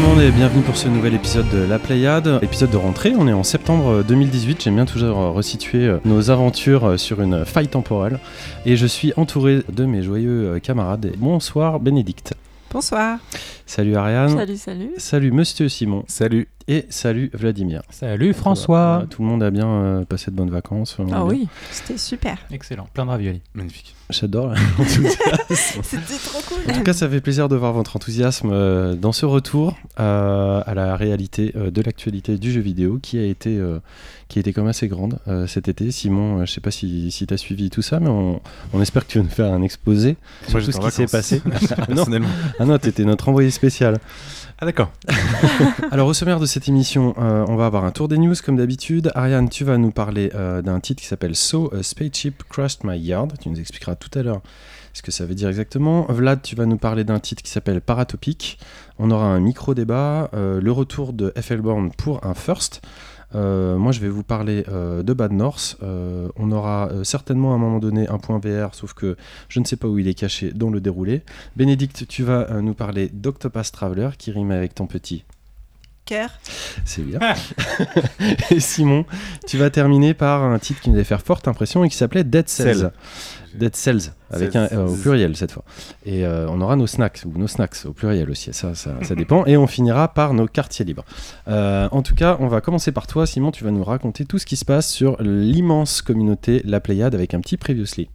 monde et bienvenue pour ce nouvel épisode de La Pléiade, épisode de rentrée. On est en septembre 2018, j'aime bien toujours resituer nos aventures sur une faille temporelle et je suis entouré de mes joyeux camarades. Bonsoir Bénédicte. Bonsoir. Salut Ariane. Salut. Salut Monsieur Simon. Salut. Et salut Vladimir. Salut François. Voilà, tout le monde a bien passé de bonnes vacances. Ah oui, c'était super. Excellent, plein de raviolis. Magnifique. J'adore l'enthousiasme. C'était trop cool. En tout cas, ça fait plaisir de voir votre enthousiasme dans ce retour à la réalité de l'actualité du jeu vidéo qui a été quand même assez grande cet été. Simon, je ne sais pas si tu as suivi tout ça, mais on espère que tu vas nous faire un exposé sur tout ce qui s'est passé. Non, tu étais notre envoyé spécial. Ah d'accord. Alors au sommaire de cette émission, on va avoir un tour des news comme d'habitude. Ariane, tu vas nous parler d'un titre qui s'appelle So a Spaceship Crashed My Yard. Tu nous expliqueras tout à l'heure ce que ça veut dire exactement. Vlad, tu vas nous parler d'un titre qui s'appelle Paratopic. On aura un micro-débat, le retour de FL-Bound pour un first. Moi je vais vous parler de Bad North. On aura certainement à un moment donné un point VR, sauf que je ne sais pas où il est caché dans le déroulé. Bénédicte, tu vas nous parler d'Octopath Traveler qui rime avec ton petit cœur. C'est bien. Et Simon, tu vas terminer par un titre qui nous avait fait forte impression et qui s'appelait Dead Cells. Dead Cells, avec au pluriel cette fois. Et on aura nos snacks au pluriel aussi, ça dépend. Et on finira par nos quartiers libres. En tout cas, on va commencer par toi, Simon. Tu vas nous raconter tout ce qui se passe sur l'immense communauté La Pléiade avec un petit previously.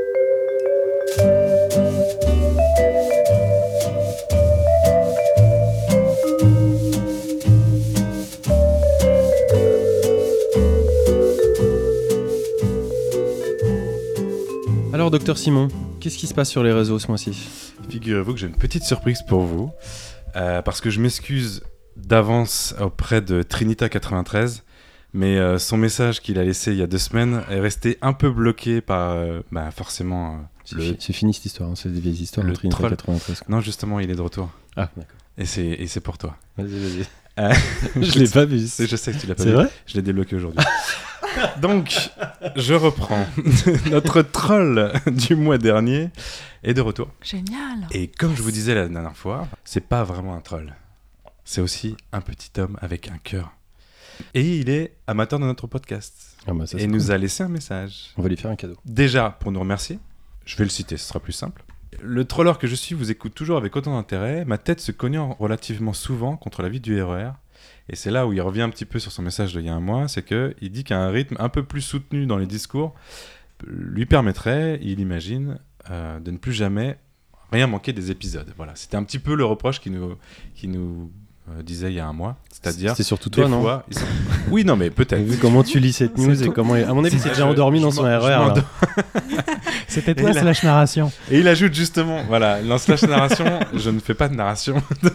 Alors, docteur Simon, qu'est-ce qui se passe sur les réseaux ce mois-ci ? Figurez-vous que j'ai une petite surprise pour vous, parce que je m'excuse d'avance auprès de Trinita93, mais son message qu'il a laissé il y a 2 semaines est resté un peu bloqué par, forcément... C'est fini cette histoire, c'est des vieilles histoires le de Trinita 93. Non, justement, il est de retour. Ah, d'accord. Et c'est pour toi. Vas-y. Je l'ai pas vu. Je sais que tu l'as pas vu. C'est vrai ? Je l'ai débloqué aujourd'hui. Donc, je reprends. Notre troll du mois dernier est de retour. Génial. Et comme je vous disais la dernière fois, c'est pas vraiment un troll. C'est aussi un petit homme avec un cœur. Et il est amateur de notre podcast. Ah bah ça, et nous a laissé un message. On va lui faire un cadeau. Déjà, pour nous remercier, je vais le citer, ce sera plus simple. Le troller que je suis vous écoute toujours avec autant d'intérêt. Ma tête se cognant relativement souvent contre la vitre du RER. Et c'est là où il revient un petit peu sur son message d'il y a un mois, c'est qu'il dit qu'un rythme un peu plus soutenu dans les discours lui permettrait, il imagine, de ne plus jamais rien manquer des épisodes. Voilà, c'était un petit peu le reproche qu'il nous disait il y a un mois, c'est-à-dire... C'est surtout toi, non ? Oui, non, mais peut-être. Vu comment tu lis cette news et comment... À mon avis, c'est déjà endormi dans son RER. C'était toi slash narration. Et il ajoute justement, voilà, dans slash narration, je ne fais pas de narration.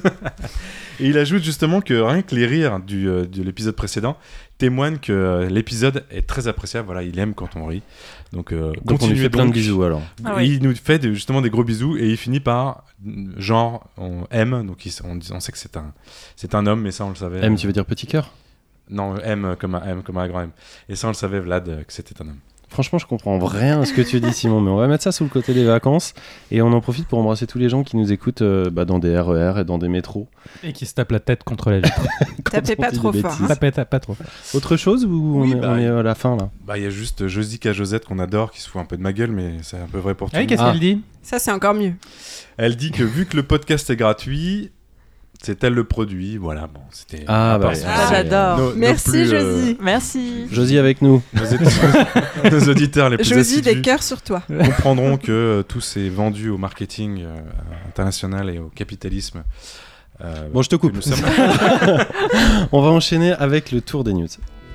Et il ajoute justement que rien que les rires de l'épisode précédent témoignent que l'épisode est très appréciable. Voilà, il aime quand on rit. Donc on lui fait plein de bisous alors. Ah oui. Il nous fait justement des gros bisous et il finit par genre on aime. Donc on sait que c'est un homme, mais ça on le savait. M, tu veux dire petit cœur ? Non, M comme un grand M. Et ça on le savait, Vlad, que c'était un homme. Franchement, je comprends rien à ce que tu dis, Simon, mais on va mettre ça sous le côté des vacances et on en profite pour embrasser tous les gens qui nous écoutent dans des RER et dans des métros. Et qui se tapent la tête contre la vitre. Tapez pas trop fort. Tapez pas trop fort. Autre chose ou oui, on est à la fin là ? Il y a juste Josica Josette qu'on adore qui se fout un peu de ma gueule, mais c'est un peu vrai pour tout le monde. Qu'est-ce qu'elle dit ? Ça, c'est encore mieux. Elle dit que vu que le podcast est gratuit, c'est elle le produit. Voilà, bon, c'était... j'adore. Merci Josie. Merci. Josie avec nous. Nos auditeurs les plus Josie, assidus des cœurs sur toi. comprendront que tout s'est vendu au marketing international et au capitalisme. Bon, je te coupe. On va enchaîner avec le tour des news.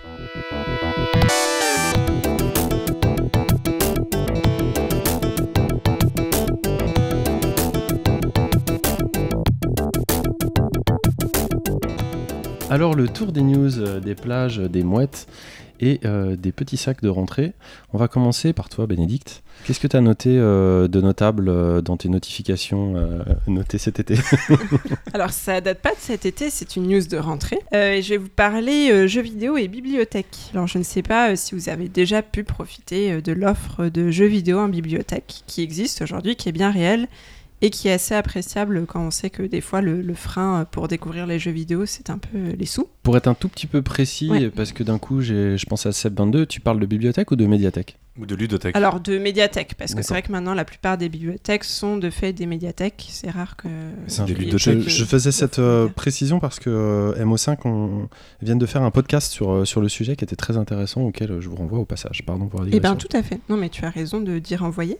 Alors le tour des news, des plages, des mouettes et des petits sacs de rentrée. On va commencer par toi, Bénédicte. Qu'est-ce que tu as noté de notable dans tes notifications notées cet été ? Alors ça date pas de cet été, c'est une news de rentrée. Et je vais vous parler jeux vidéo et bibliothèque. Alors je ne sais pas si vous avez déjà pu profiter de l'offre de jeux vidéo en bibliothèque qui existe aujourd'hui, qui est bien réelle et qui est assez appréciable quand on sait que des fois le frein pour découvrir les jeux vidéo, c'est un peu les sous. Pour être un tout petit peu précis, Ouais. parce que d'un coup, je pense à Seb22, tu parles de bibliothèque ou de médiathèque ? Ou de ludothèque. Alors de médiathèque, parce que D'accord. c'est vrai que maintenant la plupart des bibliothèques sont de fait des médiathèques, c'est rare que... C'est des qu'il y ait ludothèques. que- Je faisais cette que- précision parce que MO5 vient de faire un podcast sur le sujet qui était très intéressant, auquel je vous renvoie au passage. Pardon pour la Eh bien, digression. tout à fait. Non, mais tu as raison d'y renvoyer.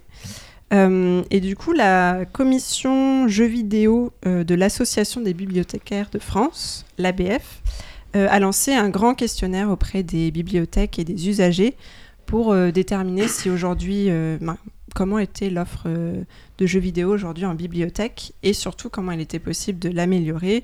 Et du coup, la commission jeux vidéo de l'Association des bibliothécaires de France, l'ABF, a lancé un grand questionnaire auprès des bibliothèques et des usagers pour déterminer si aujourd'hui, comment était l'offre de jeux vidéo aujourd'hui en bibliothèque et surtout comment il était possible de l'améliorer,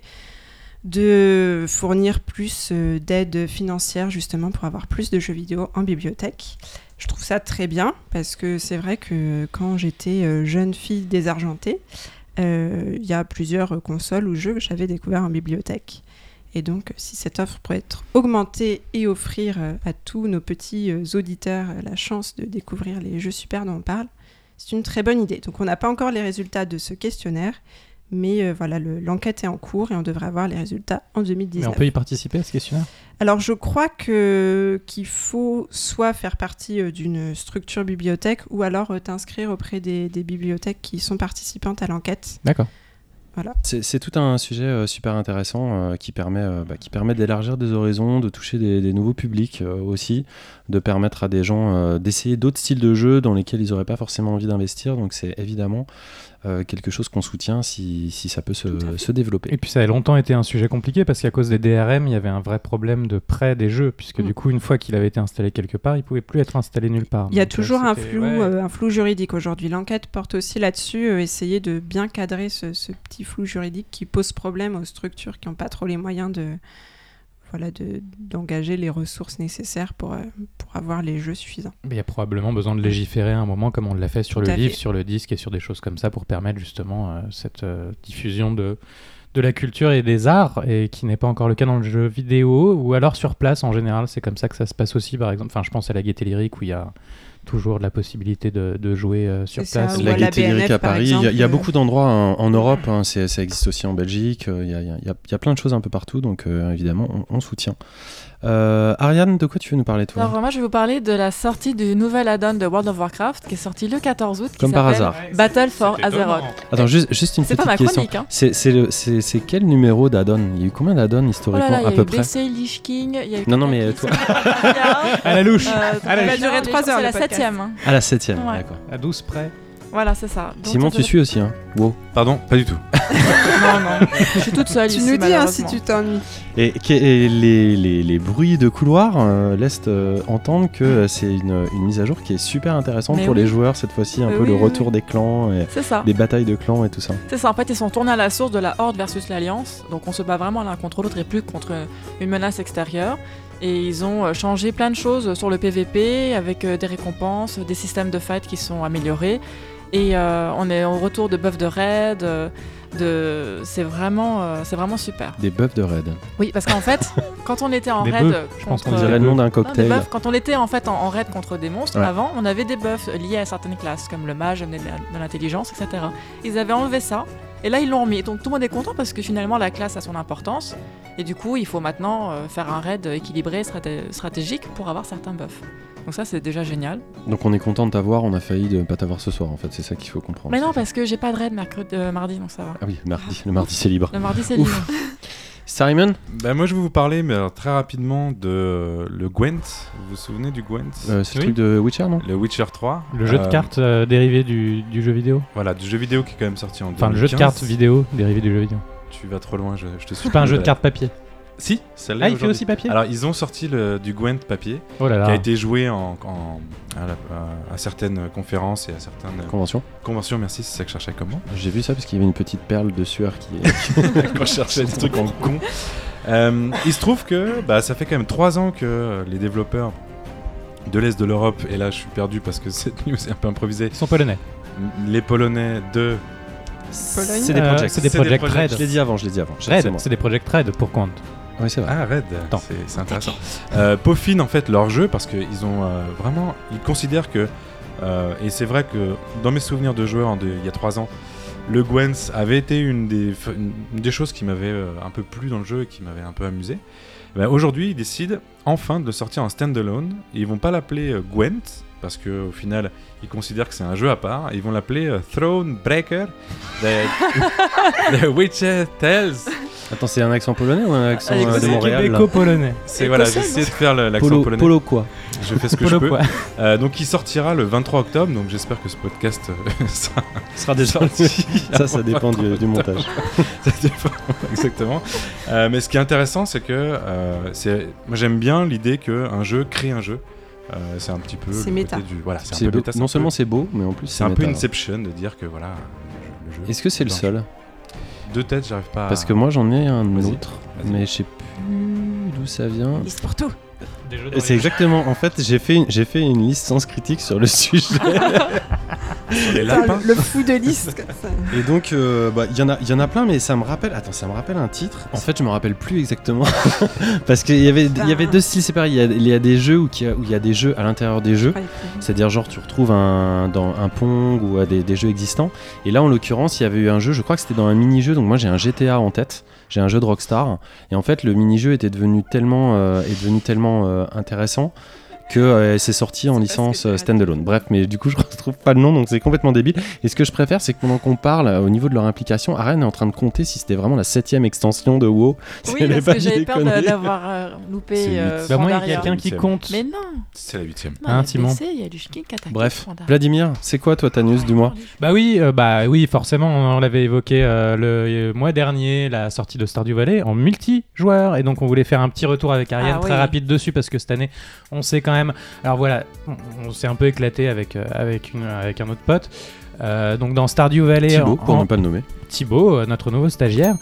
de fournir plus d'aide financière justement pour avoir plus de jeux vidéo en bibliothèque. Je trouve ça très bien parce que c'est vrai que quand j'étais jeune fille désargentée, il y a plusieurs consoles ou jeux que j'avais découverts en bibliothèque. Et donc, si cette offre pourrait être augmentée et offrir à tous nos petits auditeurs la chance de découvrir les jeux super dont on parle, c'est une très bonne idée. Donc, on n'a pas encore les résultats de ce questionnaire, mais voilà, l'enquête est en cours et on devrait avoir les résultats en 2019. Mais on peut y participer à ce questionnaire ? Alors, je crois qu'il faut soit faire partie d'une structure bibliothèque ou alors t'inscrire auprès des bibliothèques qui sont participantes à l'enquête. D'accord. Voilà. C'est tout un sujet super intéressant qui permet d'élargir des horizons, de toucher des nouveaux publics aussi, de permettre à des gens d'essayer d'autres styles de jeux dans lesquels ils n'auraient pas forcément envie d'investir. Donc c'est évidemment quelque chose qu'on soutient si ça peut se développer. Et puis ça a longtemps été un sujet compliqué parce qu'à cause des DRM, il y avait un vrai problème de prêt des jeux, puisque du coup, une fois qu'il avait été installé quelque part, il ne pouvait plus être installé nulle part. Il y a Donc, toujours un c'était- flou, ouais. un flou juridique aujourd'hui. L'enquête porte aussi là-dessus, essayer de bien cadrer ce petit flou juridique qui pose problème aux structures qui n'ont pas trop les moyens d'engager les ressources nécessaires pour avoir les jeux suffisants. Mais il y a probablement besoin de légiférer à un moment, comme on l'a fait sur Tout le à livre, fait. sur le disque et sur des choses comme ça, pour permettre justement cette diffusion de la culture et des arts, et qui n'est pas encore le cas dans le jeu vidéo, ou alors sur place en général. C'est comme ça que ça se passe aussi, par exemple. Enfin, je pense à la Gaieté Lyrique, où il y a toujours de la possibilité de jouer sur C'est ça, place. ou La à la Gaieté Lyrique BNF, à par Paris, il y a exemple, beaucoup d'endroits en Europe, hein, ça existe aussi en Belgique, il y a plein de choses un peu partout, donc évidemment on soutient. Ariane, de quoi tu veux nous parler toi ? Alors moi je vais vous parler de la sortie du nouvel add-on de World of Warcraft qui est sorti le 14 août. Qui Comme par s'appelle hasard. Battle for C'était Azeroth. étonnant. Attends, juste une C'est petite pas ma question. chronique, hein. C'est quel numéro d'add-on ? Il y a eu combien d'add-on Oh historiquement là là, il y à a peu eu près ? BC, Lich King, il y a eu Non, mais Cataclysme, À la louche. Elle a duré 3 heures, C'est la le podcast. 7ème. hein. À la 7ème, Ouais. d'accord. À 12 près. Voilà, c'est ça. Donc, Simon, ça tu fait- suis aussi, hein ? Wow. Pardon, pas du tout. Non, je suis toute seule Tu ici, nous dis si malheureusement. tu t'ennuies. Et les bruits de couloir laissent entendre que c'est une mise à jour qui est super intéressante Mais pour oui. les joueurs cette fois-ci, un peu Oui, le oui, retour oui. des clans, et C'est ça. des batailles de clans et tout ça. C'est ça, en fait, ils sont tournés à la source de la Horde versus l'Alliance. Donc on se bat vraiment l'un contre l'autre et plus contre une menace extérieure. Et ils ont changé plein de choses sur le PVP avec des récompenses, des systèmes de fight qui sont améliorés. Et on est au retour de buffs de raid. C'est vraiment super. Des buffs de raid. Oui, parce qu'en fait, quand on était en Des raid bœufs, je pense contre... qu'on On dirait le nom d'un Non, des cocktail. buffs, quand on était en fait en raid contre des monstres, Ouais. avant, on avait des buffs liés à certaines classes, comme le mage amenait de l'intelligence, etc. Ils avaient enlevé ça, et là ils l'ont remis. Donc tout le monde est content parce que finalement la classe a son importance, et du coup il faut maintenant faire un raid équilibré, stratégique pour avoir certains buffs. Donc ça c'est déjà génial. Donc on est content de t'avoir, on a failli de pas t'avoir ce soir en fait, c'est ça qu'il faut comprendre. Mais non, parce que j'ai pas de raid mardi, donc ça va. Ah oui, le mardi c'est libre. Le mardi c'est Ouf. libre. Simon, Bah, moi, je vais vous parler, mais alors, très rapidement, de le Gwent. Vous vous souvenez du Gwent c'est le Oui. truc de Witcher, non ? Le Witcher 3. Le jeu de cartes dérivé du jeu vidéo. Voilà, du jeu vidéo qui est quand même sorti en 2015. Enfin, le jeu de cartes vidéo dérivé du jeu vidéo. Tu vas trop loin, je te suis. C'est pas un jeu de cartes papier. Si, celle-là. Ah, il fait aussi papier. Alors, ils ont sorti du Gwent papier, Oh là qui a là. été joué à certaines conférences et à certaines Convention. conventions. Merci, c'est ça que je cherchais comme mot. J'ai vu ça parce qu'il y avait une petite perle de sueur qui Quand je cherchais des trucs en con. Il se trouve que ça fait quand même 3 ans que les développeurs de l'Est de l'Europe, et là je suis perdu parce que cette news est un peu improvisée, Ils sont polonais. les Polonais de... C'est des projects. C'est des C'est des Project projects. Red. Je l'ai dit avant. Red, c'est des Project Red pour compte. Oui, c'est vrai. Ah, Red, Attends. c'est intéressant. Peaufinent en fait leur jeu parce qu'ils ont vraiment... Ils considèrent que... et c'est vrai que dans mes souvenirs de joueurs il y a 3 ans, Le Gwent avait été une des choses qui m'avait un peu plu dans le jeu et qui m'avait un peu amusé. Aujourd'hui, ils décident enfin de le sortir en standalone. Et ils vont pas l'appeler Gwent, parce qu'au final, ils considèrent que c'est un jeu à part. Ils vont l'appeler Thronebreaker, The Witcher Tales. Attends, c'est un accent polonais ou un accent Avec de Montréal là Québéco-polonais. C'est voilà, j'ai essayé de faire l'accent polonais. Polo quoi. Je fais ce que je peux. Donc il sortira le 23 octobre, donc j'espère que ce podcast sera déjà sorti. Ça dépend du montage. Ça dépend, exactement. Mais ce qui est intéressant, c'est que moi j'aime bien l'idée qu'un jeu crée un jeu. C'est un petit peu c'est le méta. côté du voilà, c'est C'est un peu beau. méta, Non seulement c'est beau, mais en plus c'est un peu méta. Inception de dire que voilà le jeu. Est-ce que c'est le seul? De tête, j'arrive pas. Parce que moi j'en ai un Vas-y. autre, mais je sais plus d'où ça vient. Liste pour tout. Et c'est exactement. En fait, j'ai fait une liste sans critique sur le sujet. les lapins. Le fou de liste comme ça. Et donc, il y en a plein, mais ça me rappelle un titre. En fait, je me rappelle plus exactement. Parce qu'il y avait deux styles séparés. Il y a des jeux où il y a des jeux à l'intérieur des jeux. C'est-à-dire, genre, tu retrouves dans un Pong ou des jeux existants. Et là, en l'occurrence, il y avait eu un jeu, je crois que c'était dans un mini-jeu. Donc, moi, j'ai un GTA en tête. J'ai un jeu de Rockstar. Et en fait, le mini-jeu était devenu tellement intéressant que c'est sorti en licence standalone. Bref, mais du coup je retrouve pas le nom, donc c'est complètement débile. Et ce que je préfère, c'est que pendant qu'on parle au niveau de leur implication, Ariane est en train de compter si c'était vraiment la 7ème extension de WoW. Oui, parce que j'avais peur d'avoir loupé Bah moi, il y a Pandaria. quelqu'un qui compte. Mais non, C'est la 8ème. non, Hein, il y a Simon PC, il y a du Shkin qui attaque. Bref, Vladimir, c'est quoi toi ta news du mois? Bah oui, forcément, on l'avait évoqué le mois dernier, la sortie de Stardew Valley en multijoueur, et donc on voulait faire un petit retour avec Ariane très rapide dessus parce que cette année, on s'est quand même, alors voilà, on s'est un peu éclaté avec un autre pote. Donc dans Stardew Valley, Thibaut, pour ne pas le nommer. Thibaut, notre nouveau stagiaire.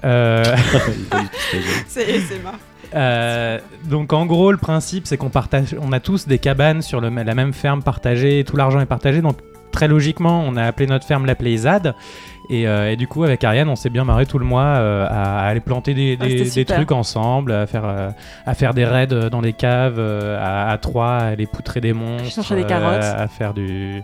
C'est marrant. Donc en gros le principe c'est on a tous des cabanes sur la même ferme partagée, tout l'argent est partagé, donc très logiquement on a appelé notre ferme la Playzad et du coup avec Ariane on s'est bien marré tout le mois à aller planter des trucs ensemble, à faire des raids dans les caves, à 3 à aller poutrer des monstres, chercher des carottes, à faire du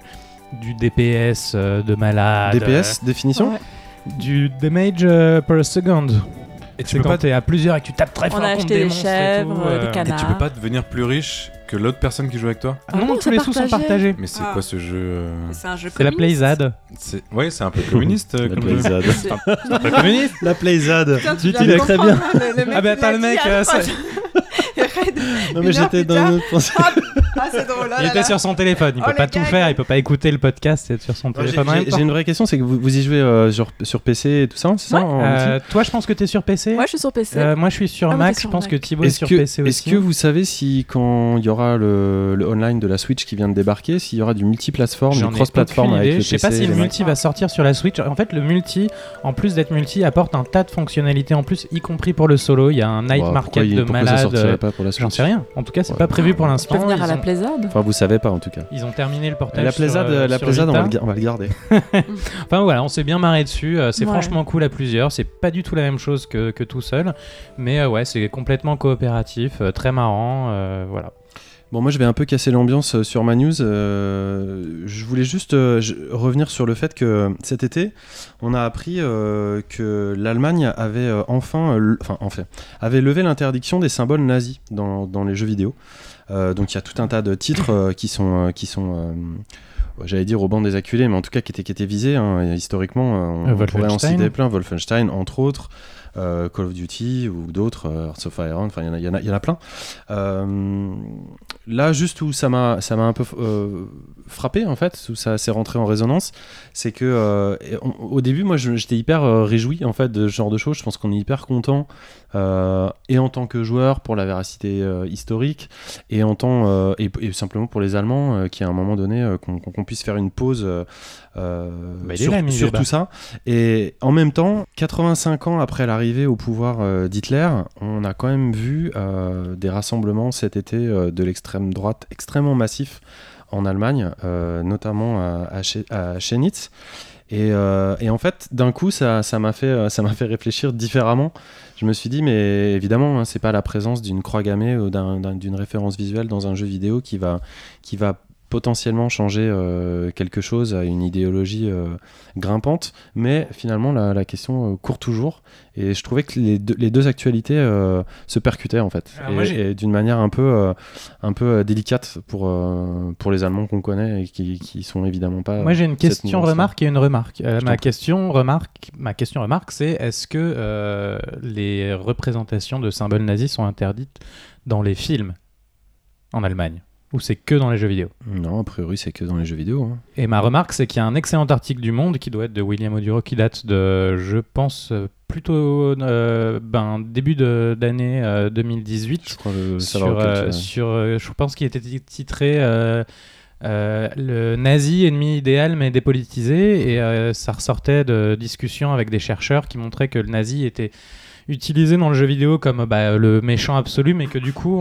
DPS de malade. DPS, définition? Ouais. Du damage per second. Et C'est quand t'es à plusieurs et que tu tapes très fort On a contre acheté des des monstres chèvres, et tout, des Et canards. tu peux pas devenir plus riche que l'autre personne qui joue avec toi? Ah non, non, tous c'est les sous sont partagé. partagés. Mais c'est Ah. quoi ce jeu C'est un jeu C'est la communiste. Playzad. Ouais, c'est un peu communiste La comme jeu. Playzad. C'est pas communiste. La Playzad. Putain, Tu viens dis de très comprendre, bien. le mec Ah bah l'a attends le dit mec, à la ça- fin. Raid. Non Une mais heure j'étais plus dans tard. une autre pensée. Ah, c'est drôle. Il était sur son téléphone, il Oh, peut pas le tout gag. faire, il peut pas écouter le podcast et être sur son Moi, téléphone en même temps. J'ai une vraie question, c'est que vous y jouez sur PC et tout ça, c'est ça en multi Toi je pense que t'es sur PC. Moi, je suis sur PC. Moi je suis sur Ah, Mac, t'es je sur pense Mac. que Thibaut est sur PC aussi. Est-ce que vous savez si quand il y aura le online de la Switch qui vient de débarquer, s'il y aura du multiplateforme, J'en du ai cross-platform aucune avec idée. le Je sais PC pas si et le les Mac? multi va sortir sur la Switch. En fait, le multi, en plus d'être multi, apporte un tas de fonctionnalités en plus, y compris pour le solo. Il y a un night Wow, market de pourquoi ça malade. sortirait pas pour la J'en Switch? sais rien. En tout cas, c'est Ouais. pas prévu pour Tu l'instant. peux venir à Ils la ont- Playzad. Enfin, vous savez pas en tout cas. Ils ont terminé le portage. La Playzad, sur on Vita. va le garder. Enfin voilà, on s'est bien marré dessus. C'est Ouais. franchement cool à plusieurs. C'est pas du tout la même chose que tout seul, mais ouais, c'est complètement coopératif, très marrant. Voilà. Bon, moi je vais un peu casser l'ambiance sur ma news. Je voulais juste revenir sur le fait que cet été, on a appris que l'Allemagne avait avait levé l'interdiction des symboles nazis dans les jeux vidéo. Donc il y a tout un tas de titres qui sont j'allais dire au banc des acculés, mais en tout cas qui étaient visés. Hein, historiquement, on pourrait en citer plein. Wolfenstein, entre autres. Call of Duty ou d'autres, Hearts of Iron, enfin il y en a plein. Là, juste où ça m'a un peu frappé en fait, où ça s'est rentré en résonance, c'est que au début, moi j'étais hyper réjoui en fait de ce genre de choses. Je pense qu'on est hyper content et en tant que joueur pour la véracité historique et en tant et simplement pour les Allemands qui à un moment donné qu'on puisse faire une pause sur tout ça. Et en même temps, 85 ans après l'arrivée au pouvoir d'Hitler, on a quand même vu des rassemblements cet été de l'extrême droite extrêmement massifs en Allemagne, notamment à Chemnitz. Et en fait, d'un coup, ça m'a fait réfléchir différemment. Je me suis dit, mais évidemment, hein, c'est pas la présence d'une croix gammée ou d'une référence visuelle dans un jeu vidéo qui va potentiellement changer quelque chose à une idéologie grimpante, mais finalement la question court toujours, et je trouvais que les deux actualités se percutaient en fait, et d'une manière un peu délicate pour les Allemands qu'on connaît et qui sont évidemment pas. Moi j'ai une question remarque et une remarque. Ma question remarque, c'est est-ce que les représentations de symboles nazis sont interdites dans les films en Allemagne, ou c'est que dans les jeux vidéo? Non, a priori c'est que dans les jeux vidéo. Hein. Et ma remarque, c'est qu'il y a un excellent article du Monde qui doit être de William Oduro, qui date de, je pense, plutôt début d'année 2018. Je crois je pense qu'il était titré le nazi ennemi idéal mais dépolitisé, et ça ressortait de discussions avec des chercheurs qui montraient que le nazi était utilisé dans le jeu vidéo comme le méchant absolu, mais que du coup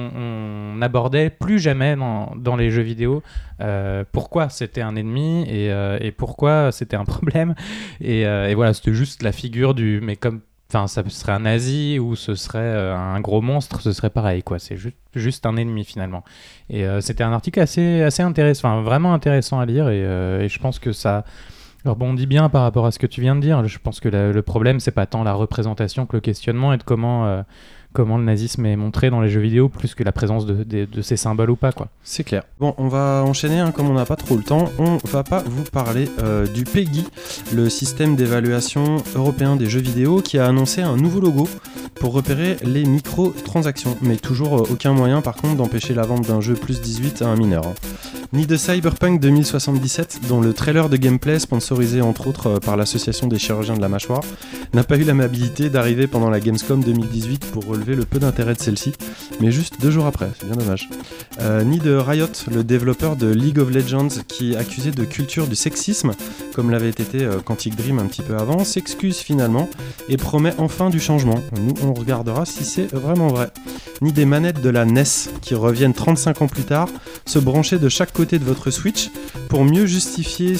on n'abordait plus jamais dans les jeux vidéo pourquoi c'était un ennemi et pourquoi c'était un problème, et voilà, c'était juste la figure du, mais comme ça serait un nazi ou ce serait un gros monstre, ce serait pareil quoi, c'est juste un ennemi finalement, et c'était un article assez intéressant, vraiment intéressant à lire, et je pense que ça rebondit bien par rapport à ce que tu viens de dire. Je pense que le problème, c'est pas tant la représentation que le questionnement, et de comment le nazisme est montré dans les jeux vidéo, plus que la présence de ces symboles ou pas, quoi. C'est clair. Bon, on va enchaîner, comme on n'a pas trop le temps. On va pas vous parler du PEGI, le système d'évaluation européen des jeux vidéo, qui a annoncé un nouveau logo pour repérer les microtransactions, mais toujours aucun moyen par contre d'empêcher la vente d'un jeu plus 18 à un mineur. Ni de Cyberpunk 2077, dont le trailer de gameplay, sponsorisé entre autres par l'association des chirurgiens de la mâchoire, n'a pas eu l'amabilité d'arriver pendant la Gamescom 2018 pour relever le peu d'intérêt de celle-ci, mais juste 2 jours après, c'est bien dommage. Ni de Riot, le développeur de League of Legends, qui, accusé de culture du sexisme, comme l'avait été Quantic Dream un petit peu avant, s'excuse finalement et promet enfin du changement. Nous, on regardera si c'est vraiment vrai. Ni des manettes de la NES, qui reviennent 35 ans plus tard, se brancher de chaque côté de votre Switch pour mieux justifier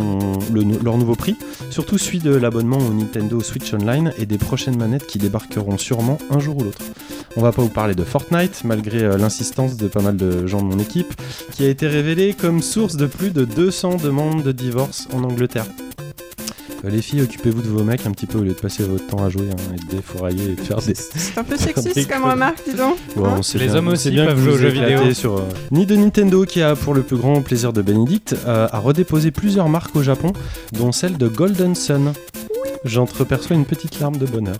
leur nouveau prix, surtout celui de l'abonnement au Nintendo Switch Online et des prochaines manettes qui débarqueront sûrement un jour ou l'autre. On va pas vous parler de Fortnite, malgré l'insistance de pas mal de gens de mon équipe, qui a été révélé comme source de plus de 200 demandes de divorce en Angleterre. Les filles, occupez-vous de vos mecs un petit peu au lieu de passer votre temps à jouer et de défourailler et de faire des... C'est un peu sexiste comme remarque, dis donc. Bon, les hommes aussi peuvent jouer aux jeux vidéo. Ni de Nintendo, qui a, pour le plus grand plaisir de Bénédicte, a redéposé plusieurs marques au Japon, dont celle de Golden Sun. J'entreperçois une petite larme de bonheur.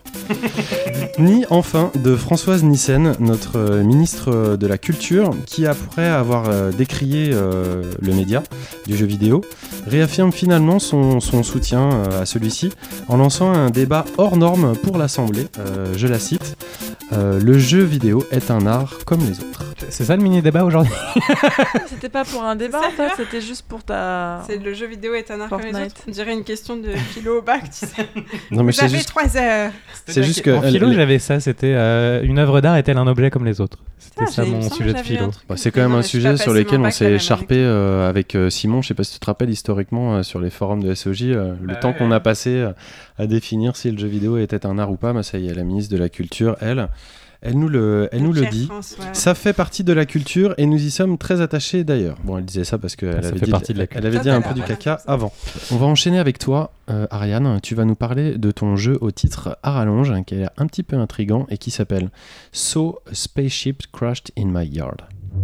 Ni enfin de Françoise Nyssen, notre ministre de la Culture, qui après avoir décrié le média du jeu vidéo, réaffirme finalement son soutien à celui-ci en lançant un débat hors norme pour l'Assemblée. Je la cite, le jeu vidéo est un art comme les autres. C'est ça le mini-débat aujourd'hui? C'était pas pour un débat en fait, c'était juste pour ta... C'est le jeu vidéo est un art Fortnite. comme les autres. On dirait une question de philo au bac, tu sais. Non, mais Vous avez 3 heures. C'est juste que... En philo, j'avais ça, c'était une œuvre d'art est-elle un objet comme les autres? C'était ça il me mon semble sujet que de j'avais philo. C'est quand même un sujet sur lequel on s'est écharpé avec avec Simon. Je sais pas si tu te rappelles historiquement sur les forums de SOJ, le temps qu'on a passé à définir si le jeu vidéo était un art ou pas. Ça y est, la ministre de la Culture, elle nous le dit. François. Ça fait partie de la culture et nous y sommes très attachés d'ailleurs. Bon, elle disait ça parce qu'elle avait dit un peu du caca avant. On va enchaîner avec toi, Ariane. Tu vas nous parler de ton jeu au titre à rallonge, qui a l'air un petit peu intriguant et qui s'appelle So a Spaceship Crashed in My Yard.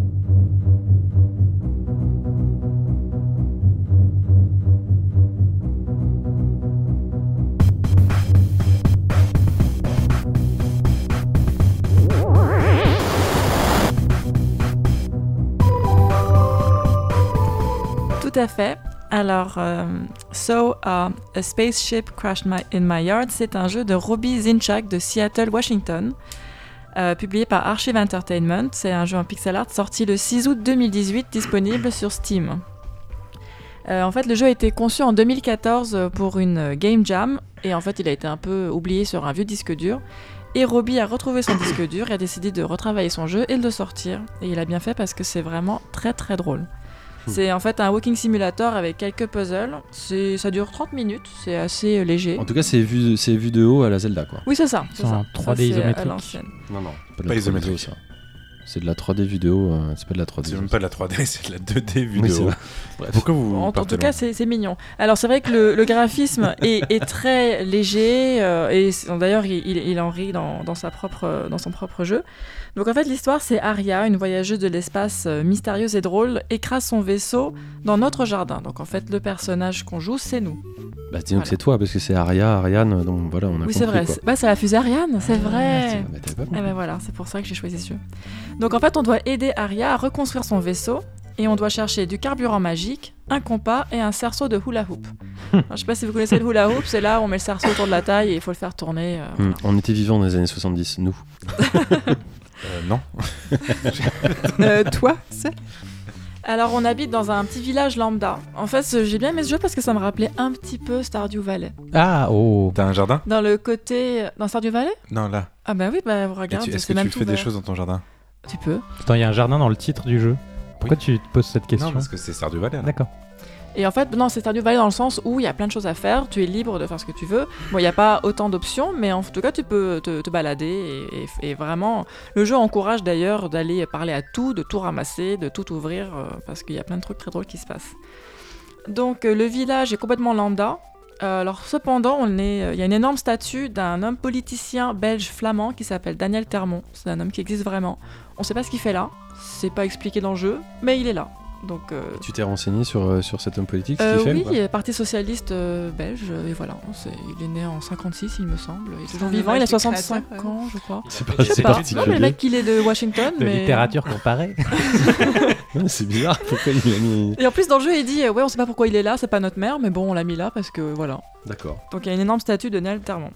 Tout à fait. Alors, A Spaceship Crashed in My Yard, c'est un jeu de Robbie Zinchak de Seattle, Washington, publié par Archive Entertainment. C'est un jeu en pixel art sorti le 6 août 2018, disponible sur Steam. En fait, le jeu a été conçu en 2014 pour une Game Jam, et en fait, il a été un peu oublié sur un vieux disque dur. Et Robbie a retrouvé son disque dur et a décidé de retravailler son jeu et de le sortir. Et il a bien fait parce que c'est vraiment très très drôle. C'est en fait un walking simulator avec quelques puzzles. Ça dure 30 minutes, c'est assez léger. En tout cas, c'est vu de haut à la Zelda, quoi. Oui, c'est ça. C'est un 3D isométrique. à l'ancienne. Non, pas isométrique. Ça. C'est de la 3D vidéo, c'est pas de la 3D. C'est même pas de la 3D, c'est de la 2D Oui, c'est vidéo. vrai. Bref. Pourquoi vous En partez tout cas, loin c'est mignon. Alors, c'est vrai que le graphisme est très léger, et d'ailleurs, il en rit dans son propre jeu. Donc, en fait, l'histoire, c'est Aria, une voyageuse de l'espace mystérieuse et drôle, écrase son vaisseau dans notre jardin. Donc, en fait, le personnage qu'on joue, c'est nous. Bah, disons Voilà. que c'est toi, parce que c'est Ariane, donc voilà, on a Oui, compris. c'est vrai. Quoi. C'est la fusée Ariane, c'est vrai. Bah, t'avais pas Et compris. ben voilà, c'est pour ça que j'ai choisi ce jeu. Donc en fait, on doit aider Aria à reconstruire son vaisseau et on doit chercher du carburant magique, un compas et un cerceau de hula hoop. Alors, je sais pas si vous connaissez le hula hoop, c'est là où on met le cerceau autour de la taille et il faut le faire tourner. Voilà. On était vivants dans les années 70, nous. Non. Toi, c'est Alors on habite dans un petit village lambda. En fait, j'ai bien aimé ce jeu parce que ça me rappelait un petit peu Stardew Valley. Ah, oh. T'as un jardin? Dans le côté... Dans Stardew Valley? Non, là. Ah bah oui, bah Et regarde, Est-ce c'est que même tu tout fais des vert. choses dans ton jardin? Tu peux. Attends, il y a un jardin dans le titre du jeu. Pourquoi tu te poses cette question? Non, parce que c'est Stardew Valley. là. D'accord. Et en fait, non, c'est Stardew Valley dans le sens où il y a plein de choses à faire, tu es libre de faire ce que tu veux. Bon, il n'y a pas autant d'options, mais en tout cas, tu peux te balader. Et vraiment, le jeu encourage d'ailleurs d'aller parler à tout, de tout ramasser, de tout ouvrir, parce qu'il y a plein de trucs très drôles qui se passent. Donc, le village est complètement lambda. Alors, cependant, il y a une énorme statue d'un homme politicien belge-flamand qui s'appelle Daniel Termont. C'est un homme qui existe vraiment. On ne sait pas ce qu'il fait là, c'est pas expliqué dans le jeu, mais il est là. Donc, Tu t'es renseigné sur cet homme politique, ce qu'il fait oui, ou pas il est Parti socialiste belge, et voilà, il est né en 56, il me semble, il est toujours un vivant, il a hommage des 65 créateurs, ans, je crois. C'est pas, Je sais c'est pas, non, particulier. mais le mec, il est de Washington, De mais... littérature comparée. Ouais, c'est bizarre, pourquoi il a mis... Et en plus, dans le jeu, il dit, ouais, on sait pas pourquoi il est là, c'est pas notre mère, mais bon, on l'a mis là, parce que, voilà. D'accord. Donc, il y a une énorme statue de Daniel Termont.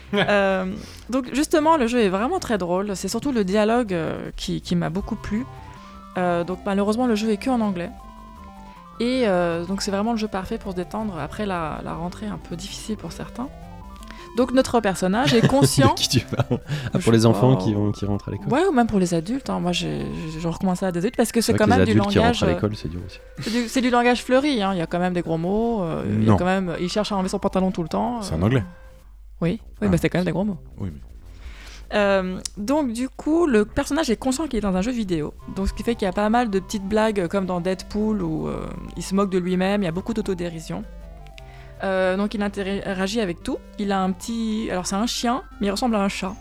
Donc, justement, le jeu est vraiment très drôle, c'est surtout le dialogue qui m'a beaucoup plu. Donc, malheureusement, le jeu est que en anglais. Et donc c'est vraiment le jeu parfait pour se détendre après la rentrée un peu difficile pour certains. Donc notre personnage est conscient... De qui tu parles Je Pour les sais enfants pas. qui rentrent à l'école. Ouais, ou même pour les adultes. Hein. Moi, je recommence à des adultes parce que c'est vrai quand que les même du adultes qui langage... rentrent à l'école, c'est dur aussi. c'est du langage fleuri. Hein. Il y a quand même des gros mots. Il y a Non. quand même... Il cherche à enlever son pantalon tout le temps. C'est en anglais. Oui, Ah. bah c'est quand même des gros mots. Oui, mais... Donc du coup, le personnage est conscient qu'il est dans un jeu vidéo. Donc ce qui fait qu'il y a pas mal de petites blagues comme dans Deadpool où il se moque de lui-même, il y a beaucoup d'autodérision. Donc il interagit avec tout. Il a un petit... Alors c'est un chien, mais il ressemble à un chat.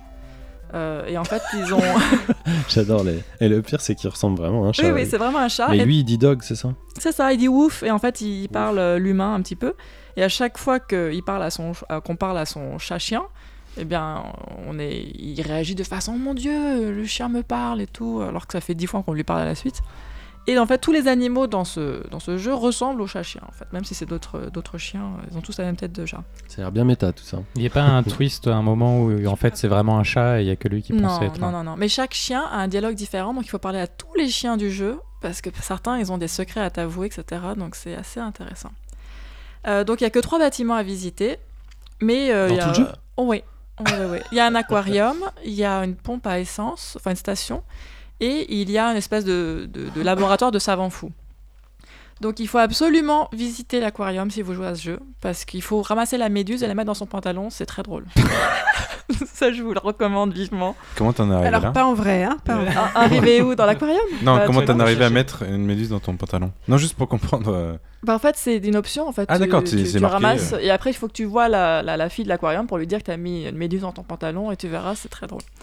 Et en fait, ils ont... J'adore les... Et le pire, c'est qu'il ressemble vraiment à un chat. oui, c'est vraiment un chat. Mais Et lui, il dit dog, c'est ça? c'est ça, il dit ouf, et en fait, il parle l'humain un petit peu. Et à chaque fois qu'on parle à son chat-chien, eh bien, il réagit de façon, mon Dieu, le chien me parle et tout, alors que ça fait 10 fois qu'on lui parle à la suite. Et en fait, tous les animaux dans ce jeu ressemblent au chat-chien, en fait. Même si c'est d'autres chiens, ils ont tous la même tête de chat. Ça a l'air bien méta, tout ça. Il n'y a pas un twist à un moment où en fait c'est vraiment un chat et il n'y a que lui qui pensait être un... Non. Mais chaque chien a un dialogue différent, donc il faut parler à tous les chiens du jeu, parce que certains, ils ont des secrets à t'avouer, etc. Donc c'est assez intéressant. Donc il n'y a que 3 bâtiments à visiter. Mais, Dans tout le jeu Oh, oui. Il y a un aquarium, il y a une pompe à essence, enfin une station, et il y a une espèce de laboratoire de savants fous. Donc il faut absolument visiter l'aquarium si vous jouez à ce jeu, parce qu'il faut ramasser la méduse et la mettre dans son pantalon, c'est très drôle. Ça, je vous le recommande vivement. Comment t'en es arrivé Alors, là? pas en vrai, hein, pas en vrai. Arrivé où? Dans l'aquarium? Non, Bah, comment tu- t'en es arrivé à chercher. mettre une méduse dans ton pantalon? Non, juste pour comprendre. Bah, en fait, c'est une option. En fait. Ah, d'accord, tu c'est marqué, ramasses, et après, il faut que tu vois la fille de l'aquarium pour lui dire que tu as mis une méduse dans ton pantalon, et tu verras, c'est très drôle.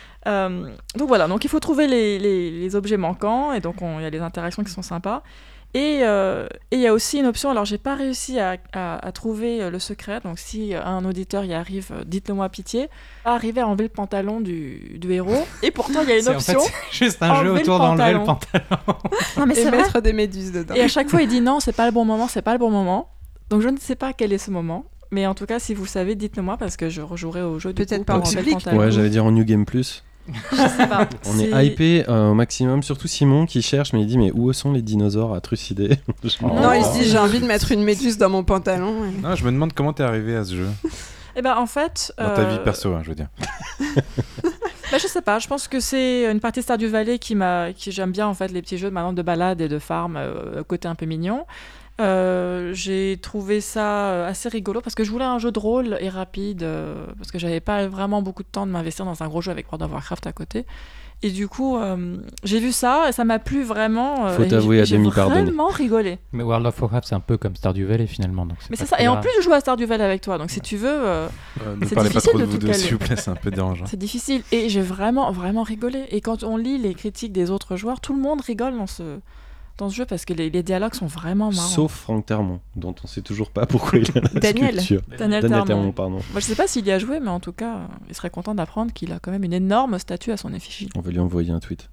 Donc voilà, donc il faut trouver les objets manquants, et donc il y a des interactions qui sont sympas. Et il y a aussi une option, alors j'ai pas réussi à trouver le secret, donc si un auditeur y arrive, dites-le moi pitié, arriver à enlever le pantalon du héros, et pourtant il y a une C'est en fait option. juste un jeu enlever le autour d'enlever le pantalon. pantalon. Non mais Et c'est vrai. mettre des méduses dedans. Et à chaque fois il dit non, c'est pas le bon moment, c'est pas le bon moment. Donc je ne sais pas quel est ce moment, mais en tout cas si vous savez, dites-le moi parce que je rejouerai au jeu. Du Peut-être coup, pas en pour enlever le public. pantalon. Ouais, j'allais dire en New Game Plus. Je sais pas. On est hypé au maximum, surtout Simon qui cherche, mais il dit mais où sont les dinosaures à trucider? Non, il se dit j'ai envie de mettre une méduse dans mon pantalon. et- Non, je me demande comment t'es arrivé à ce jeu. Et ben en fait. Dans ta vie perso, hein, je veux dire. Bah, je sais pas, je pense que c'est une partie de Stardew Valley qui j'aime bien en fait les petits jeux maintenant de balade et de farm, côté un peu mignon. J'ai trouvé ça assez rigolo parce que je voulais un jeu drôle et rapide parce que j'avais pas vraiment beaucoup de temps de m'investir dans un gros jeu avec World of Warcraft à côté. Et du coup, j'ai vu ça et ça m'a plu vraiment. Faut t'avouer à demi pardonner. J'ai vraiment rigolé. Mais World of Warcraft, c'est un peu comme Stardew Valley finalement. Donc mais c'est ça. Et en plus, je joue à Stardew Valley avec toi. Donc si tu veux, ne c'est parlez pas difficile trop de de vous tout deux, s'il caler. vous plaît, c'est un peu dérangeant. C'est difficile. Et j'ai vraiment, vraiment rigolé. Et quand on lit les critiques des autres joueurs, tout le monde rigole dans ce jeu parce que les dialogues sont vraiment marrants. Sauf Franck Termon, dont on sait toujours pas pourquoi il a la Daniel. sculpture. Daniel Termon, pardon. Moi, je sais pas s'il y a joué, mais en tout cas, il serait content d'apprendre qu'il a quand même une énorme statue à son effigie. On va lui envoyer un tweet.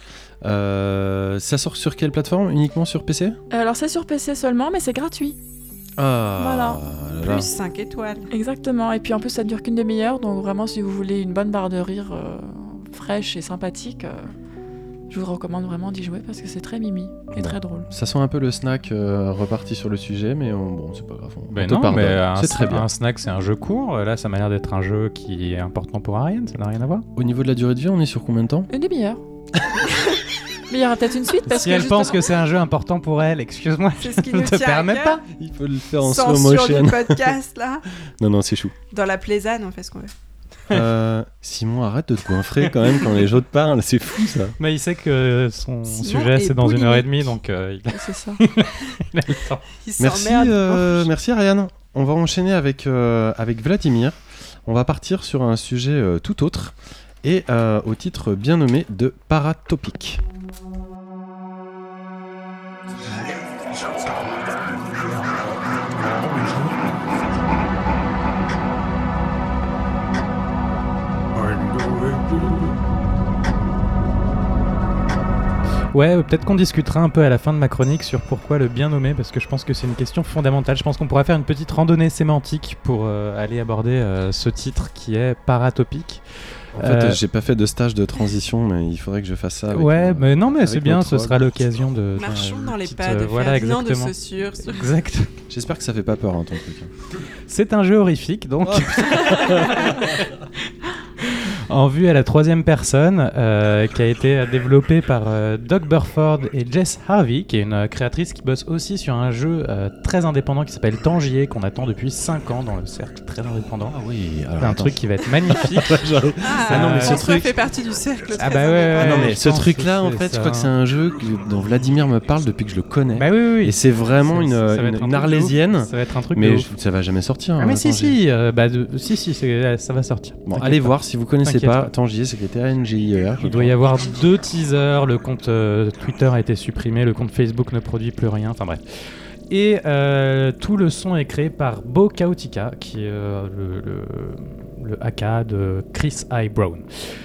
Ça sort sur quelle plateforme ? Uniquement sur PC ? Alors, c'est sur PC seulement, mais c'est gratuit. Ah, Voilà. là là. Plus 5 étoiles. Exactement. Et puis en plus, ça ne dure qu'une demi-heure. Donc vraiment, si vous voulez une bonne barre de rire fraîche et sympathique, je vous recommande vraiment d'y jouer parce que c'est très mimi et Bon. très drôle. Ça sent un peu le snack reparti sur le sujet, mais bon, c'est pas grave. On Ben te non, pardonne. mais C'est très bien. un snack, c'est un jeu court. Là, ça m'a l'air d'être un jeu qui est important pour Ariane. Ça n'a rien à voir. Au niveau de la durée de vie, on est sur combien de temps ? Une demi-heure. Mais il y aura peut-être une suite parce Si que elle pense justement- que c'est un jeu important pour elle, excuse-moi, C'est ce qui je nous ne te tient à permets cœur. pas. Il faut le faire en slow Censure motion. du podcast, là. Non, c'est chou. Dans la plaisane, on fait ce qu'on veut. Simon, arrête de te goinfrer quand même quand les gens te parlent, c'est fou ça. Mais il sait que son Simon sujet est c'est dans 1 heure et demie, polémique. donc C'est ça. il a le temps. Il Merci, s'emmerde. merci Ariane. On va enchaîner avec Vladimir. On va partir sur un sujet tout autre et au titre bien nommé de Paratopic. Ouais, peut-être qu'on discutera un peu à la fin de ma chronique sur pourquoi le bien nommer, parce que je pense que c'est une question fondamentale. Je pense qu'on pourra faire une petite randonnée sémantique pour aller aborder ce titre qui est Paratopic. En fait, j'ai pas fait de stage de transition, mais il faudrait que je fasse ça. Avec, ouais, mais non, mais avec c'est bien, notre ce sera robe. l'occasion de... Marchons dans les petite, pas de voilà, Ferdinand de exactement. Saussure. Exact. J'espère que ça fait pas peur hein, ton truc. C'est un jeu horrifique, donc... En vue à la troisième personne, qui a été développé par Doug Burford et Jess Harvey, qui est une créatrice qui bosse aussi sur un jeu très indépendant qui s'appelle Tangier, qu'on attend depuis 5 ans dans le cercle très indépendant. Ah oui, C'est un truc qui va être magnifique. Ah, non, mais ce François truc- fait partie du cercle. Ah très bah ouais, indépendant. non mais je ce pense truc-là, que en c'est fait, je ça. crois que c'est un jeu dont Vladimir me parle depuis que je le connais. Bah oui, oui, oui. Et c'est vraiment Ça va être un une truc de arlésienne, ouf. Ça va être un truc de mais ouf. ça va jamais sortir. Ah hein, mais si, Tangier. si, ça va sortir. Bon, T'inquiète allez pas. voir si vous connaissez T'inquiète pas pas. Tangier, c'est T-A-N-G-I-E-R. Il doit y avoir 2 teasers, le compte Twitter a été supprimé, le compte Facebook ne produit plus rien, enfin bref. Et tout le son est créé par Bo Kautika, qui est le aka de Chris I. Brown.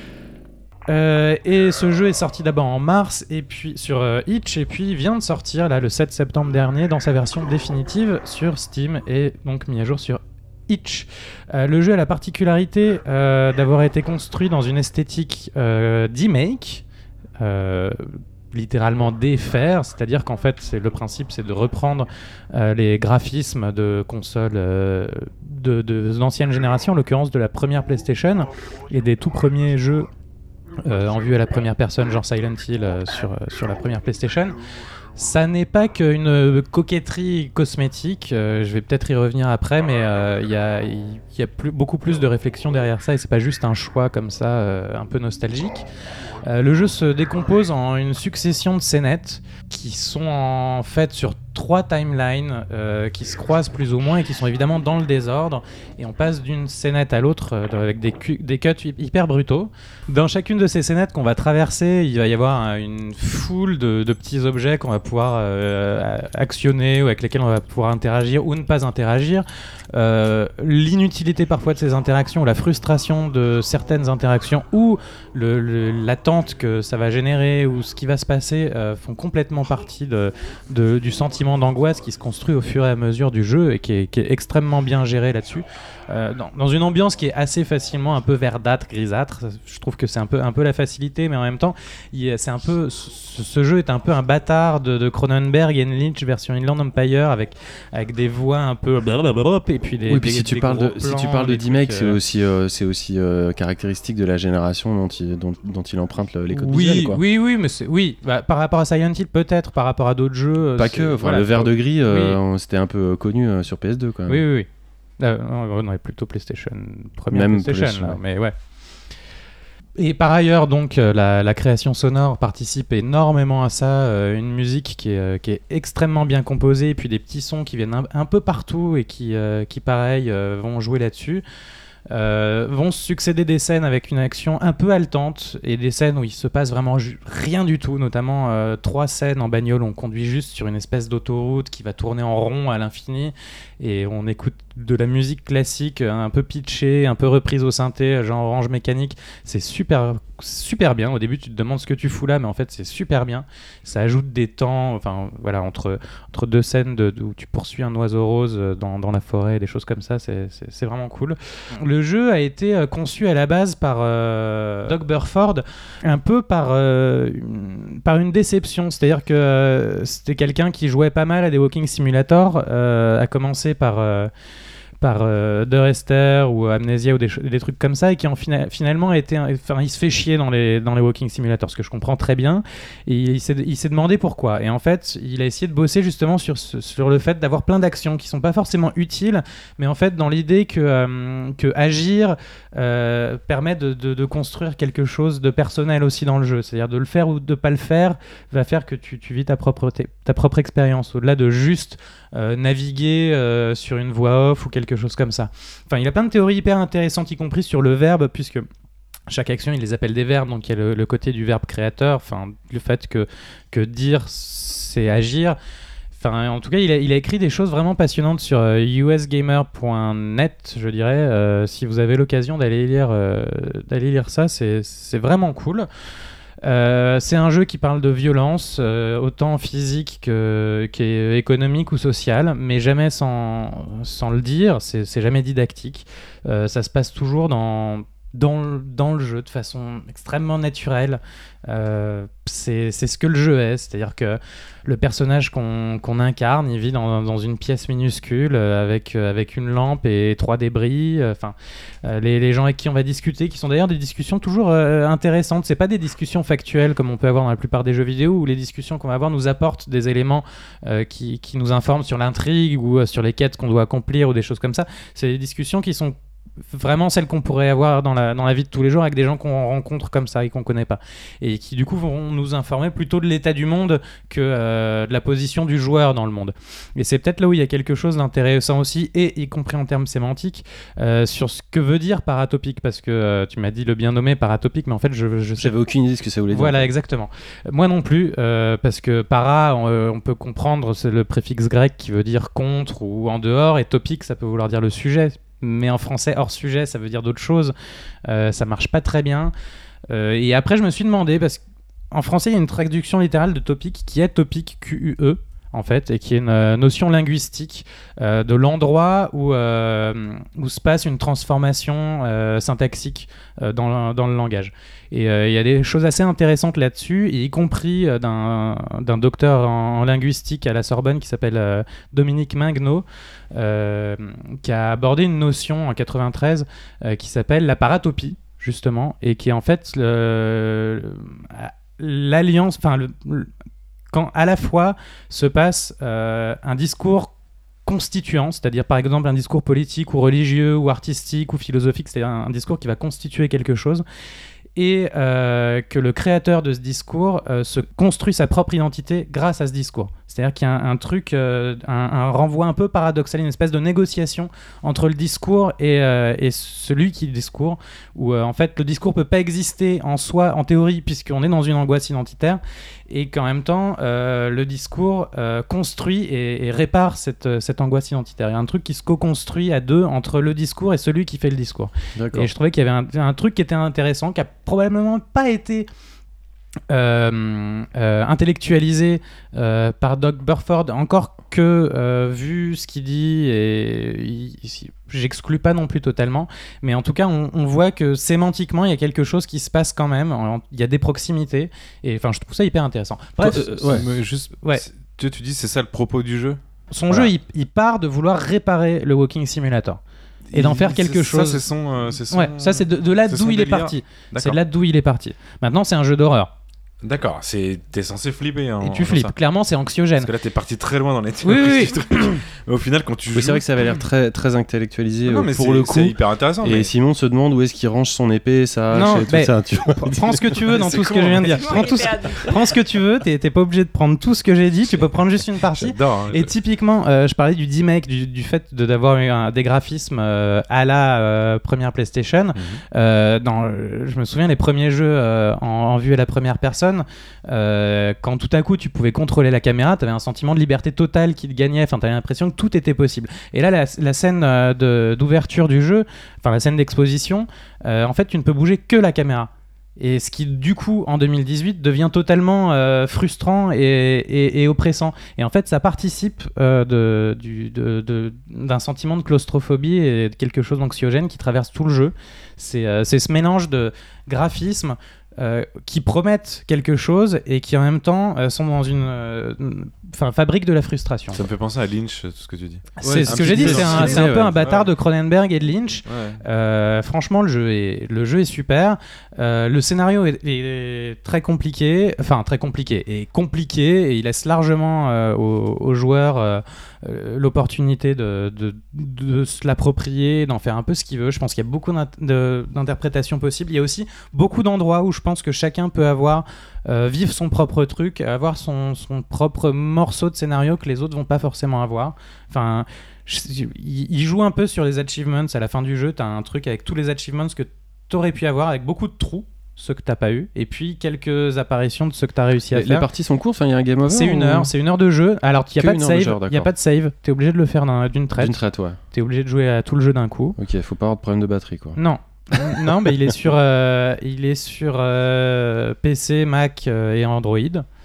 Et ce jeu est sorti d'abord en mars et puis sur Itch et puis vient de sortir là le 7 septembre dernier dans sa version définitive sur Steam et donc mis à jour sur Itch. Le jeu a la particularité d'avoir été construit dans une esthétique d'e-make, littéralement défaire, c'est-à-dire qu'en fait le principe c'est de reprendre les graphismes de consoles de l'ancienne génération, en l'occurrence de la première PlayStation et des tout premiers jeux en vue à la première personne, genre Silent Hill sur la première PlayStation. Ça n'est pas qu'une coquetterie cosmétique, je vais peut-être y revenir après, mais il y a beaucoup plus de réflexion derrière ça et c'est pas juste un choix comme ça, un peu nostalgique. Le jeu se décompose en une succession de scénettes qui sont en fait sur 3 timelines qui se croisent plus ou moins et qui sont évidemment dans le désordre et on passe d'une scénette à l'autre avec des cuts hyper brutaux. Dans chacune de ces scénettes qu'on va traverser, il va y avoir une foule de petits objets qu'on va pouvoir actionner ou avec lesquels on va pouvoir interagir ou ne pas interagir. L'inutilité parfois de ces interactions, la frustration de certaines interactions ou l'attente que ça va générer ou ce qui va se passer font complètement partie du sentiment d'angoisse qui se construit au fur et à mesure du jeu et qui est extrêmement bien géré là-dessus. Dans une ambiance qui est assez facilement un peu verdâtre, grisâtre. Je trouve que c'est un peu la facilité, mais en même temps, c'est un peu ce jeu est un peu un bâtard de Cronenberg et Lynch version Inland Empire avec des voix un peu blablabla et puis des. Oui, puis si tu parles de des D-Make, trucs, c'est aussi caractéristique de la génération dont il emprunte les codes visuels, quoi. Oui, mais par rapport à Silent Hill peut-être, par rapport à d'autres jeux. Pas que, voilà, le vert de gris, oui. c'était un peu connu sur PS2, quoi. Oui. On est plutôt PlayStation, première Même PlayStation, là, ouais. mais ouais. Et par ailleurs, donc, la création sonore participe énormément à ça. Une musique qui est extrêmement bien composée, et puis des petits sons qui viennent un peu partout et qui pareil, vont jouer là-dessus. Vont se succéder des scènes avec une action un peu haletante et des scènes où il se passe vraiment rien du tout, notamment 3 scènes en bagnole où on conduit juste sur une espèce d'autoroute qui va tourner en rond à l'infini et on écoute de la musique classique un peu pitchée, un peu reprise au synthé, genre Orange Mécanique. C'est super bien. Au début tu te demandes ce que tu fous là, mais en fait c'est super bien. Ça ajoute des temps, enfin voilà, entre 2 scènes où tu poursuis un oiseau rose dans la forêt, des choses comme ça, c'est vraiment cool. Le jeu a été conçu à la base par Doug Burford, un peu par une déception. C'est-à-dire que c'était quelqu'un qui jouait pas mal à des walking simulator, à commencer par The Rester ou Amnesia ou des trucs comme ça, et qui finalement il se fait chier dans les walking simulators, ce que je comprends très bien, et il s'est demandé pourquoi, et en fait il a essayé de bosser justement sur le fait d'avoir plein d'actions qui sont pas forcément utiles, mais en fait dans l'idée que agir permet de construire quelque chose de personnel aussi dans le jeu, c'est-à-dire de le faire ou de pas le faire va faire que tu vis ta propre expérience, au-delà de juste naviguer sur une voix off ou quelque chose comme ça. Enfin, il a plein de théories hyper intéressantes, y compris sur le verbe, puisque chaque action, il les appelle des verbes, donc il y a le côté du verbe créateur, enfin, le fait que dire, c'est agir. Enfin, en tout cas, il a écrit des choses vraiment passionnantes sur usgamer.net, je dirais. Si vous avez l'occasion d'aller lire ça, c'est vraiment cool. C'est un jeu qui parle de violence, autant physique qu'économique ou sociale, mais jamais sans le dire, c'est jamais didactique. Ça se passe toujours dans le jeu de façon extrêmement naturelle. C'est ce que le jeu est, c'est-à-dire que le personnage qu'on incarne, il vit dans une pièce minuscule avec une lampe et 3 débris. Les gens avec qui on va discuter, qui sont d'ailleurs des discussions toujours intéressantes. C'est pas des discussions factuelles comme on peut avoir dans la plupart des jeux vidéo, où les discussions qu'on va avoir nous apportent des éléments qui nous informent sur l'intrigue ou sur les quêtes qu'on doit accomplir ou des choses comme ça. C'est des discussions qui sont vraiment celles qu'on pourrait avoir dans la vie de tous les jours avec des gens qu'on rencontre comme ça et qu'on connaît pas, et qui du coup vont nous informer plutôt de l'état du monde que de la position du joueur dans le monde. Et c'est peut-être là où il y a quelque chose d'intéressant aussi, et y compris en termes sémantiques, sur ce que veut dire paratopique, parce que tu m'as dit le bien nommé paratopique, mais en fait j'avais aucune idée de ce que ça voulait dire. Voilà, exactement. Moi non plus, parce que para, on peut comprendre, c'est le préfixe grec qui veut dire contre ou en dehors, et topique, ça peut vouloir dire le sujet. Mais en français, hors sujet, ça veut dire d'autres choses. Ça marche pas très bien. Et après, je me suis demandé, parce qu'en français, il y a une traduction littérale de topic qui est topic QUE, en fait, et qui est une notion linguistique de l'endroit où se passe une transformation syntaxique dans le langage. Et il y a des choses assez intéressantes là-dessus, y compris d'un docteur en linguistique à la Sorbonne qui s'appelle Dominique Mingnaud, qui a abordé une notion en 93 qui s'appelle la paratopie, justement, et qui est en fait l'alliance, enfin quand à la fois se passe un discours constituant, c'est-à-dire par exemple un discours politique ou religieux ou artistique ou philosophique, c'est-à-dire un discours qui va constituer quelque chose, et que le créateur de ce discours se construit sa propre identité grâce à ce discours. C'est-à-dire qu'il y a un truc, un renvoi un peu paradoxal, une espèce de négociation entre le discours et celui qui discourt, où en fait le discours peut pas exister en soi, en théorie, puisqu'on est dans une angoisse identitaire, et qu'en même temps le discours construit et répare cette angoisse identitaire. Il y a un truc qui se co-construit à deux entre le discours et celui qui fait le discours. D'accord. Et je trouvais qu'il y avait un truc qui était intéressant, qui a probablement pas été intellectualisé par Doug Burford, encore que vu ce qu'il dit, et j'exclus pas non plus totalement, mais en tout cas on voit que sémantiquement il y a quelque chose qui se passe quand même, il y a des proximités, et enfin je trouve ça hyper intéressant. Bref, mais juste, tu dis c'est ça le propos du jeu. Son jeu il part de vouloir réparer le walking simulator et d'en faire quelque chose. Ça, c'est son... Ouais, ça c'est de là d'où il est parti. C'est de là d'où il est parti. Maintenant c'est un jeu d'horreur. D'accord, t'es censé flipper. Et tu flippes, clairement c'est anxiogène. Parce que là t'es parti très loin dans les Oui. Mais au final quand tu joues... Oui, c'est vrai que ça avait l'air très, très intellectualisé mais pour le coup. C'est hyper intéressant. Et Simon se demande où est-ce qu'il range son épée, sa hache et tout ça. Tu vois. Prends ce que tu veux dans tout ce que je viens de dire. Prends ce que tu veux, t'es pas obligé de prendre tout ce que j'ai dit, tu peux prendre juste une partie. J'adore. Et typiquement, je parlais du D-Make, du fait d'avoir des graphismes à la première PlayStation. Je me souviens les premiers jeux en vue à la première personne, quand tout à coup tu pouvais contrôler la caméra, t'avais un sentiment de liberté totale qui te gagnait, enfin t'avais l'impression que tout était possible. Et là la scène d'ouverture du jeu, enfin la scène d'exposition, en fait tu ne peux bouger que la caméra. Et ce qui, du coup, en 2018, devient totalement frustrant et oppressant. Et en fait, ça participe d'un sentiment de claustrophobie et de quelque chose d'anxiogène qui traverse tout le jeu. C'est ce mélange de graphismes qui promettent quelque chose et qui, en même temps, sont dans fabrique de la frustration. Ça me fait penser à Lynch, tout ce que tu dis. C'est ce que j'ai dit, c'est un peu un bâtard de Cronenberg et de Lynch. Franchement, le jeu est super. Le scénario est très compliqué, et il laisse largement aux joueurs l'opportunité de se l'approprier, d'en faire un peu ce qu'il veut. Je pense qu'il y a beaucoup d'interprétations possibles. Il y a aussi beaucoup d'endroits où je pense que chacun peut vivre son propre truc, avoir son propre morceau de scénario que les autres vont pas forcément avoir. Enfin, il joue un peu sur les achievements à la fin du jeu. T'as un truc avec tous les achievements que t'aurais pu avoir, avec beaucoup de trous, ceux que t'as pas eu, et puis quelques apparitions de ceux que t'as réussi à faire. Les parties sont courtes, il y a un game over. C'est une heure de jeu. Alors il y a pas de save. T'es obligé de le faire d'une traite. Ouais. T'es obligé de jouer à tout le jeu d'un coup. Ok, faut pas avoir de problème de batterie quoi. Non. Non, mais il est sur PC, Mac et Android.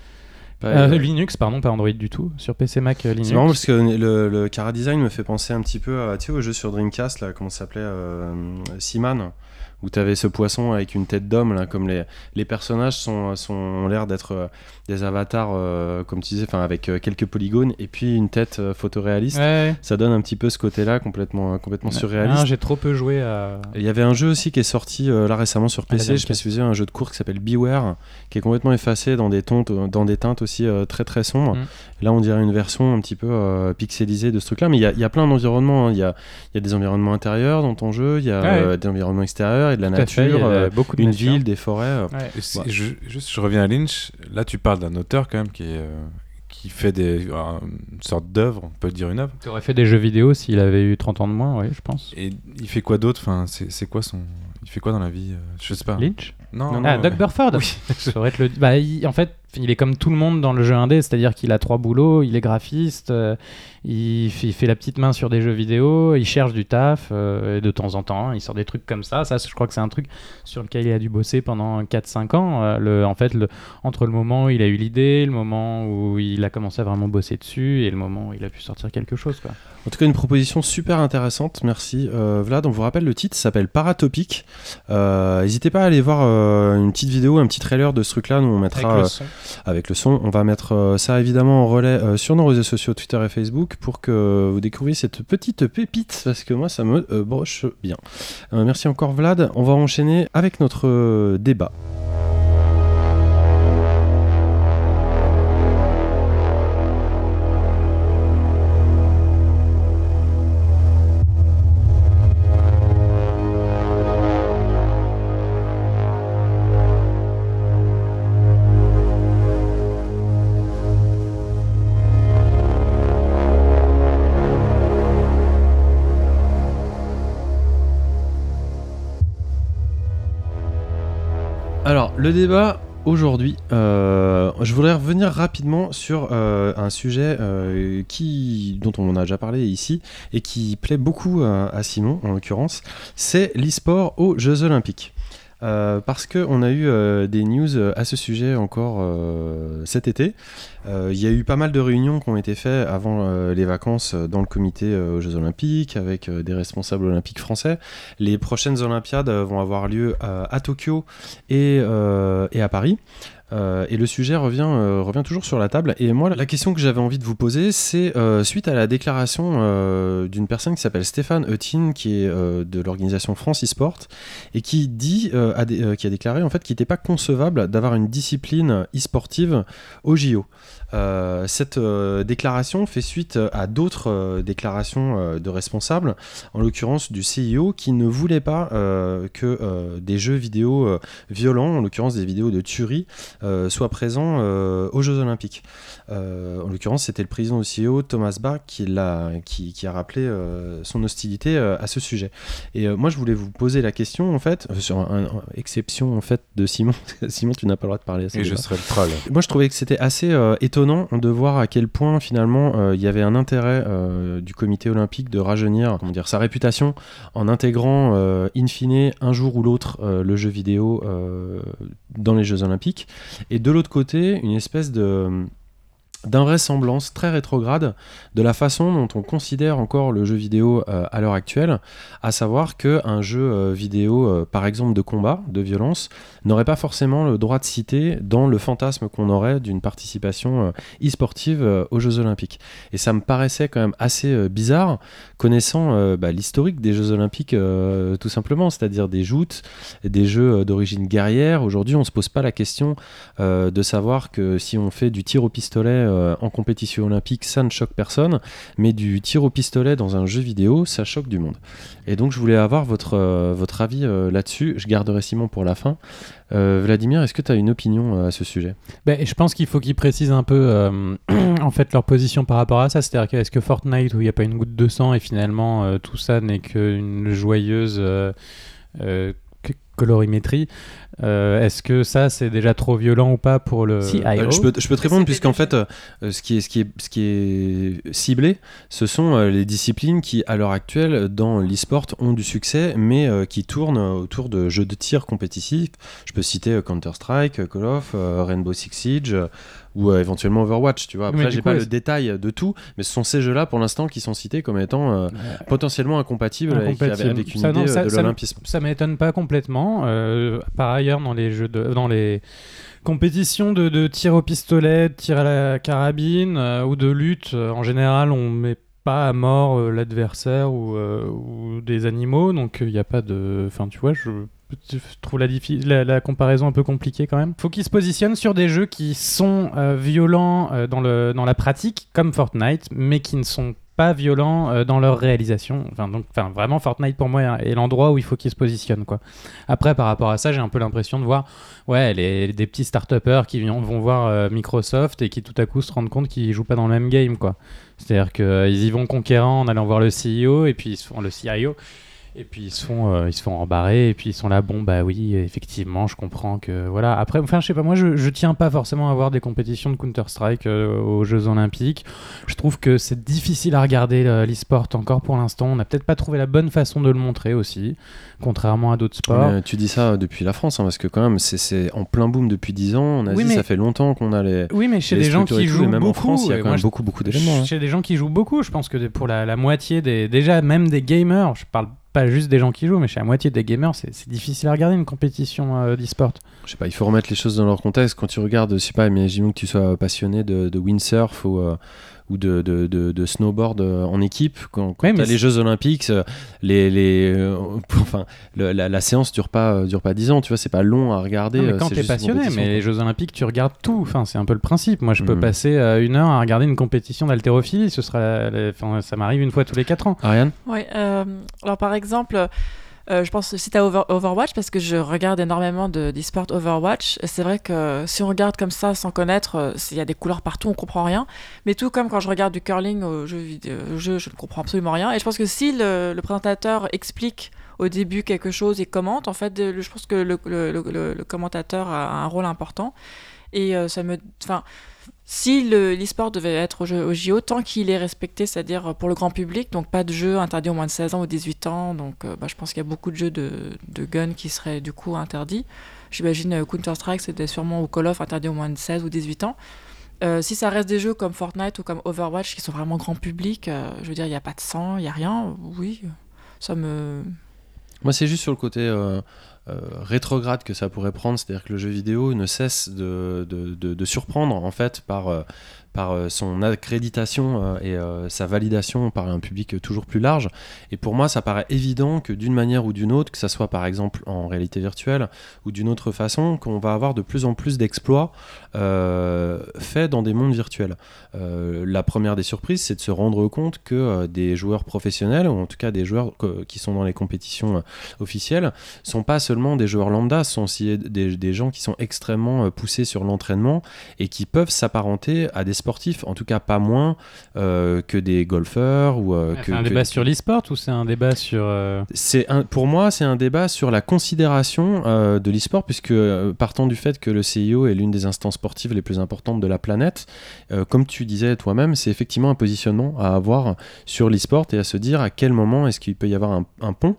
Linux, pardon, pas Android du tout. Sur PC, Mac, Linux. C'est marrant parce que le Chara Design me fait penser un petit peu au jeu sur Dreamcast, là, comment ça s'appelait Seaman, où tu avais ce poisson avec une tête d'homme, là, comme les personnages ont l'air d'être des avatars, comme tu disais, avec quelques polygones et puis une tête photoréaliste. Ouais. Ça donne un petit peu ce côté-là, complètement surréaliste. Non, j'ai trop peu joué à... Il y avait un jeu aussi qui est sorti là récemment sur PC, je sais pas si vous avez un jeu de course qui s'appelle Beware, qui est complètement effacé dans des teintes aussi très très sombres. Là on dirait une version un petit peu pixelisée de ce truc là, mais il y a plein d'environnements, il y a des environnements intérieurs dans ton jeu, il y a des environnements extérieurs et de la nature, une ville, des forêts. Je reviens à Lynch, là tu parles d'un auteur quand même qui fait une sorte d'œuvre, on peut dire une œuvre. Tu aurais fait des jeux vidéo s'il avait eu 30 ans de moins, oui, je pense. Et il fait quoi d'autre, c'est quoi il fait quoi dans la vie, je sais pas. Lynch ? Non, Doug Burford. Oui. Ça aurait été en fait, il est comme tout le monde dans le jeu indé, c'est-à-dire qu'il a 3 boulots, il est graphiste, il fait la petite main sur des jeux vidéo, il cherche du taf, et de temps en temps, il sort des trucs comme ça. Ça, je crois que c'est un truc sur lequel il a dû bosser pendant 4-5 ans. Entre le moment où il a eu l'idée, le moment où il a commencé à vraiment bosser dessus, et le moment où il a pu sortir quelque chose, quoi. En tout cas, une proposition super intéressante, merci Vlad. On vous rappelle, le titre s'appelle Paratopic. N'hésitez pas à aller voir une petite vidéo, un petit trailer de ce truc-là. Nous, on mettra avec le son. On va mettre ça évidemment en relais sur nos réseaux sociaux, Twitter et Facebook, pour que vous découvriez cette petite pépite, parce que moi, ça me broche bien. Merci encore Vlad. On va enchaîner avec notre débat. Alors, le débat aujourd'hui, je voudrais revenir rapidement sur un sujet dont on a déjà parlé ici et qui plaît beaucoup à Simon, en l'occurrence, c'est l'e-sport aux Jeux Olympiques. Parce qu'on a eu des news à ce sujet encore cet été. Il y a eu pas mal de réunions qui ont été faites avant les vacances dans le comité aux Jeux Olympiques avec des responsables olympiques français. Les prochaines Olympiades vont avoir lieu à Tokyo et à Paris. Et le sujet revient toujours sur la table. Et moi, la question que j'avais envie de vous poser, c'est suite à la déclaration d'une personne qui s'appelle Stéphane Eutin, qui est de l'organisation France eSport, et qui a déclaré en fait qu'il n'était pas concevable d'avoir une discipline e-sportive au JO. Cette déclaration fait suite à d'autres déclarations de responsables, en l'occurrence du CIO, qui ne voulait pas que des jeux vidéo violents, en l'occurrence des vidéos de tuerie, soient présents aux Jeux Olympiques. En l'occurrence, c'était le président du CIO, Thomas Bach, qui a rappelé son hostilité à ce sujet. Et moi, je voulais vous poser la question, en fait, sur exception en fait de Simon. Simon, tu n'as pas le droit de parler à ça. Et je serai le troll. Moi, je trouvais que c'était assez étonnant de voir à quel point finalement il y avait un intérêt du comité olympique de rajeunir sa réputation en intégrant in fine un jour ou l'autre le jeu vidéo dans les Jeux Olympiques, et de l'autre côté une espèce d'invraisemblance très rétrograde de la façon dont on considère encore le jeu vidéo à l'heure actuelle, à savoir qu'un jeu vidéo, par exemple de combat, de violence, n'aurait pas forcément le droit de citer dans le fantasme qu'on aurait d'une participation e-sportive aux Jeux Olympiques. Et ça me paraissait quand même assez bizarre, connaissant l'historique des Jeux Olympiques tout simplement, c'est-à-dire des joutes, des jeux d'origine guerrière. Aujourd'hui, on ne se pose pas la question de savoir que si on fait du tir au pistolet en compétition olympique, ça ne choque personne, mais du tir au pistolet dans un jeu vidéo, ça choque du monde. Et donc je voulais avoir votre avis là-dessus. Je garderai Simon pour la fin. Vladimir, est-ce que tu as une opinion à ce sujet ? Je pense qu'il faut qu'ils précisent un peu en fait leur position par rapport à ça. C'est-à-dire que est-ce que Fortnite, où il n'y a pas une goutte de sang et finalement tout ça n'est qu'une joyeuse colorimétrie, est-ce que ça c'est déjà trop violent ou pas pour le CIO ? Je peux te répondre, puisqu'en fait ce qui est ciblé, ce sont les disciplines qui à l'heure actuelle dans l'e-sport ont du succès, mais qui tournent autour de jeux de tir compétitifs. Je peux citer Counter-Strike, Call of, Rainbow Six Siege, ou éventuellement Overwatch, tu vois. Après, j'ai pas le détail de tout, mais ce sont ces jeux-là pour l'instant qui sont cités comme étant potentiellement incompatibles avec une idée de l'olympisme. Ça m'étonne pas complètement. Par ailleurs, dans les compétitions de tir au pistolet, de tir à la carabine ou de lutte, en général, on met pas à mort l'adversaire ou des animaux, donc il n'y a pas de... Enfin, tu vois, je trouve la comparaison un peu compliquée quand même. Faut qu'ils se positionnent sur des jeux qui sont violents dans la pratique, comme Fortnite, mais qui ne sont pas violents dans leur réalisation. Enfin, vraiment, Fortnite pour moi est l'endroit où il faut qu'ils se positionnent, quoi. Après, par rapport à ça, j'ai un peu l'impression de voir des petits start-upers qui vont voir Microsoft et qui tout à coup se rendent compte qu'ils jouent pas dans le même game, quoi. C'est-à-dire qu'ils y vont conquérants en allant voir le CEO et puis ils se font le CIO. Et puis ils se font embarrer et puis ils sont là, bon bah oui effectivement je comprends que voilà. Après enfin je sais pas, moi je tiens pas forcément à voir des compétitions de Counter-Strike aux Jeux Olympiques. Je trouve que c'est difficile à regarder l'e-sport encore pour l'instant. On n'a peut-être pas trouvé la bonne façon de le montrer aussi, contrairement à d'autres sports. Mais tu dis ça depuis la France, hein, parce que quand même c'est en plein boom depuis 10 ans. En Asie ça fait longtemps qu'on a les... Oui mais chez des gens qui jouent même beaucoup, en France il y a quand même beaucoup d'éléments. Chez des gens qui jouent beaucoup, je pense que pour la moitié déjà même des gamers, je parle pas juste des gens qui jouent, mais chez la moitié des gamers, c'est difficile à regarder une compétition d'e-sport. Je sais pas, il faut remettre les choses dans leur contexte. Quand tu regardes, je sais pas, imaginons que tu sois passionné de windsurf ou de snowboard en équipe. Quand tu as les Jeux Olympiques, la séance dure pas 10 ans, tu vois, c'est pas long à regarder. Non, mais quand t'es passionné, mais les Jeux Olympiques, tu regardes tout. Enfin, c'est un peu le principe. Moi, je peux passer 1 heure à regarder une compétition d'haltérophilie. Ça m'arrive une fois tous les 4 ans. Ariane ? Oui, alors par exemple... je pense aussi à Overwatch parce que je regarde énormément d'e-sport Overwatch. Et c'est vrai que si on regarde comme ça sans connaître, il y a des couleurs partout, on comprend rien. Mais tout comme quand je regarde du curling au jeu, je ne comprends absolument rien. Et je pense que si le présentateur explique au début quelque chose et commente, en fait, je pense que le commentateur a un rôle important. Et si l'e-sport devait être au JO, tant qu'il est respecté, c'est-à-dire pour le grand public, donc pas de jeux interdits aux moins de 16 ans ou 18 ans, donc je pense qu'il y a beaucoup de jeux de guns qui seraient du coup interdits. J'imagine Counter-Strike, c'était sûrement, ou Call of, interdit aux moins de 16 ou 18 ans. Si ça reste des jeux comme Fortnite ou comme Overwatch qui sont vraiment grand public, je veux dire, il n'y a pas de sang, il n'y a rien, oui, ça me... Moi, c'est juste sur le côté rétrograde que ça pourrait prendre, c'est-à-dire que le jeu vidéo ne cesse de surprendre en fait par son accréditation et sa validation par un public toujours plus large. Et pour moi, ça paraît évident que d'une manière ou d'une autre, que ça soit par exemple en réalité virtuelle ou d'une autre façon, qu'on va avoir de plus en plus d'exploits faits dans des mondes virtuels. La première des surprises, c'est de se rendre compte que des joueurs professionnels, ou en tout cas des joueurs qui sont dans les compétitions officielles, sont pas seulement des joueurs lambda, ce sont aussi des gens qui sont extrêmement poussés sur l'entraînement et qui peuvent s'apparenter à des sportifs, en tout cas pas moins que des golfeurs ou c'est un débat sur l'e-sport ou c'est un débat sur pour moi c'est un débat sur la considération de l'e-sport, puisque partant du fait que le CIO est l'une des instances sportives les plus importantes de la planète, comme tu disais toi-même, c'est effectivement un positionnement à avoir sur l'e-sport et à se dire à quel moment est-ce qu'il peut y avoir un pont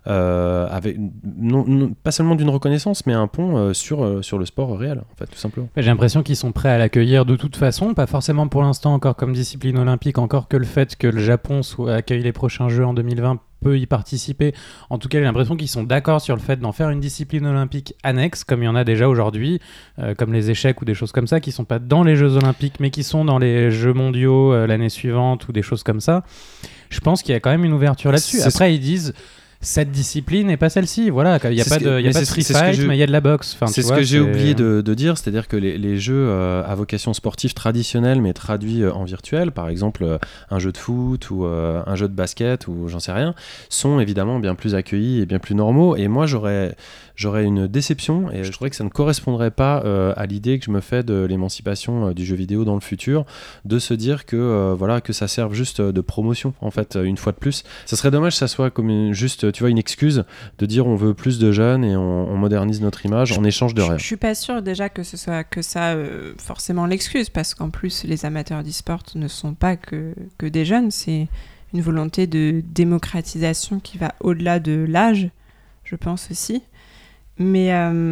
avec pas seulement d'une reconnaissance, mais un pont sur le sport réel, en fait, tout simplement. J'ai l'impression qu'ils sont prêts à l'accueillir de toute façon, pas forcément pour l'instant encore comme discipline olympique, encore que le fait que le Japon accueille les prochains Jeux en 2020 peut y participer. En tout cas, j'ai l'impression qu'ils sont d'accord sur le fait d'en faire une discipline olympique annexe, comme il y en a déjà aujourd'hui, comme les échecs ou des choses comme ça, qui sont pas dans les Jeux olympiques, mais qui sont dans les Jeux mondiaux l'année suivante ou des choses comme ça. Je pense qu'il y a quand même une ouverture là-dessus. Après, ils disent cette discipline et pas celle-ci. Voilà, il n'y a pas de street fight, mais il y a de la boxe. Enfin, c'est ce que j'ai oublié de dire, c'est-à-dire que les jeux à vocation sportive traditionnelle, mais traduits en virtuel, par exemple un jeu de foot ou un jeu de basket ou j'en sais rien, sont évidemment bien plus accueillis et bien plus normaux. Et moi, j'aurais une déception et je trouverais que ça ne correspondrait pas à l'idée que je me fais de l'émancipation du jeu vidéo dans le futur, de se dire que que ça serve juste de promotion, en fait, une fois de plus. Ça serait dommage que ça soit comme une excuse de dire on veut plus de jeunes et on modernise notre image en échange de rien. Je suis pas sûre déjà que ce soit que ça forcément l'excuse, parce qu'en plus les amateurs d'e-sport ne sont pas que des jeunes, c'est une volonté de démocratisation qui va au-delà de l'âge, je pense aussi. Mais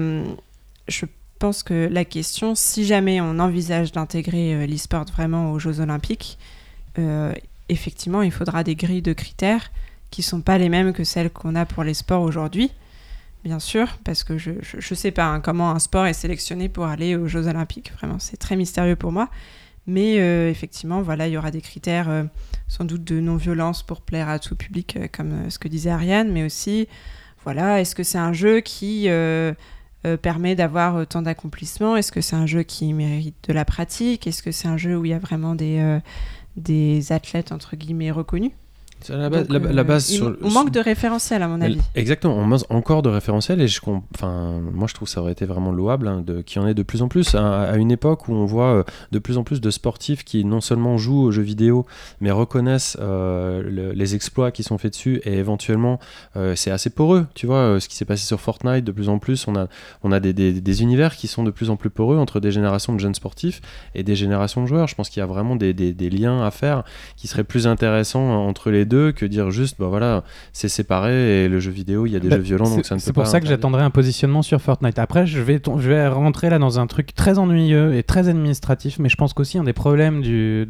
je pense que la question, si jamais on envisage d'intégrer l'e-sport vraiment aux Jeux Olympiques, effectivement, il faudra des grilles de critères qui ne sont pas les mêmes que celles qu'on a pour les sports aujourd'hui, bien sûr, parce que je ne sais pas comment un sport est sélectionné pour aller aux Jeux Olympiques. Vraiment, c'est très mystérieux pour moi. Mais effectivement, voilà, il y aura des critères sans doute de non-violence pour plaire à tout public, comme ce que disait Ariane, mais aussi, voilà, est-ce que c'est un jeu qui permet d'avoir autant d'accomplissements ? Est-ce que c'est un jeu qui mérite de la pratique ? Est-ce que c'est un jeu où il y a vraiment des athlètes, entre guillemets, reconnus ? La base on manque de référentiel, à mon avis. Exactement, on manque encore de référentiel et moi je trouve ça aurait été vraiment louable qu'il y en ait de plus en plus à une époque où on voit de plus en plus de sportifs qui non seulement jouent aux jeux vidéo mais reconnaissent les exploits qui sont faits dessus, et éventuellement c'est assez poreux, tu vois, ce qui s'est passé sur Fortnite. De plus en plus on a des univers qui sont de plus en plus poreux entre des générations de jeunes sportifs et des générations de joueurs. Je pense qu'il y a vraiment des liens à faire qui seraient plus intéressants entre les deux que dire juste c'est séparé et le jeu vidéo il y a des jeux violents, donc ça ne peut pas. C'est pour ça que j'attendrai un positionnement sur Fortnite. Après je vais rentrer là dans un truc très ennuyeux et très administratif, mais je pense qu'aussi un des problèmes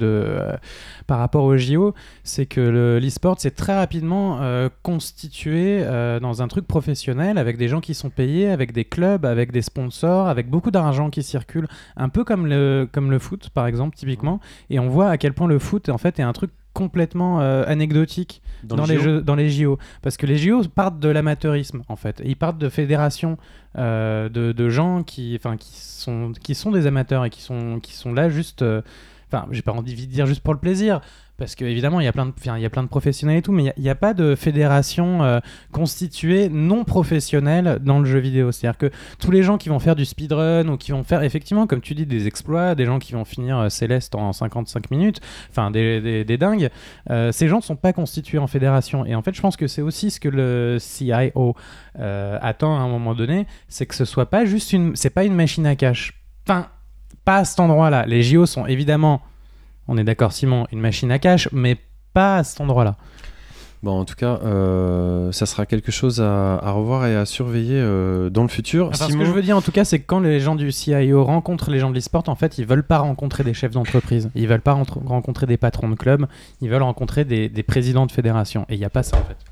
par rapport au JO, c'est que l'e-sport s'est très rapidement constitué dans un truc professionnel, avec des gens qui sont payés, avec des clubs, avec des sponsors, avec beaucoup d'argent qui circule, un peu comme le foot par exemple typiquement, et on voit à quel point le foot en fait est un truc complètement anecdotique dans les JO, parce que les JO partent de l'amateurisme en fait, ils partent de fédérations de gens qui sont des amateurs et qui sont là juste j'ai pas envie de dire juste pour le plaisir, parce qu'évidemment il y a plein de professionnels et tout, mais il n'y a pas de fédération constituée non professionnelle dans le jeu vidéo. C'est-à-dire que tous les gens qui vont faire du speedrun ou qui vont faire effectivement, comme tu dis, des exploits, des gens qui vont finir Céleste en 55 minutes, des dingues, ces gens ne sont pas constitués en fédération. Et en fait je pense que c'est aussi ce que le CIO attend à un moment donné, c'est que ce soit pas juste c'est pas une machine à cash. Pas à cet endroit-là. Les JO sont évidemment, on est d'accord Simon, une machine à cash, mais pas à cet endroit-là. Bon, en tout cas, ça sera quelque chose à revoir et à surveiller dans le futur. Ce que je veux dire en tout cas, c'est que quand les gens du CIO rencontrent les gens de l'e-sport, en fait, ils veulent pas rencontrer des chefs d'entreprise, ils veulent pas rencontrer des patrons de clubs, ils veulent rencontrer des présidents de fédération. Et il n'y a pas ça en fait.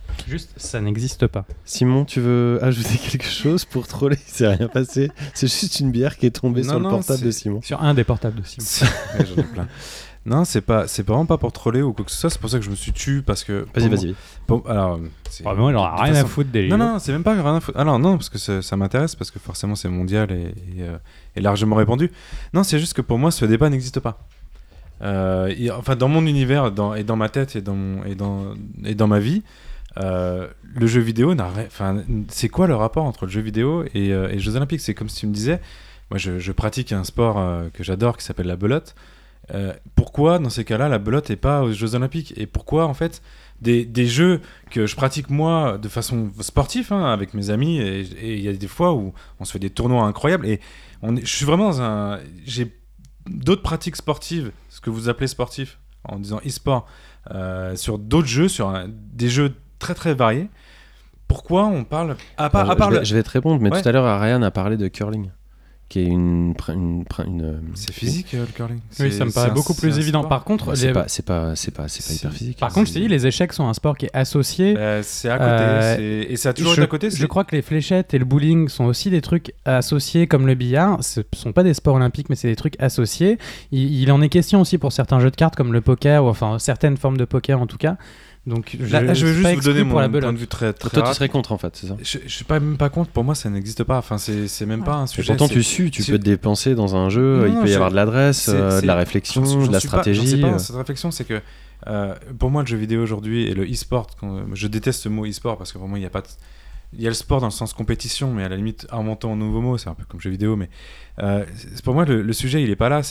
Juste, ça n'existe pas. Simon, tu veux ajouter quelque chose pour troller? Il s'est rien passé. C'est juste une bière qui est tombée sur le portable de Simon. Sur un des portables de Simon. Ouais, j'en ai plein. Non, c'est vraiment pas pour troller ou quoi que ce soit. C'est pour ça que je me suis tué parce que. Vas-y. Alors, Vraiment, il en a rien à foutre des JO. Non, c'est même pas rien à foutre. Alors non, parce que ça m'intéresse, parce que forcément c'est mondial et largement répandu. Non, c'est juste que pour moi, ce débat n'existe pas. Enfin, dans mon univers et dans ma tête et dans ma vie, le jeu vidéo c'est quoi le rapport entre le jeu vidéo et les Jeux Olympiques? C'est comme si tu me disais, moi je pratique un sport que j'adore qui s'appelle la belote. Pourquoi dans ces cas-là la belote n'est pas aux Jeux Olympiques? Et pourquoi en fait des jeux que je pratique moi de façon sportive avec mes amis, et il y a des fois où on se fait des tournois incroyables et je suis vraiment j'ai d'autres pratiques sportives, ce que vous appelez sportif en disant e-sport, sur d'autres jeux, sur des jeux très très variés. Pourquoi on parle je vais te répondre, mais tout à l'heure Ariane a parlé de curling, qui est une c'est physique le curling. Oui, ça me paraît beaucoup plus évident. Par contre, c'est pas hyper physique. Par contre, je t'ai dit, les échecs sont un sport qui est associé. C'est à côté, et ça a toujours été à côté. Je crois que les fléchettes et le bowling sont aussi des trucs associés, comme le billard. Ce sont pas des sports olympiques, mais c'est des trucs associés. Il en est question aussi pour certains jeux de cartes, comme le poker, ou enfin certaines formes de poker en tout cas. Donc là, je vais juste vous donner mon point de vue très toi rapide. Tu serais contre en fait, c'est ça? Je suis même pas contre, pour moi ça n'existe pas, enfin c'est même pas un sujet. Et pourtant tu peux te dépenser dans un jeu, il peut y avoir de l'adresse, de la réflexion, de la stratégie. C'est pas cette réflexion, c'est que pour moi le jeu vidéo aujourd'hui et le e-sport, je déteste ce mot e-sport parce que pour moi il y a pas il y a le sport dans le sens compétition, mais à la limite inventons un nouveau mot, c'est un peu comme jeu vidéo, mais pour moi le sujet il est pas là,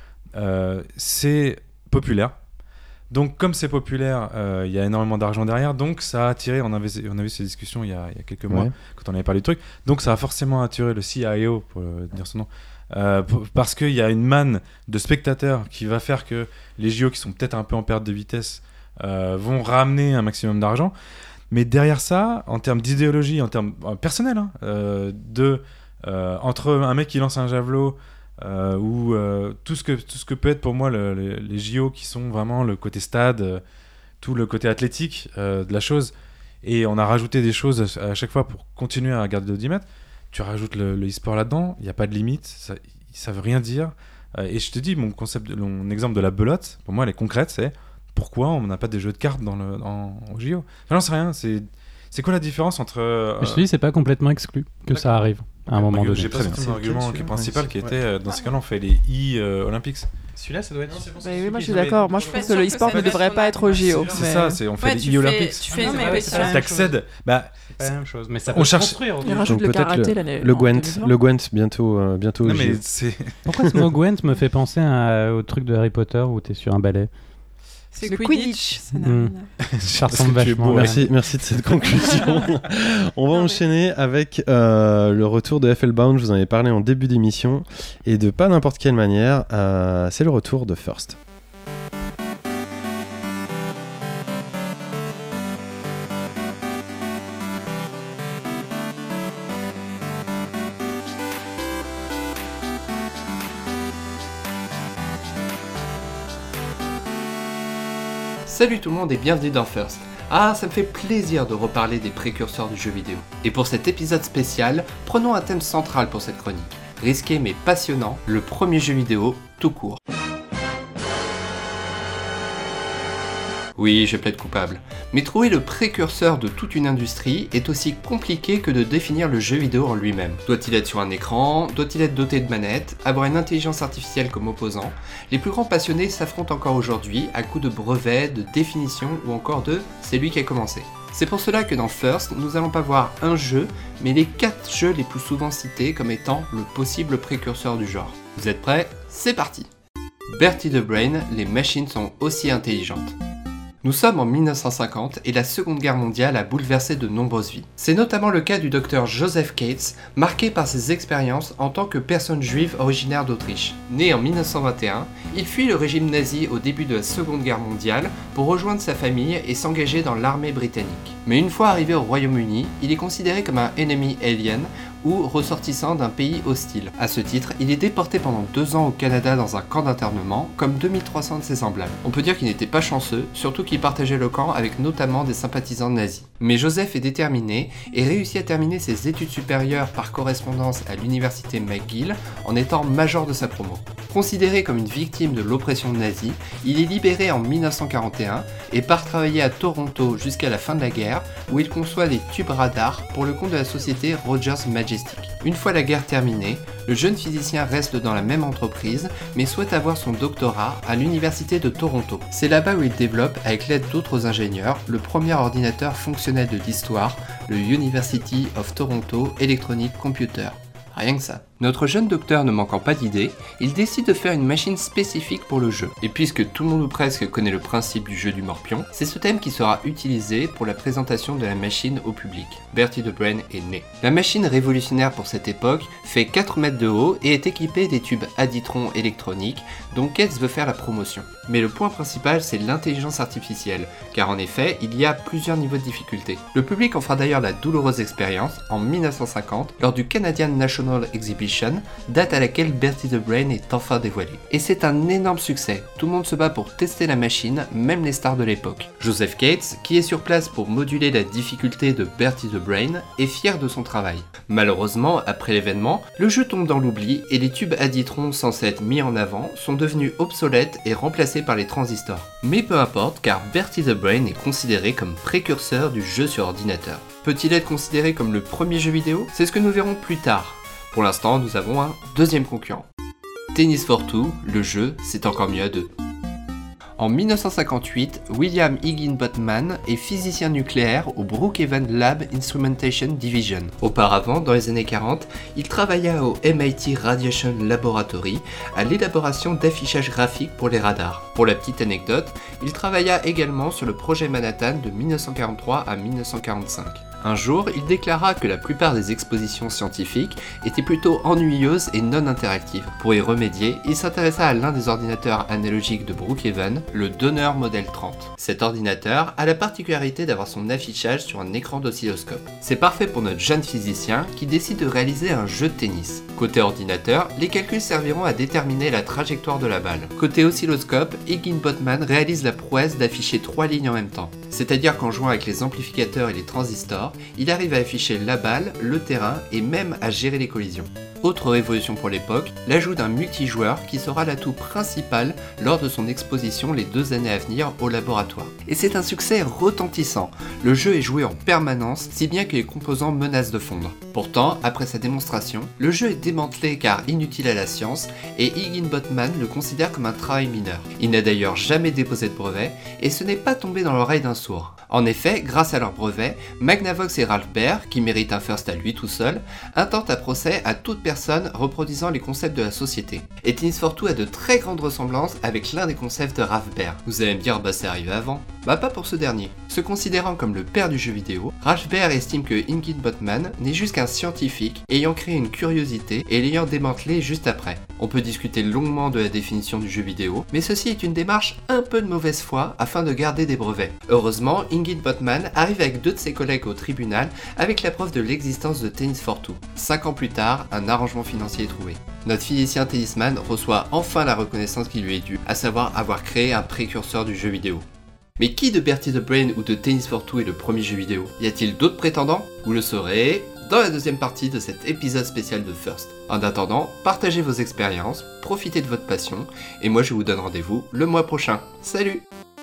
c'est populaire. Donc, comme c'est populaire, il y a énormément d'argent derrière. Donc, ça a attiré, on a vu ces discussions il y a quelques mois, quand on avait parlé du truc. Donc, ça a forcément attiré le CIO, pour dire son nom, parce qu'il y a une manne de spectateurs qui va faire que les JO, qui sont peut-être un peu en perte de vitesse, vont ramener un maximum d'argent. Mais derrière ça, en termes d'idéologie, en termes personnels, entre un mec qui lance un javelot, ou tout ce que peut être pour moi les JO, qui sont vraiment le côté stade, tout le côté athlétique de la chose, et on a rajouté des choses à chaque fois pour continuer à garder le 10 mètres. Tu rajoutes le e-sport là-dedans, il n'y a pas de limite, ça veut rien dire, et je te dis, mon exemple de la belote, pour moi elle est concrète, c'est pourquoi on n'a pas des jeux de cartes au JO. Enfin, j'en sais rien, c'est quoi la différence entre... Je te dis, c'est pas complètement exclu que ça arrive à un moment donné. J'ai pas sorti mon argument principal qui était, dans ces cas-là, on fait les Olympics. Celui-là, ça doit être... Oui, moi je suis d'accord. Moi je pense que le e-sport ne devrait pas être au JO. C'est ça, on fait les Olympics. T'accèdes. C'est pas la même chose, mais ça peut on cherche. Construire. Il rajoute le karaté l'année. Le Gwent bientôt. Non, mais c'est... Pourquoi ce mot Gwent me fait penser au truc de Harry Potter où t'es sur un balai? C'est le Quidditch. Ça ressemble vachement. Merci de cette conclusion. On va enchaîner avec le retour de FL Bound. Je vous en avais parlé en début d'émission, et de pas n'importe quelle manière. C'est le retour de First. Salut tout le monde et bienvenue dans First. Ah, ça me fait plaisir de reparler des précurseurs du jeu vidéo. Et pour cet épisode spécial, prenons un thème central pour cette chronique. Risqué mais passionnant, le premier jeu vidéo tout court. Oui, je plaide coupable. Mais trouver le précurseur de toute une industrie est aussi compliqué que de définir le jeu vidéo en lui-même. Doit-il être sur un écran? Doit-il être doté de manettes? Avoir une intelligence artificielle comme opposant? Les plus grands passionnés s'affrontent encore aujourd'hui à coups de brevets, de définitions ou encore de « c'est lui qui a commencé ». C'est pour cela que dans First, nous allons pas voir un jeu, mais les 4 jeux les plus souvent cités comme étant le possible précurseur du genre. Vous êtes prêts? C'est parti! Bertie the Brain, les machines sont aussi intelligentes. Nous sommes en 1950 et la Seconde Guerre mondiale a bouleversé de nombreuses vies. C'est notamment le cas du docteur Joseph Cates, marqué par ses expériences en tant que personne juive originaire d'Autriche. Né en 1921, il fuit le régime nazi au début de la Seconde Guerre mondiale pour rejoindre sa famille et s'engager dans l'armée britannique. Mais une fois arrivé au Royaume-Uni, il est considéré comme un ennemi alien ou ressortissant d'un pays hostile. À ce titre, il est déporté pendant 2 ans au Canada dans un camp d'internement, comme 2300 de ses semblables. On peut dire qu'il n'était pas chanceux, surtout qu'il partageait le camp avec notamment des sympathisants nazis. Mais Joseph est déterminé et réussit à terminer ses études supérieures par correspondance à l'université McGill en étant major de sa promo. Considéré comme une victime de l'oppression nazie, il est libéré en 1941 et part travailler à Toronto jusqu'à la fin de la guerre, où il conçoit des tubes radars pour le compte de la société Rogers Majestic. Une fois la guerre terminée, le jeune physicien reste dans la même entreprise, mais souhaite avoir son doctorat à l'université de Toronto. C'est là-bas où il développe, avec l'aide d'autres ingénieurs, le premier ordinateur fonctionnel de l'histoire, le University of Toronto Electronic Computer. Rien que ça. Notre jeune docteur ne manquant pas d'idées, il décide de faire une machine spécifique pour le jeu. Et puisque tout le monde ou presque connaît le principe du jeu du morpion, c'est ce thème qui sera utilisé pour la présentation de la machine au public. Bertie the Brain est né. La machine révolutionnaire pour cette époque fait 4 mètres de haut et est équipée des tubes Aditron électroniques dont Ketz veut faire la promotion. Mais le point principal, c'est l'intelligence artificielle, car en effet, il y a plusieurs niveaux de difficulté. Le public en fera d'ailleurs la douloureuse expérience en 1950 lors du Canadian National Exhibition, date à laquelle Bertie the Brain est enfin dévoilé. Et c'est un énorme succès, tout le monde se bat pour tester la machine, même les stars de l'époque. Joseph Cates, qui est sur place pour moduler la difficulté de Bertie the Brain, est fier de son travail. Malheureusement, après l'événement, le jeu tombe dans l'oubli et les tubes Aditron censés être mis en avant sont devenus obsolètes et remplacés par les transistors. Mais peu importe, car Bertie the Brain est considéré comme précurseur du jeu sur ordinateur. Peut-il être considéré comme le premier jeu vidéo ? C'est ce que nous verrons plus tard. Pour l'instant, nous avons un deuxième concurrent. Tennis for Two, le jeu, c'est encore mieux à deux. En 1958, William Higginbotham est physicien nucléaire au Brookhaven Lab Instrumentation Division. Auparavant, dans les années 40, il travailla au MIT Radiation Laboratory à l'élaboration d'affichage graphique pour les radars. Pour la petite anecdote, il travailla également sur le projet Manhattan de 1943 à 1945. Un jour, il déclara que la plupart des expositions scientifiques étaient plutôt ennuyeuses et non interactives. Pour y remédier, il s'intéressa à l'un des ordinateurs analogiques de Brookhaven, le Donner Model 30. Cet ordinateur a la particularité d'avoir son affichage sur un écran d'oscilloscope. C'est parfait pour notre jeune physicien qui décide de réaliser un jeu de tennis. Côté ordinateur, les calculs serviront à déterminer la trajectoire de la balle. Côté oscilloscope, Higginbotham réalise la prouesse d'afficher 3 lignes en même temps. C'est-à-dire qu'en jouant avec les amplificateurs et les transistors, il arrive à afficher la balle, le terrain et même à gérer les collisions. Autre révolution pour l'époque, l'ajout d'un multijoueur qui sera l'atout principal lors de son exposition les 2 années à venir au laboratoire. Et c'est un succès retentissant, le jeu est joué en permanence si bien que les composants menacent de fondre. Pourtant, après sa démonstration, le jeu est démantelé car inutile à la science et Higginbotham le considère comme un travail mineur. Il n'a d'ailleurs jamais déposé de brevet et ce n'est pas tombé dans l'oreille d'un sourd. En effet, grâce à leur brevet, Magnavox et Ralph Baer, qui mérite un first à lui tout seul, intentent un procès à toute personne reproduisant les concepts de la société. Et Tennis for Two a de très grandes ressemblances avec l'un des concepts de Ralph Baer. Vous allez me dire, bah c'est arrivé avant. Bah pas pour ce dernier. Se considérant comme le père du jeu vidéo, Ralph Baer estime que Higginbotham n'est juste qu'un scientifique ayant créé une curiosité et l'ayant démantelé juste après. On peut discuter longuement de la définition du jeu vidéo, mais ceci est une démarche un peu de mauvaise foi afin de garder des brevets. Heureusement, Higginbotham arrive avec 2 de ses collègues au tribunal avec la preuve de l'existence de Tennis for Two. 5 ans plus tard, un arrangement financier est trouvé. Notre physicien tennisman reçoit enfin la reconnaissance qui lui est due, à savoir avoir créé un précurseur du jeu vidéo. Mais qui de Bertie the Brain ou de Tennis for Two est le premier jeu vidéo ? Y a-t-il d'autres prétendants ? Vous le saurez dans la deuxième partie de cet épisode spécial de First. En attendant, partagez vos expériences, profitez de votre passion, et moi je vous donne rendez-vous le mois prochain. Salut !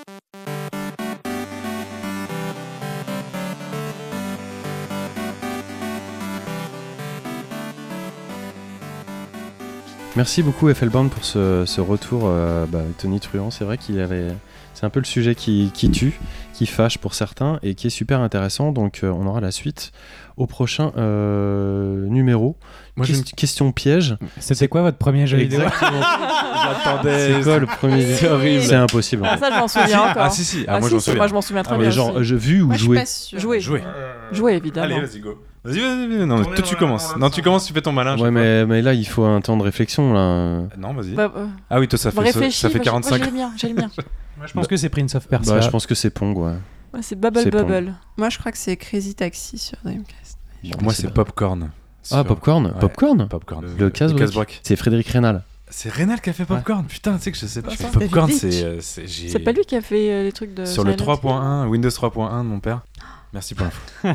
Merci beaucoup Effelborn pour ce retour Tony Truant. C'est vrai c'est un peu le sujet qui tue, qui fâche pour certains et qui est super intéressant. Donc on aura la suite au prochain numéro. Moi, question piège. C'était quoi votre premier jeu vidéo ? Exactement. J'attendais. C'est quoi le premier jeu ? C'est horrible. C'est impossible. Ah, ça, je m'en souviens encore. Ah, si. Moi, je m'en souviens. Moi, je m'en souviens très bien. Genre, aussi. Vu ou Moi, joué ? Jouer, évidemment. Allez, vas-y, go. Vas-y. Non, toi, tu commences. Non, tu commences, tu fais ton malin. Ouais, mais là, il faut un temps de réflexion, là. Non, vas-y. Ah oui, toi, ça fait 45 ans. J'ai le mien. Moi, je pense que c'est Prince of Persia. Je pense que c'est Pong, ouais. Ouais, c'est Bubble. Moi, je crois que c'est Crazy Taxi sur Dreamcast. Moi, c'est Popcorn. Ah, Popcorn. Ouais. Popcorn. Le casse-brique. C'est Frédéric Reynal. C'est Reynal qui a fait Popcorn. Putain, tu sais que je sais pas ça. David Popcorn, Lynch. C'est pas lui qui a fait les trucs de. Sur le Silent 3.1, Windows 3.1 de mon père. Merci pour l'info.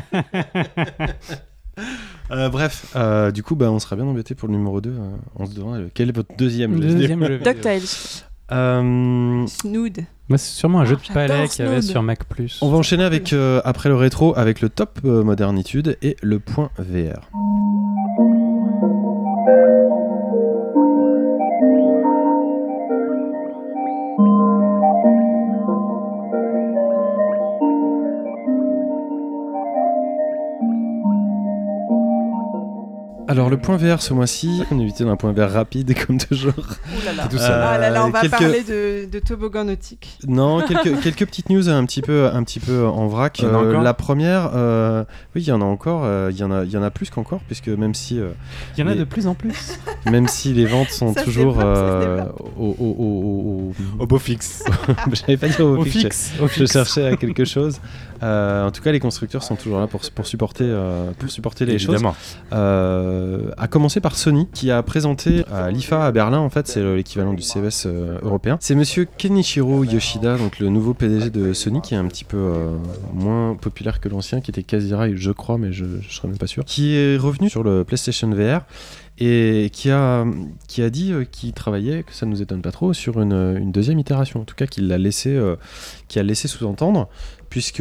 Bref, du coup, on sera bien embêté pour le numéro 2. On se demande quel est votre deuxième jeu Deuxième jeu vidéo. DuckTales. Snood. Moi, c'est sûrement un jeu de j'adore palais qu'il y avait Snood. sur Mac+. On va enchaîner avec, après le rétro, avec le top modernitude et le point VR. Alors le point VR ce mois-ci, on évitait d'un point VR rapide comme toujours. Ouh là là. T'es tout seul. Ah là là, on va quelques- parler de toboggan nautique. Non, quelques petites news un petit peu en vrac. Il y en a encore La première, oui, il y en a encore. Il y en a plus qu'encore, puisque même si Il y en a Mais- de plus en plus. les ventes sont Ça se toujours développe, ça se développe. Au beau fixe. J'avais pas dit au Au fixe. fixe. Je cherchais à quelque chose. En tout cas, les constructeurs sont toujours là pour supporter les choses. Évidemment. À commencer par Sony, qui a présenté à l'IFA à Berlin, en fait, c'est l'équivalent du CES européen. C'est monsieur Kenichiro Yoshida, donc le nouveau PDG de Sony, qui est un petit peu moins populaire que l'ancien, qui était Kazirai, je crois, mais je serais même pas sûr, qui est revenu sur le PlayStation VR et qui a dit qu'il travaillait, que ça ne nous étonne pas trop, sur une deuxième itération, en tout cas qu'il a laissé sous-entendre, puisque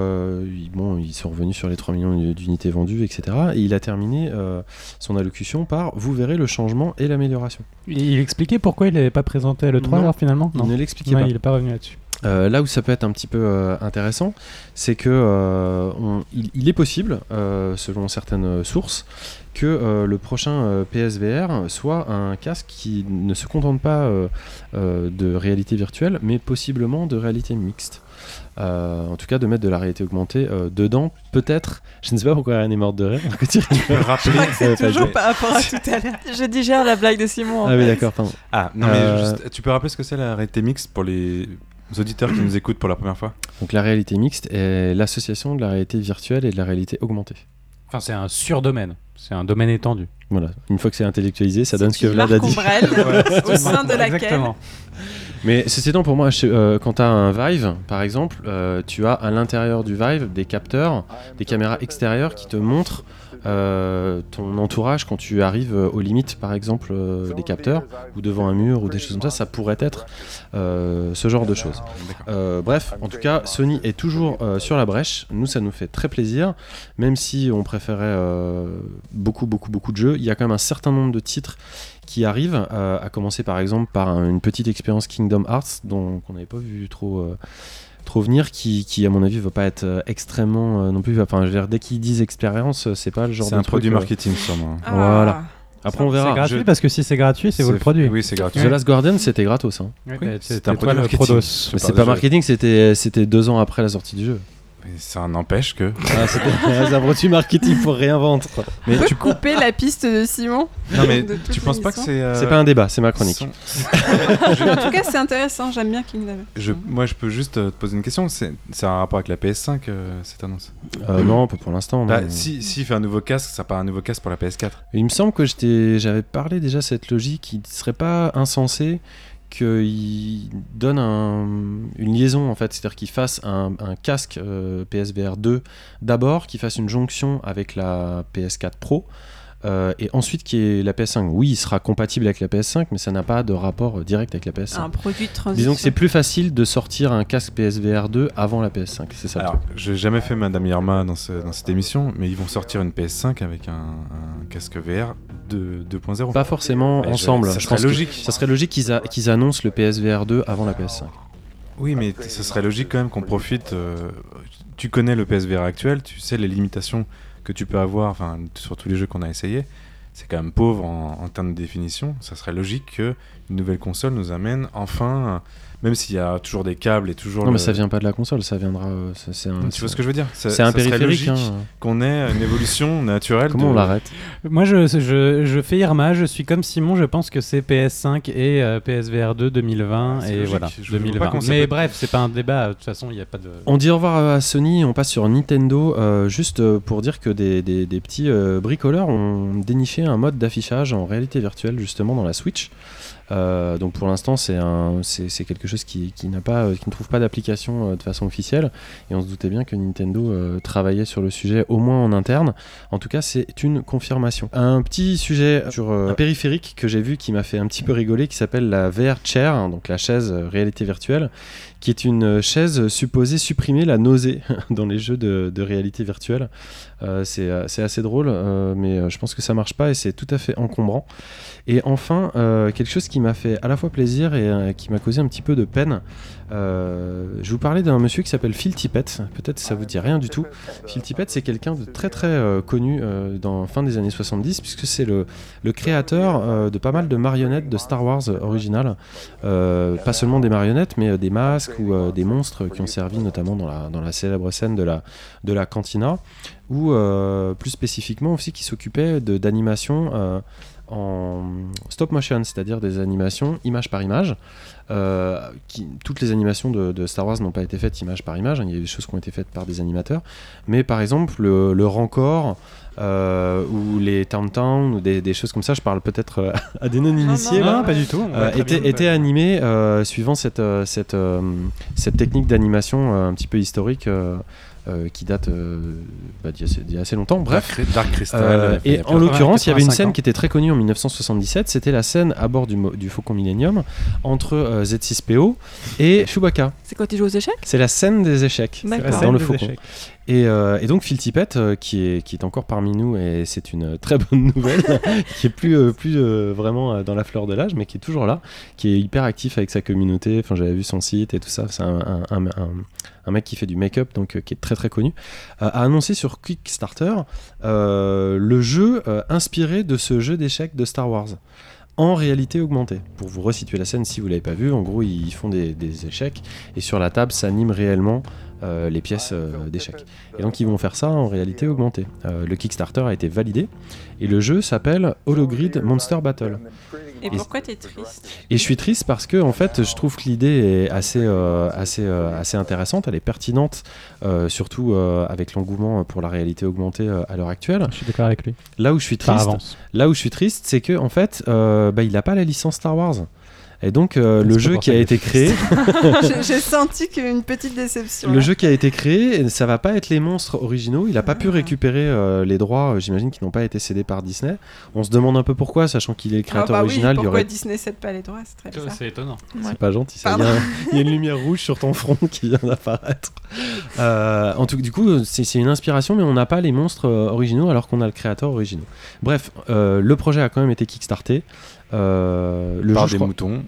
ils sont revenus sur les 3 millions d'unités vendues, etc. Et il a terminé son allocution par « Vous verrez le changement et l'amélioration Il expliquait pourquoi il n'avait pas présenté à l'E3 Non. alors finalement ». Il ne l'expliquait Ouais, pas. il n'est pas revenu là-dessus. Là où ça peut être un petit peu intéressant, c'est que il est possible, selon certaines sources, que le prochain PSVR soit un casque qui ne se contente pas de réalité virtuelle, mais possiblement de réalité mixte. En tout cas, de mettre de la réalité augmentée dedans, peut-être. Je ne sais pas pourquoi Ryan est morte de rire. Tu peux rappeler C'est toujours par rapport à tout à l'heure. Je digère la blague de Simon. en Ah oui, fait. d'accord, pardon. Ah, non, mais juste, tu peux rappeler ce que c'est la réalité mixte pour les auditeurs qui nous écoutent pour la première fois? Donc la réalité mixte est l'association de la réalité virtuelle et de la réalité augmentée. Enfin, c'est un surdomaine. C'est un domaine étendu. Voilà, une fois que c'est intellectualisé, ça donne ce que C'est une Vlad a marque dit. ombrelle au sein de laquelle Exactement. Mais ceci étant, pour moi, quand tu as un Vive, par exemple, tu as à l'intérieur du Vive des capteurs, des caméras extérieures qui te montrent ton entourage quand tu arrives aux limites, par exemple, des capteurs, ou devant un mur, ou des choses comme ça pourrait être ce genre de choses. Bref, en tout cas, Sony est toujours sur la brèche. Nous, ça nous fait très plaisir, même si on préférait beaucoup de jeux. Il y a quand même un certain nombre de titres qui arrivent, à commencer par exemple par une petite expérience Kingdom Hearts qu'on n'avait pas vu trop venir, qui à mon avis va pas être extrêmement non plus. Enfin, je veux dire, dès qu'ils disent expérience, c'est pas le genre C'est de un truc, produit marketing sûrement. Ah. Voilà. Après, on C'est verra. gratuit parce que si c'est gratuit, c'est vous le produit. Oui, c'est gratuit. The Last Guardian, c'était gratos. Hein. Oui, Oui, c'est un produit marketing. Prodos. Mais parle c'est de pas jeu. marketing, c'était 2 ans après la sortie du jeu. Mais ça n'empêche que. Ah, c'est un produit marketing pour rien vendre. On peut couper la piste de Simon. Non, mais De toutes tu penses les pas que émissions. c'est. C'est pas un débat, c'est ma chronique. En tout cas, c'est intéressant. J'aime bien Kingdom. Moi, je peux juste te poser une question. C'est un rapport avec la PS5, cette annonce? Non, pas pour l'instant. Bah, non. si fait un nouveau casque, ça part un nouveau casque pour la PS4. Il me semble que j'avais parlé déjà de cette logique. Il ne serait pas insensé qu'il donne une liaison, en fait, c'est-à-dire qu'il fasse un casque PSVR 2 d'abord, qu'il fasse une jonction avec la PS4 Pro, et ensuite qui est la PS5. Oui, il sera compatible avec la PS5, mais ça n'a pas de rapport direct avec la PS5. Un produit de transition. Disons que c'est plus facile de sortir un casque PSVR 2 avant la PS5, c'est ça. le Alors, truc. j'ai jamais fait Madame Irma dans cette émission, mais ils vont sortir une PS5 avec un casque VR 2.0. Pas forcément Mais ensemble. ça Je serait pense que logique. ça serait logique qu'ils annoncent le PSVR 2 avant la PS5. Oui, mais ce serait logique quand même qu'on profite. Tu connais le PSVR actuel, tu sais les limitations que tu peux avoir, enfin sur tous les jeux qu'on a essayé. C'est quand même pauvre en termes de définition. Ça serait logique qu'une nouvelle console nous amène enfin même s'il y a toujours des câbles et toujours. Non, mais ça vient pas de la console, ça viendra. Tu vois ce que je veux dire? C'est un périphérique. Qu'on ait une évolution naturelle. Comment on l'arrête? Moi, je fais Irma, je suis comme Simon, je pense que c'est PS5 et PSVR 2 2020 et logique, voilà, je veux 2020. pas Mais bref, c'est pas un débat, de toute façon, il n'y a pas de... On dit au revoir à Sony, on passe sur Nintendo, juste pour dire que des petits bricoleurs ont déniché un mode d'affichage en réalité virtuelle justement dans la Switch. Donc pour l'instant c'est quelque chose qui ne trouve pas d'application de façon officielle, et on se doutait bien que Nintendo travaillait sur le sujet au moins en interne. En tout cas c'est une confirmation. Un petit sujet sur un périphérique que j'ai vu qui m'a fait un petit peu rigoler, qui s'appelle la VR Chair, donc la chaise réalité virtuelle, qui est une chaise supposée supprimer la nausée dans les jeux de réalité virtuelle. C'est assez drôle, mais je pense que ça marche pas et c'est tout à fait encombrant. Et enfin, quelque chose qui m'a fait à la fois plaisir et qui m'a causé un petit peu de peine. Je vous parlais d'un monsieur qui s'appelle Phil Tippett. Peut-être que ça vous dit rien du tout. Phil Tippett, c'est quelqu'un de très très connu dans fin des années 70, puisque c'est le créateur de pas mal de marionnettes de Star Wars originales. Pas seulement des marionnettes, mais des masques ou des monstres qui ont servi notamment dans la célèbre scène de la cantina, ou plus spécifiquement aussi qui s'occupait d'animation en stop motion, c'est-à-dire des animations image par image. Toutes les animations de Star Wars n'ont pas été faites image par image, hein, il y a des choses qui ont été faites par des animateurs, mais par exemple le Rancor ou les Town ou des choses comme ça, je parle peut-être à des non-initiés, Non, pas du tout. étaient animés suivant cette technique d'animation un petit peu historique qui date d'il y a assez longtemps. Bref, Dark Crystal. et en l'occurrence, il y avait une 85 scène ans. qui était très connue en 1977. C'était la scène à bord du Faucon Millennium entre Z6PO et Chewbacca. C'est quand ils jouent aux échecs? C'est la scène des échecs D'accord. dans le Faucon. Et donc Phil Tippett, qui est encore parmi nous, et c'est une très bonne nouvelle, qui est plus vraiment dans la fleur de l'âge, mais qui est toujours là, qui est hyper actif avec sa communauté. Enfin, j'avais vu son site et tout ça. C'est un mec qui fait du make-up, donc qui est très très connu, a annoncé sur Kickstarter le jeu inspiré de ce jeu d'échecs de Star Wars en réalité augmentée. Pour vous resituer la scène si vous l'avez pas vu, en gros ils font des échecs et sur la table s'animent réellement les pièces d'échecs. Et donc ils vont faire ça en réalité augmentée. Le Kickstarter a été validé et le jeu s'appelle Hologrid Monster Battle. Et pourquoi t'es triste? Et je suis triste parce que en fait, je trouve que l'idée est assez intéressante, elle est pertinente, surtout avec l'engouement pour la réalité augmentée à l'heure actuelle. Je suis d'accord avec lui. Là où je suis triste, c'est que en fait, il n'a pas la licence Star Wars. Et donc le jeu qui a été créé, J'ai senti qu'une petite déception. le jeu qui a été créé, ça va pas être les monstres originaux. Il a pas pu récupérer les droits, j'imagine, qui n'ont pas été cédés par Disney. On se demande un peu pourquoi, sachant qu'il est le créateur original. Pourquoi il y aurait... Disney cède pas les droits? C'est très bizarre. C'est étonnant. C'est pas gentil, ça. Il y a une lumière rouge sur ton front qui vient d'apparaître. Du coup, c'est une inspiration, mais on n'a pas les monstres originaux alors qu'on a le créateur original. Bref, le projet a quand même été kickstarté. Le Par jeu, des moutons.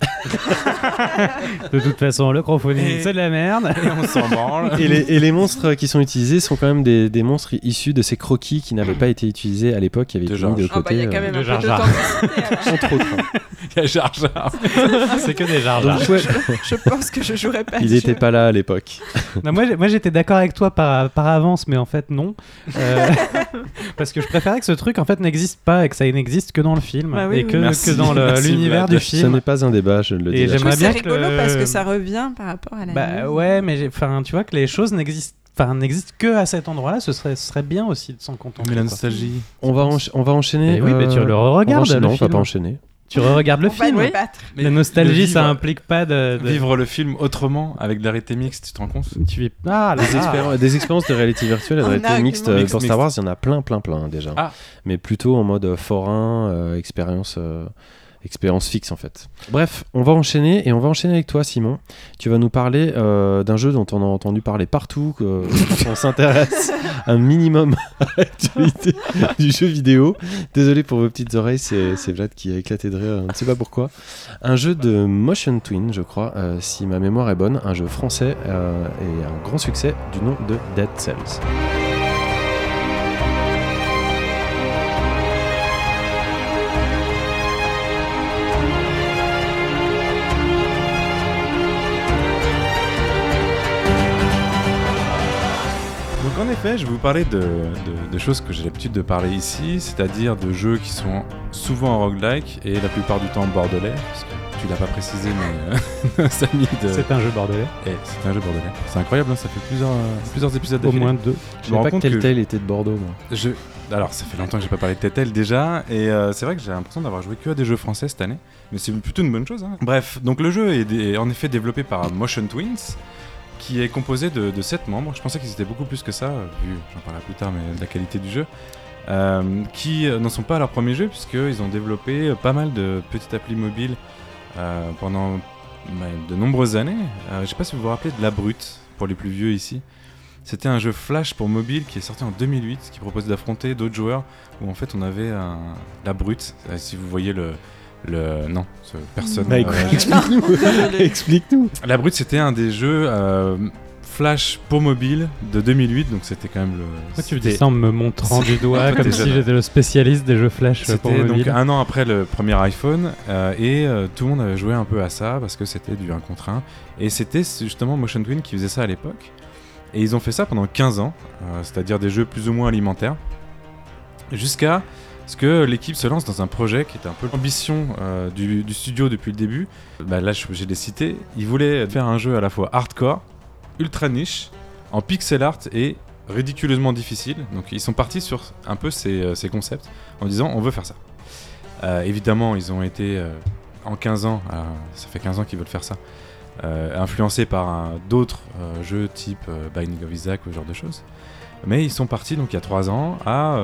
De toute façon, le crowdfunding, c'est de la merde. Et on s'en branle. et les monstres qui sont utilisés sont quand même des monstres issus de ces croquis qui n'avaient pas été utilisés à l'époque, qui avaient été mis de Il côté. y a quand même de un Jar peu Jar. d'authenticité. alors. Entre autres. Il y a Jar Jar. C'est que des Jar Jar. Donc, ouais, Je pense que je jouerais pas. il n'était pas là à l'époque. Non, moi j'étais d'accord avec toi par avance, mais en fait non. Parce que je préférais que ce truc en fait n'existe pas et que ça n'existe que dans le film Bah oui, et oui. que Merci, dans merci, l'univers Vlad. du Ce film. n'est pas un débat, je le Et dis. j'aimerais C'est bien rigolo que parce que ça revient par rapport à la. Bah ouais, mais tu vois que les choses n'existent que à cet endroit-là, ce serait bien aussi de s'en contenter. Mais la quoi. nostalgie. On va enchaîner. Mais oui, mais tu le re-regardes, le Non, on va film. pas enchaîner. Tu re-regardes le On va film. le battre. La nostalgie, Le ça vivre- implique pas de... Vivre le film autrement, avec de la réalité mixte, tu te rends compte? Tu es... Ah là là. Des expériences de réalité virtuelle et de Un réalité argument. mixte Mixte, pour Star Wars, il y en a plein déjà. Ah. Mais plutôt en mode forain, expérience fixe en fait. Bref, on va enchaîner avec toi, Simon. Tu vas nous parler d'un jeu dont on a entendu parler partout, on s'intéresse un minimum à l'actualité du jeu vidéo. Désolé pour vos petites oreilles, c'est Vlad qui a éclaté de rire, on ne sait pas pourquoi. Un jeu de Motion Twin, je crois, si ma mémoire est bonne, un jeu français et un grand succès du nom de Dead Cells. en effet, je vais vous parler de choses que j'ai l'habitude de parler ici, c'est-à-dire de jeux qui sont souvent en roguelike et la plupart du temps bordelais, parce que tu l'as pas précisé, mais Samy C'est un jeu bordelais. C'est un jeu bordelais. C'est incroyable, hein, ça fait plusieurs épisodes Au d'affilée. moins 2. Je savais pas que Telltale était de Bordeaux, moi. Alors, ça fait longtemps que j'ai pas parlé de Telltale déjà, et c'est vrai que j'ai l'impression d'avoir joué que à des jeux français cette année, mais c'est plutôt une bonne chose. Hein. Bref, donc le jeu est en effet développé par Motion Twins, qui est composé de 7 membres. Je pensais qu'ils étaient beaucoup plus que ça, vu, j'en parlerai plus tard, mais de la qualité du jeu. Qui n'en sont pas à leur premier jeu, puisqu'ils ont développé pas mal de petites applis mobiles pendant de nombreuses années. Je sais pas si vous vous rappelez de La Brute, pour les plus vieux ici. C'était un jeu Flash pour mobile qui est sorti en 2008, qui proposait d'affronter d'autres joueurs, où en fait on avait La Brute. Si vous voyez non, personne. Bah, explique-nous. Explique-nous. La Brute, c'était un des jeux Flash pour mobile de 2008, donc c'était quand même Pourquoi tu me dis ça en me montrant du doigt comme si j'étais le spécialiste des jeux Flash pour C'était mobile? donc un an après le premier iPhone, et tout le monde avait joué un peu à ça parce que c'était du 1 contre 1. Et c'était justement Motion Twin qui faisait ça à l'époque. Et ils ont fait ça pendant 15 ans, c'est-à-dire des jeux plus ou moins alimentaires, jusqu'à ce que l'équipe se lance dans un projet qui était un peu l'ambition du studio depuis le début. Bah, là, je suis obligé de les citer. Ils voulaient faire un jeu à la fois hardcore, ultra niche, en pixel art et ridiculeusement difficile. Donc ils sont partis sur un peu ces concepts en disant on veut faire ça. Évidemment, ils ont été en 15 ans, ça fait 15 ans qu'ils veulent faire ça, influencés par d'autres jeux type Binding of Isaac ou ce genre de choses. Mais ils sont partis donc il y a 3 ans à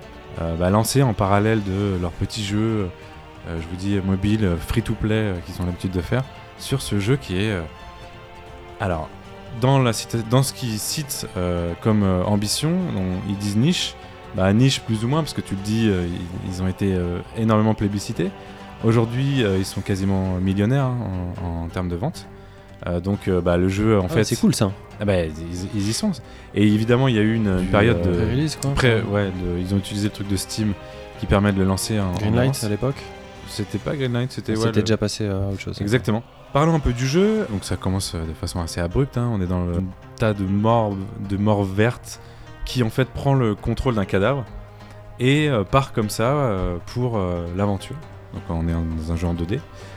lancer en parallèle de leurs petits jeux, je vous dis mobile, free-to-play qu'ils ont l'habitude de faire, sur ce jeu qui est... alors, dans ce qu'ils citent comme ambition, ils disent niche, niche plus ou moins, parce que tu le dis, ils ont été énormément plébiscités. Aujourd'hui, ils sont quasiment millionnaires en termes de vente. Donc le jeu en fait c'est cool ça. Ils y sont. Et évidemment il y a eu une période de pré-release quoi. Ils ont utilisé le truc de Steam qui permet de le lancer en Greenlight à l'époque. C'était pas Greenlight, c'était déjà passé à autre chose. Exactement. Parlons un peu du jeu. Donc ça commence de façon assez abrupte, hein. On est dans le tas de morts vertes qui en fait prend le contrôle d'un cadavre et part comme ça pour l'aventure. Donc on est dans un jeu en 2D.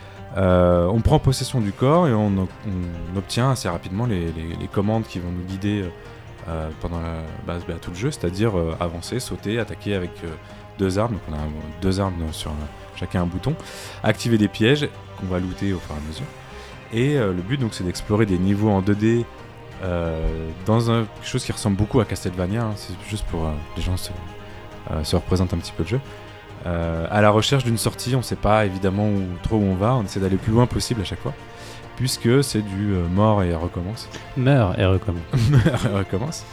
On prend possession du corps et on obtient assez rapidement les commandes qui vont nous guider pendant tout le jeu, c'est-à-dire avancer, sauter, attaquer avec 2 armes. Donc on a 2 armes sur chacun un bouton, activer des pièges qu'on va looter au fur et à mesure. Et le but donc c'est d'explorer des niveaux en 2D dans quelque chose qui ressemble beaucoup à Castlevania, hein. C'est juste pour les gens se représentent un petit peu le jeu. À la recherche d'une sortie, on ne sait pas évidemment trop où on va, on essaie d'aller le plus loin possible à chaque fois, puisque c'est du mort et recommence. Meurt et recommence. Meurt et recommence.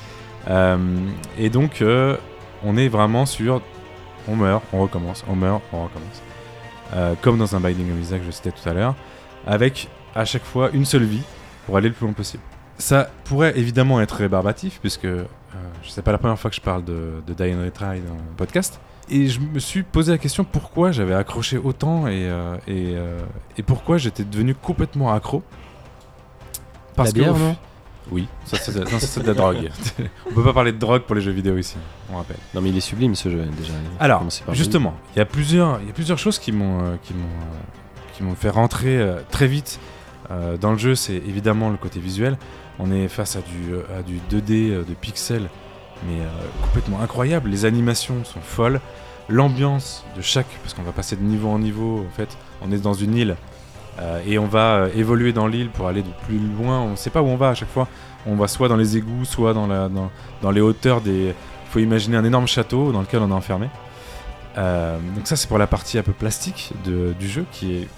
Et donc, on est vraiment sur on meurt, on recommence, on meurt, on recommence. Comme dans un Binding of Isaac que je citais tout à l'heure, avec à chaque fois une seule vie pour aller le plus loin possible. Ça pourrait évidemment être rébarbatif, puisque c'est pas la première fois que je parle de Die and Retry dans le podcast. Et je me suis posé la question pourquoi j'avais accroché autant et pourquoi j'étais devenu complètement accro. Parce la bière, non ? Oui, ça c'est de la drogue. On peut pas parler de drogue pour les jeux vidéo ici, on rappelle. Non mais il est sublime ce jeu déjà. Alors, justement, il y a plusieurs choses qui m'ont fait rentrer très vite dans le jeu. C'est évidemment le côté visuel. On est face à du 2D de pixels, mais complètement incroyable. Les animations sont folles. L'ambiance de parce qu'on va passer de niveau en niveau, en fait, on est dans une île et on va évoluer dans l'île pour aller de plus loin. On ne sait pas où on va à chaque fois. On va soit dans les égouts, soit dans les hauteurs des... Il faut imaginer un énorme château dans lequel on est enfermé. Donc ça, c'est pour la partie un peu plastique du jeu qui est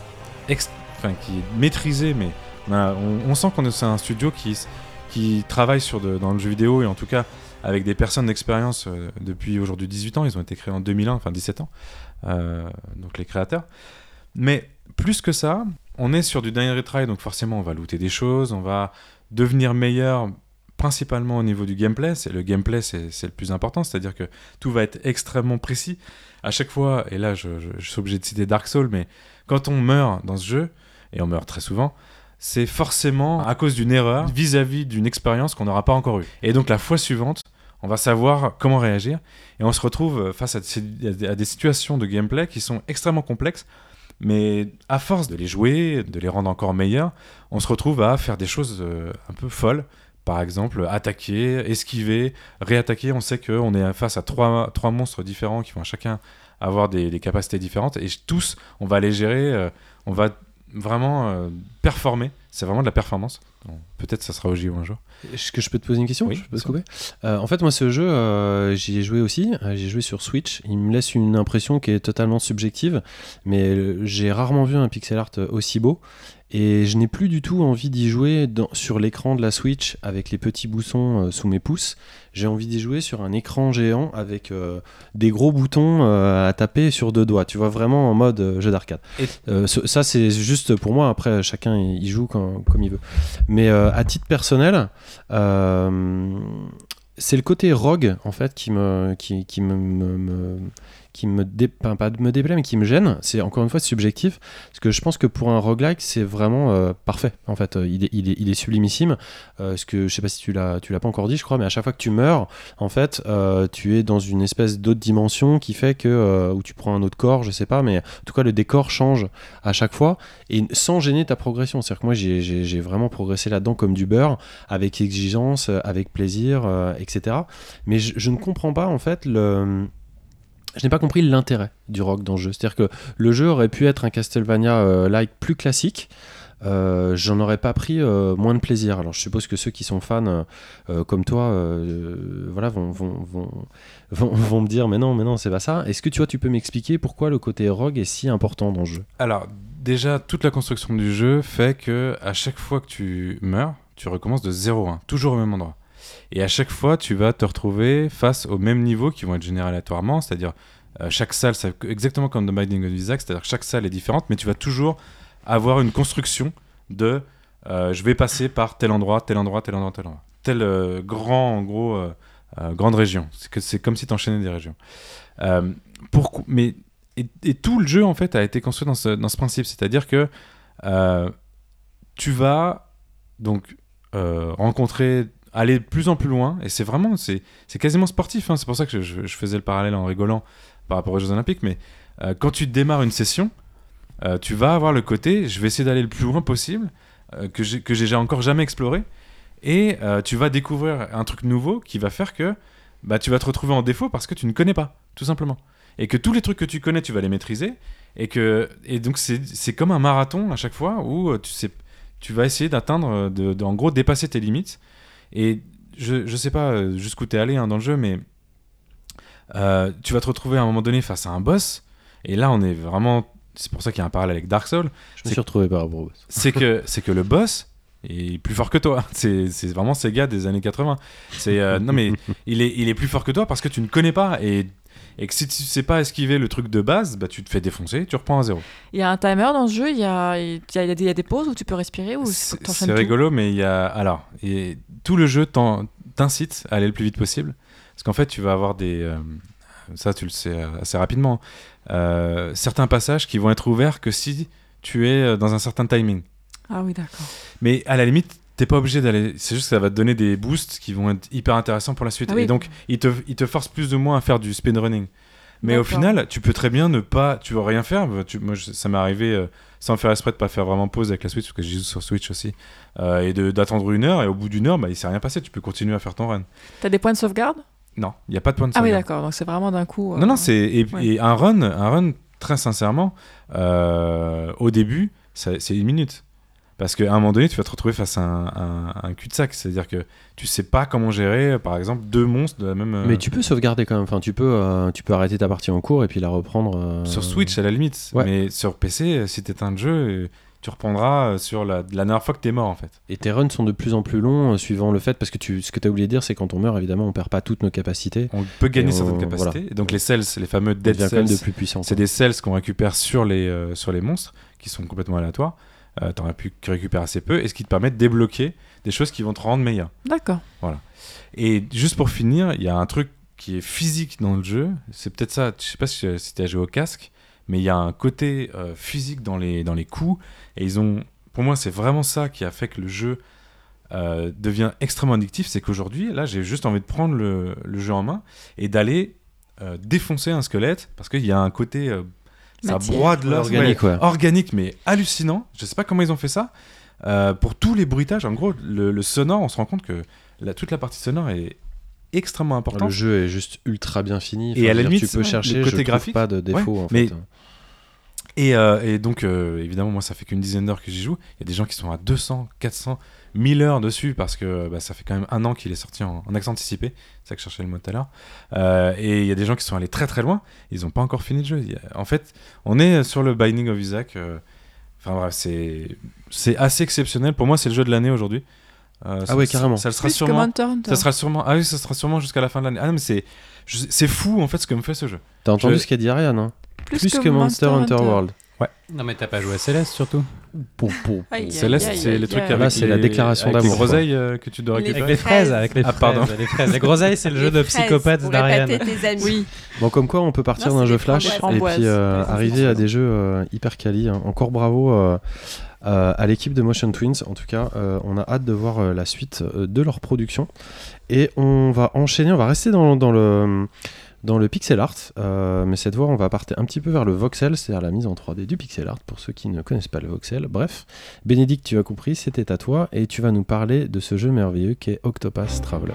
maîtrisée, mais on sent qu'on c'est un studio qui travaille dans le jeu vidéo, et en tout cas avec des personnes d'expérience depuis aujourd'hui 18 ans. Ils ont été créés en 2001, enfin 17 ans, donc les créateurs. Mais plus que ça, on est sur du Die and Retry, donc forcément on va looter des choses, on va devenir meilleur, principalement au niveau du gameplay. Le gameplay, c'est le plus important, c'est-à-dire que tout va être extrêmement précis. À chaque fois, et là je suis obligé de citer Dark Souls, mais quand on meurt dans ce jeu, et on meurt très souvent, c'est forcément à cause d'une erreur vis-à-vis d'une expérience qu'on n'aura pas encore eue. Et donc la fois suivante, on va savoir comment réagir, et on se retrouve face à des situations de gameplay qui sont extrêmement complexes, mais à force de les jouer, de les rendre encore meilleurs, on se retrouve à faire des choses un peu folles. Par exemple, attaquer, esquiver, réattaquer. On sait qu'on est face à trois monstres différents qui vont chacun avoir des capacités différentes. Et tous, on va les gérer, on va vraiment performer. C'est vraiment de la performance. Bon, peut-être ça sera au JO un jour. Est-ce que je peux te poser une question? Oui, je peux te couper en fait, moi, ce jeu, j'y ai joué aussi. J'ai joué sur Switch. Il me laisse une impression qui est totalement subjective. Mais j'ai rarement vu un pixel art aussi beau. Et je n'ai plus du tout envie d'y jouer sur l'écran de la Switch avec les petits boutons sous mes pouces. J'ai envie d'y jouer sur un écran géant avec des gros boutons à taper sur 2 doigts. Tu vois, vraiment en mode jeu d'arcade. Ça, c'est juste pour moi. Après, chacun y joue comme il veut. Mais à titre personnel, c'est le côté rogue en fait qui me pas de me déplaît, mais qui me gêne. C'est encore une fois subjectif, parce que je pense que pour un roguelike, c'est vraiment parfait. En fait, il est sublimissime. Parce que je sais pas si tu l'as pas encore dit, je crois, mais à chaque fois que tu meurs, en fait, tu es dans une espèce d'autre dimension qui fait que où tu prends un autre corps, je sais pas, mais en tout cas le décor change à chaque fois et sans gêner ta progression. C'est-à-dire que moi, j'ai vraiment progressé là-dedans comme du beurre, avec exigence, avec plaisir, etc. Mais je ne comprends pas en fait je n'ai pas compris l'intérêt du rogue dans le jeu. C'est-à-dire que le jeu aurait pu être un Castlevania-like plus classique. J'en aurais pas pris moins de plaisir. Alors je suppose que ceux qui sont fans comme toi voilà, vont me dire mais non, c'est pas ça. Est-ce que tu peux m'expliquer pourquoi le côté rogue est si important dans le jeu? Alors, déjà, toute la construction du jeu fait que à chaque fois que tu meurs, tu recommences de 0-1, toujours au même endroit. Et à chaque fois, tu vas te retrouver face aux mêmes niveaux qui vont être générés aléatoirement, c'est-à-dire chaque salle, c'est exactement comme dans Binding of Isaac, c'est-à-dire que chaque salle est différente, mais tu vas toujours avoir une construction de je vais passer par tel endroit, tel grande région. C'est comme si tu enchaînais des régions. Et tout le jeu en fait a été construit dans ce principe, c'est-à-dire que tu vas donc aller de plus en plus loin, et c'est quasiment sportif, hein. C'est pour ça que je faisais le parallèle en rigolant par rapport aux Jeux Olympiques, mais quand tu démarres une session, tu vas avoir le côté je vais essayer d'aller le plus loin possible, que j'ai encore jamais exploré, et tu vas découvrir un truc nouveau qui va faire que tu vas te retrouver en défaut parce que tu ne connais pas, tout simplement, et que tous les trucs que tu connais, tu vas les maîtriser, et donc c'est comme un marathon à chaque fois où tu vas essayer d'atteindre, en gros dépasser tes limites. Et je sais pas jusqu'où t'es allé dans le jeu, mais tu vas te retrouver à un moment donné face à un boss, et là on est vraiment, c'est pour ça qu'il y a un parallèle avec Dark Souls. Je me suis retrouvé par rapport au boss. C'est que le boss est plus fort que toi. C'est vraiment Sega des années 80. Non mais il est plus fort que toi parce que tu ne connais pas, et que si tu sais pas esquiver le truc de base, tu te fais défoncer, tu reprends à 0. Il y a un timer dans ce jeu, il y a des pauses où tu peux respirer, ou c'est rigolo, mais tout le jeu t'incite à aller le plus vite possible, parce qu'en fait tu vas avoir ça tu le sais assez rapidement, certains passages qui vont être ouverts que si tu es dans un certain timing. Ah oui, d'accord. Mais à la limite, t'es pas obligé d'aller, c'est juste que ça va te donner des boosts qui vont être hyper intéressants pour la suite. Ah oui. Et donc il te force plus ou moins à faire du speedrunning. Mais au final, tu peux très bien tu vas rien faire. Moi, ça m'est arrivé sans faire exprès de pas faire vraiment pause avec la Switch, parce que j'y joue sur Switch aussi, et d'attendre 1 heure, et au bout d'1 heure, il s'est rien passé, tu peux continuer à faire ton run. T'as des points de sauvegarde? Non, il y a pas de points de sauvegarde. Ah oui, d'accord, donc c'est vraiment d'un coup. Non, et un run, très sincèrement, au début, c'est 1 minute. Parce qu'à un moment donné, tu vas te retrouver face à un cul-de-sac. C'est-à-dire que tu sais pas comment gérer, par exemple, 2 monstres de la même... Mais tu peux sauvegarder quand même. Enfin, tu peux arrêter ta partie en cours et puis la reprendre... Sur Switch, à la limite. Ouais. Mais sur PC, si t'éteins le jeu, tu reprendras sur la dernière fois que t'es mort, en fait. Et tes runs sont de plus en plus longs, suivant le fait... Parce que ce que t'as oublié de dire, c'est quand on meurt, évidemment, on perd pas toutes nos capacités. On peut gagner certaines capacités. Voilà. Et donc les cells, les fameux dead cells, quand même de plus puissants, c'est des cells qu'on récupère sur les monstres, qui sont complètement aléatoires. T'aurais pu récupérer assez peu, et ce qui te permet de débloquer des choses qui vont te rendre meilleur. D'accord. Voilà. Et juste pour finir, il y a un truc qui est physique dans le jeu. C'est peut-être ça, je sais pas si t'as joué au casque, mais il y a un côté physique dans les coups, et pour moi c'est vraiment ça qui a fait que le jeu devient extrêmement addictif, c'est qu'aujourd'hui, là, j'ai juste envie de prendre le jeu en main et d'aller défoncer un squelette, parce qu'il y a un côté... ça Matière. broie de l'os, organique, mais hallucinant. Je sais pas comment ils ont fait ça. Pour tous les bruitages, en gros, le sonore, on se rend compte que toute la partie sonore est extrêmement importante. Le jeu est juste ultra bien fini. Et à la limite, tu peux chercher, le côté je graphique, trouve pas de défaut en mais fait. Et donc, évidemment, moi, ça fait qu'une dizaine d'heures que j'y joue. Il y a des gens qui sont à 200, 400, 1000 heures dessus parce que ça fait quand même 1 an qu'il est sorti en accès anticipé. C'est ça que je cherchais le mot tout à l'heure. Et il y a des gens qui sont allés très très loin. Ils n'ont pas encore fini le jeu. En fait, on est sur le Binding of Isaac. Enfin bref, c'est assez exceptionnel. Pour moi, c'est le jeu de l'année aujourd'hui. Ah ouais, carrément. Ça sera Plus que sûrement. Monster Hunter. Ça sera sûrement. Ah oui, ça sera sûrement jusqu'à la fin de l'année. Ah non, mais c'est fou en fait ce que me fait ce jeu. T'as entendu ce qu'a dit Ariane, hein? Plus que Monster Hunter World. Non, mais t'as pas joué à Céleste surtout. Aïe, Céleste, aïe, c'est aïe, les trucs aïe. avec Là, c'est la déclaration avec les d'amour, groseilles que tu dois Les récupérer. Avec les fraises, avec les Ah, fraises. pardon. Les fraises. Les groseilles, c'est le jeu de psychopathe d'Ariane. tes amis. Oui. Bon, comme quoi, on peut partir Non, d'un c'est jeu des flash et framboises. puis Framboises. arriver à des jeux hyper quali. Hein. Encore bravo à l'équipe de Motion Twins. En tout cas, on a hâte de voir la suite de leur production. Et on va enchaîner, on va rester dans le pixel art, mais cette fois on va partir un petit peu vers le voxel, c'est-à-dire la mise en 3D du pixel art, pour ceux qui ne connaissent pas le voxel. Bref, Bénédicte, tu as compris, c'était à toi, et tu vas nous parler de ce jeu merveilleux qu'est Octopath Traveler.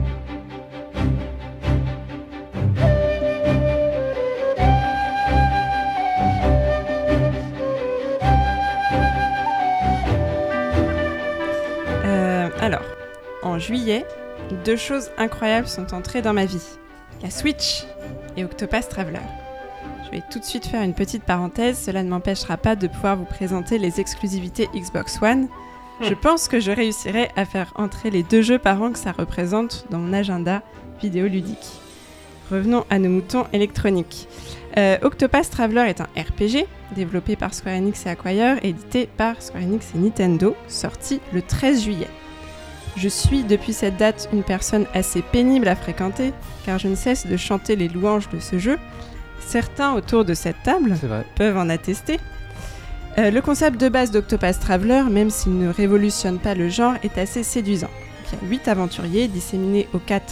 Alors, en juillet, 2 choses incroyables sont entrées dans ma vie. La Switch et Octopath Traveler. Je vais tout de suite faire une petite parenthèse, cela ne m'empêchera pas de pouvoir vous présenter les exclusivités Xbox One. Je pense que je réussirai à faire entrer les 2 jeux par an que ça représente dans mon agenda vidéoludique. Revenons à nos moutons électroniques. Octopath Traveler est un RPG développé par Square Enix et Acquire, édité par Square Enix et Nintendo, sorti le 13 juillet. Je suis depuis cette date une personne assez pénible à fréquenter, car je ne cesse de chanter les louanges de ce jeu. Certains autour de cette table C'est vrai. peuvent en attester. Le concept de base d'Octopath Traveler, même s'il ne révolutionne pas le genre, est assez séduisant. Il y a 8 aventuriers disséminés aux 8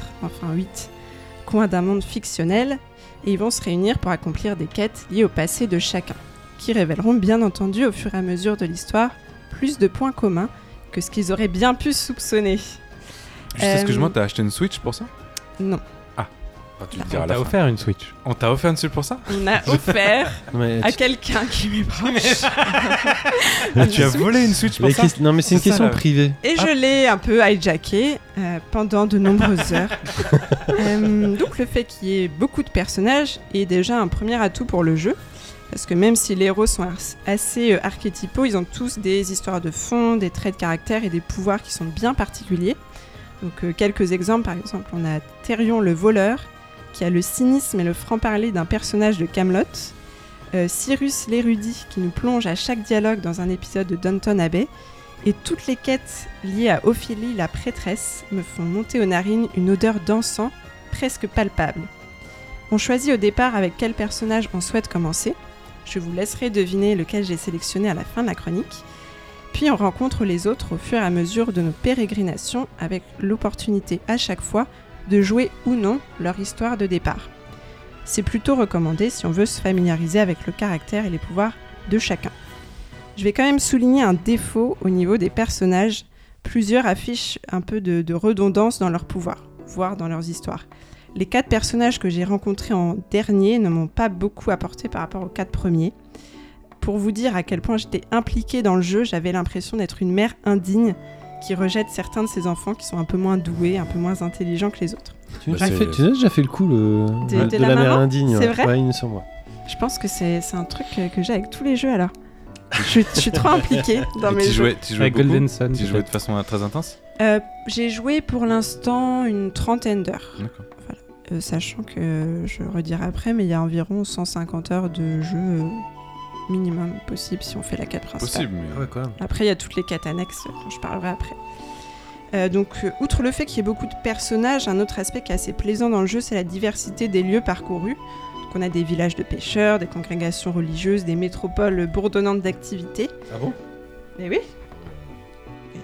coins d'un monde fictionnel, et ils vont se réunir pour accomplir des quêtes liées au passé de chacun, qui révéleront bien entendu au fur et à mesure de l'histoire plus de points communs que ce qu'ils auraient bien pu soupçonner. Juste, excuse-moi, t'as acheté une Switch pour ça? Non. Ah, tu le On diras à t'a la fin. offert une Switch. On t'a offert une Switch pour ça? On a offert Mais à quelqu'un qui m'est proche. Tu as volé une Switch pour les ça? non, mais c'est une C'est ça, question là. privée. Et je l'ai un peu hijacké pendant de nombreuses heures. Donc le fait qu'il y ait beaucoup de personnages est déjà un premier atout pour le jeu. Parce que même si les héros sont assez archétypaux, ils ont tous des histoires de fond, des traits de caractère et des pouvoirs qui sont bien particuliers. Donc quelques exemples, par exemple, on a Therion le voleur, qui a le cynisme et le franc-parler d'un personnage de Camelot. Cyrus l'érudit, qui nous plonge à chaque dialogue dans un épisode de Downton Abbey. Et toutes les quêtes liées à Ophélie, la prêtresse, me font monter aux narines une odeur d'encens presque palpable. On choisit au départ avec quel personnage on souhaite commencer. Je vous laisserai deviner lequel j'ai sélectionné à la fin de la chronique. Puis on rencontre les autres au fur et à mesure de nos pérégrinations, avec l'opportunité à chaque fois de jouer ou non leur histoire de départ. C'est plutôt recommandé si on veut se familiariser avec le caractère et les pouvoirs de chacun. Je vais quand même souligner un défaut au niveau des personnages. Plusieurs affichent un peu de redondance dans leurs pouvoirs, voire dans leurs histoires. Les 4 personnages que j'ai rencontrés en dernier ne m'ont pas beaucoup apporté par rapport aux 4 premiers. Pour vous dire à quel point j'étais impliquée dans le jeu, j'avais l'impression d'être une mère indigne qui rejette certains de ses enfants qui sont un peu moins doués, un peu moins intelligents que les autres. Tu Bah, as déjà fait le coup De de la la mère maman, indigne. c'est vrai Ouais, il me semble. Je pense que c'est un truc que j'ai avec tous les jeux alors. Je suis trop impliquée dans mes Tu jeux. jouais Avec beaucoup? Golden Sun. Tu jouais de façon très intense? J'ai joué pour l'instant une 30aine d'heures. D'accord. Sachant que, je redirai après, mais il y a environ 150 heures de jeu minimum possible si on fait la quête principale. Possible, mais... Ouais, quand même. Après, il y a toutes les quêtes annexes dont je parlerai après. Outre le fait qu'il y ait beaucoup de personnages, un autre aspect qui est assez plaisant dans le jeu, c'est la diversité des lieux parcourus. Donc, on a des villages de pêcheurs, des congrégations religieuses, des métropoles bourdonnantes d'activités. Ah bon? Mais oui.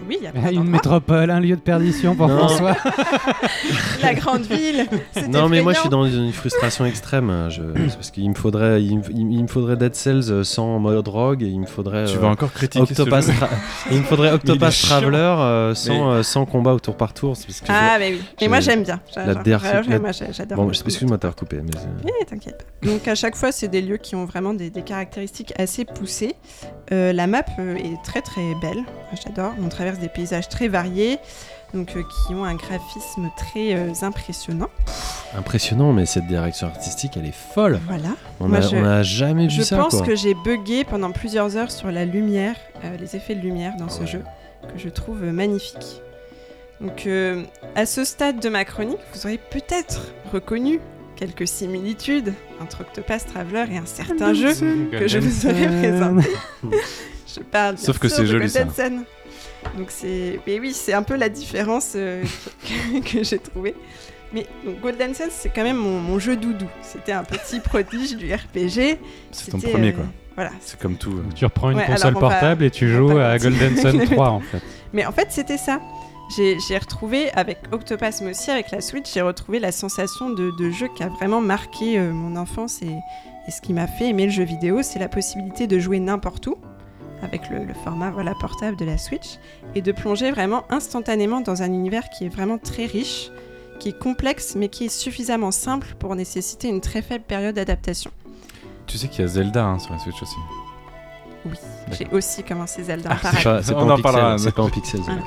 oui, il y a plein Une d'endroits. métropole, un lieu de perdition pour Non. François. La grande ville. C'est Non, mais moi je suis effrayant. dans une frustration extrême. Parce qu'il me faudrait, il me faudrait Dead Cells sans mode rogue et il me faudrait. Tu vas encore critiquer Octopass ce jeu. il me faudrait Octopass chiant. Traveler sans combat au tour par tour. C'est parce que Mais oui. Mais moi j'aime bien. la DRC Moi, j'adore. Bon, beaucoup. excuse-moi de t'avoir coupé. Mais T'inquiète pas. Donc à chaque fois, c'est des lieux qui ont vraiment des caractéristiques assez poussées. La map est très très belle. J'adore. On traverse des paysages très variés, donc qui ont un graphisme très impressionnant. impressionnant, mais cette direction artistique, elle est folle. Voilà. On Moi, a jamais vu Je ça. pense quoi. que j'ai bugué pendant plusieurs heures sur la lumière, les effets de lumière dans ce jeu, que je trouve magnifique. Donc à ce stade de ma chronique, vous aurez peut-être reconnu quelques similitudes entre Octopass Traveler et un certain jeu que je vous aurais présenté. Je parle bien Sauf que sûr c'est de joli, ça. Golden Sun. Donc mais oui, c'est un peu la différence que j'ai trouvée. Mais donc, Golden Sun, c'est quand même mon jeu doudou. C'était un petit prodige du RPG. C'est ton C'était, premier, quoi. Voilà. C'est comme tout. Tu reprends une Ouais, console alors on va- portable et tu on va joues pas à mentir. Golden Sun 3 en fait. Mais en fait, c'était ça. J'ai retrouvé, avec Octopass, mais aussi avec la Switch, j'ai retrouvé la sensation de jeu qui a vraiment marqué mon enfance et ce qui m'a fait aimer le jeu vidéo, c'est la possibilité de jouer n'importe où, avec le format portable de la Switch, et de plonger vraiment instantanément dans un univers qui est vraiment très riche, qui est complexe, mais qui est suffisamment simple pour nécessiter une très faible période d'adaptation. Tu sais qu'il y a Zelda sur la Switch aussi. Oui, j'ai aussi commencé Zelda en Ah, parallèle. C'est pas On en en parlera. pixels, c'est pas en pixels. Voilà.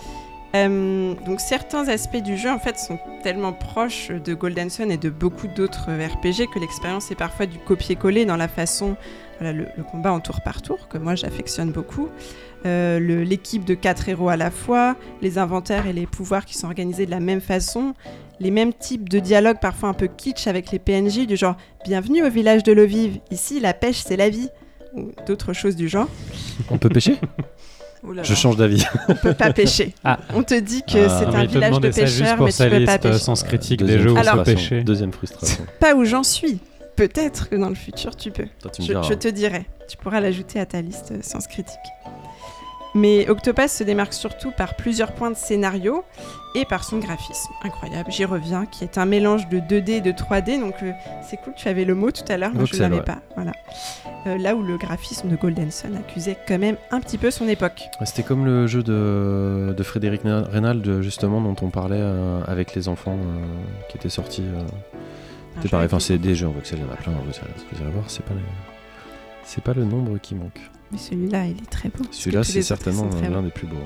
Donc certains aspects du jeu en fait sont tellement proches de Golden Sun et de beaucoup d'autres RPG que l'expérience est parfois du copier-coller dans la façon, le combat en tour par tour que moi j'affectionne beaucoup, l'équipe de 4 héros à la fois, les inventaires et les pouvoirs qui sont organisés de la même façon, les mêmes types de dialogues parfois un peu kitsch avec les PNJ du genre « Bienvenue au village de l'eau vive, ici la pêche c'est la vie » ou d'autres choses du genre. On peut pêcher Ouh là là. Je change d'avis. On peut pas pêcher. Ah. On te dit que Ah. c'est Non, un mais il te village de demandait ça juste pêcheurs, pour mais tu sa peux pas liste pêcher. sens critique Deuxième des jeux où Alors- on peut frustration. pêcher. Deuxième frustration. Pas où j'en suis. Peut-être que dans le futur, tu peux. Toi, tu me Je diras. te dirai. Tu pourras l'ajouter à ta liste Sens Critique. Mais Octopass se démarque surtout par plusieurs points de scénario et par son graphisme incroyable, j'y reviens, qui est un mélange de 2D et de 3D. Donc c'est cool, tu avais le mot tout à l'heure, moi je Voxel, ne l'avais ouais. pas. Voilà. Là où le graphisme de Golden Sun accusait quand même un petit peu son époque. Ouais, c'était comme le jeu de Frédéric Reynald, justement, dont on parlait avec les enfants qui était sorti. Un C'est jeu pareil, avec- enfin, c'est des jeux en voxel, il y en a plein, vous irez voir, c'est pas le nombre qui manque. Mais celui-là, il est très beau. parce que Celui-là, tous c'est les autres, ils certainement sont très l'un beaux. des plus beaux.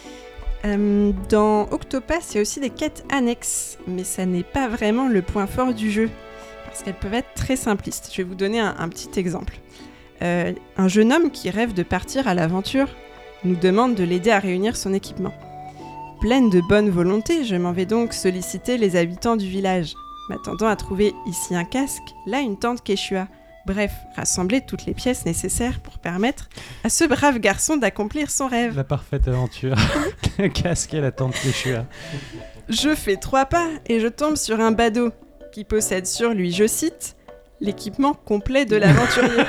Dans Octopass, il y a aussi des quêtes annexes, mais ça n'est pas vraiment le point fort du jeu, parce qu'elles peuvent être très simplistes. Je vais vous donner un petit exemple. Un jeune homme qui rêve de partir à l'aventure nous demande de l'aider à réunir son équipement. Pleine de bonne volonté, je m'en vais donc solliciter les habitants du village, m'attendant à trouver ici un casque, là une tente Quechua. Bref, rassembler toutes les pièces nécessaires pour permettre à ce brave garçon d'accomplir son rêve. La parfaite aventure. Le casque et la tente Quechua. Je fais 3 pas et je tombe sur un badaud qui possède sur lui, je cite, l'équipement complet de l'aventurier.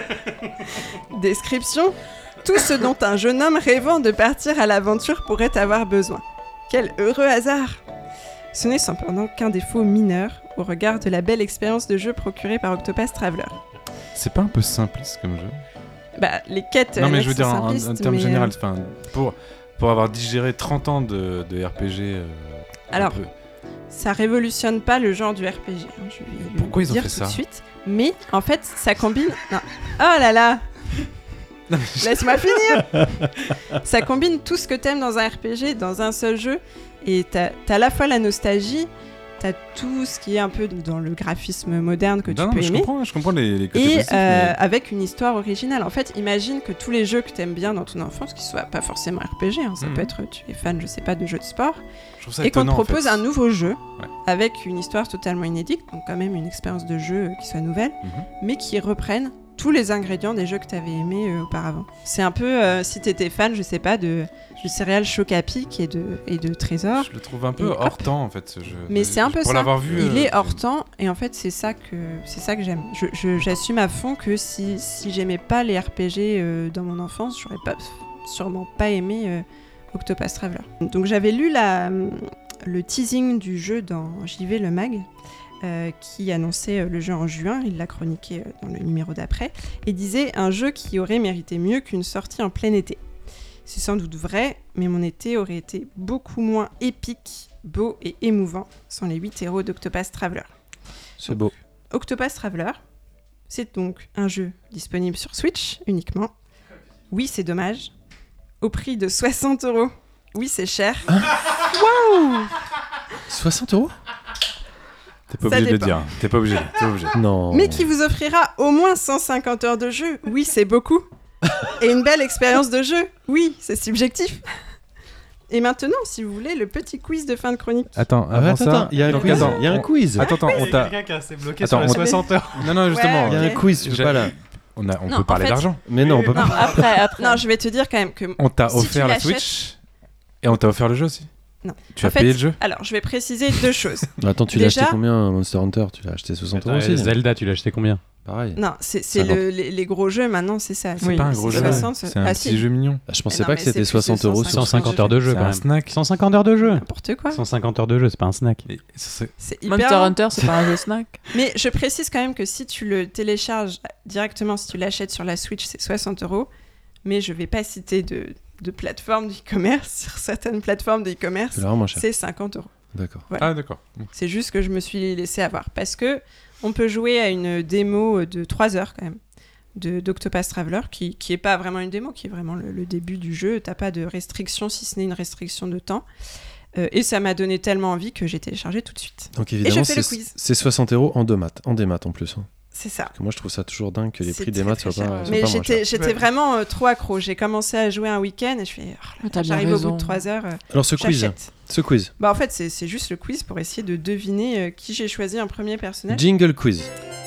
Description, tout ce dont un jeune homme rêvant de partir à l'aventure pourrait avoir besoin. Quel heureux hasard! Ce n'est cependant qu'un défaut mineur au regard de la belle expérience de jeu procurée par Octopass Traveler. C'est pas un peu simpliste comme jeu? Bah, les quêtes Non, mais annexes je veux dire sont en simplistes, termes mais, généraux, enfin, pour avoir digéré 30 ans de RPG. un Alors, peu. ça révolutionne pas le genre du RPG. hein, je vais le Pourquoi ils ont dire fait tout ça de suite. Mais en fait, ça combine. Non. Oh là là. Laisse-moi finir. Ça combine tout ce que t'aimes dans un RPG dans un seul jeu, et t'as à la fois la nostalgie, t'as tout ce qui est un peu dans le graphisme moderne que tu Non, peux mais aimer. je comprends les côtés Et positifs, mais- avec une histoire originale. En fait, imagine que tous les jeux que t'aimes bien dans ton enfance, qui soient pas forcément RPG, hein, ça Mhm. peut être, tu es fan, je sais pas, de jeux de sport, je trouve ça et qu'on te étonnant, en propose fait. un nouveau jeu Ouais. avec une histoire totalement inédite, donc quand même une expérience de jeu qui soit nouvelle, Mhm. mais qui reprenne tous les ingrédients des jeux que tu avais aimés auparavant. C'est un peu, si tu étais fan, je sais pas, du céréal Choc-à-Pic et de Trésor. Je le trouve un peu Et hop. hors temps en fait ce jeu. Mais c'est un peu Pour ça. l'avoir vu. Il est hors temps, et en fait c'est ça que j'aime. J'assume à fond que si j'aimais pas les RPG dans mon enfance, j'aurais sûrement pas aimé Octopath Traveler. Donc j'avais lu le teasing du jeu dans JV Le Mag, qui annonçait le jeu en juin, il l'a chroniqué dans le numéro d'après, et disait un jeu qui aurait mérité mieux qu'une sortie en plein été. C'est sans doute vrai, mais mon été aurait été beaucoup moins épique, beau et émouvant sans les 8 héros d'Octopath Traveler. C'est beau. Octopath Traveler, c'est donc un jeu disponible sur Switch uniquement. Oui, c'est dommage. Au prix de 60 €. Oui, c'est cher. Waouh 60 €? T'es pas Ça obligé de le dépend. dire. T'es pas obligé. Non. Mais qui vous offrira au moins 150 heures de jeu. Oui, c'est beaucoup. Et une belle expérience de jeu. Oui, c'est subjectif. Et maintenant, si vous voulez, le petit quiz de fin de chronique. Attends, Ah, avant attends, ça... il y a un donc, quiz. attends, Il y a un quiz. Attends, on t'a... quelqu'un qui s'est bloqué Attends, sur les on- 60 heures. Non, justement. Ouais, Il y a un ok. quiz, tu peux pas là. On Non, peut en parler fait- d'argent. Mais non, on peut Non, pas. après. Non, je vais te dire quand même que... On t'a Si offert tu la l'achètes- Switch et on t'a offert le jeu aussi. Non. Tu as En fait, payé le jeu. Alors, je vais préciser 2 choses. Attends, tu l'as Déjà- acheté combien Monster Hunter? Tu l'as acheté 60 € aussi. Zelda, tu l'as acheté combien? Pareil. Non, c'est 50. les gros jeux maintenant, c'est ça. C'est pas un gros jeu. 60, C'est un ah, petit si. jeu mignon. Je pensais non, pas mais que c'était c'est plus de 60 € sur 150 heures de jeu C'est quand un même. snack. 150 heures de jeu. N'importe quoi. 150 heures de jeu, c'est pas un snack. Et ça, C'est hyper Monster long. Hunter, c'est pas un jeu snack. Mais je précise quand même que si tu le télécharges directement, si tu l'achètes sur la Switch, c'est 60 €. Mais je vais pas citer de plateforme d'e-commerce. Sur certaines plateformes d'e-commerce, C'est vraiment cher. c'est 50 €. D'accord. Voilà. Ah, d'accord. C'est juste que je me suis laissé avoir. Parce que on peut jouer à une démo de 3 heures quand même d'Octopath Traveler, qui est pas vraiment une démo, qui est vraiment le début du jeu. T'as pas de restriction, si ce n'est une restriction de temps. Et ça m'a donné tellement envie que j'ai téléchargé tout de suite. Donc évidemment, fais le quiz. c'est 60 € en démat en plus. Hein. C'est ça. Parce que moi, je trouve ça toujours dingue que les C'est prix des très, maths très soient cher. pas, soient Mais pas moins chers. j'étais vraiment trop accro. J'ai commencé à jouer un week-end et je fais T'as bien j'arrive au bout raison. de 3 heures. Alors ce quiz, J'achète. Bah en fait c'est juste le quiz pour essayer de deviner qui j'ai choisi en premier personnage. Jingle quiz.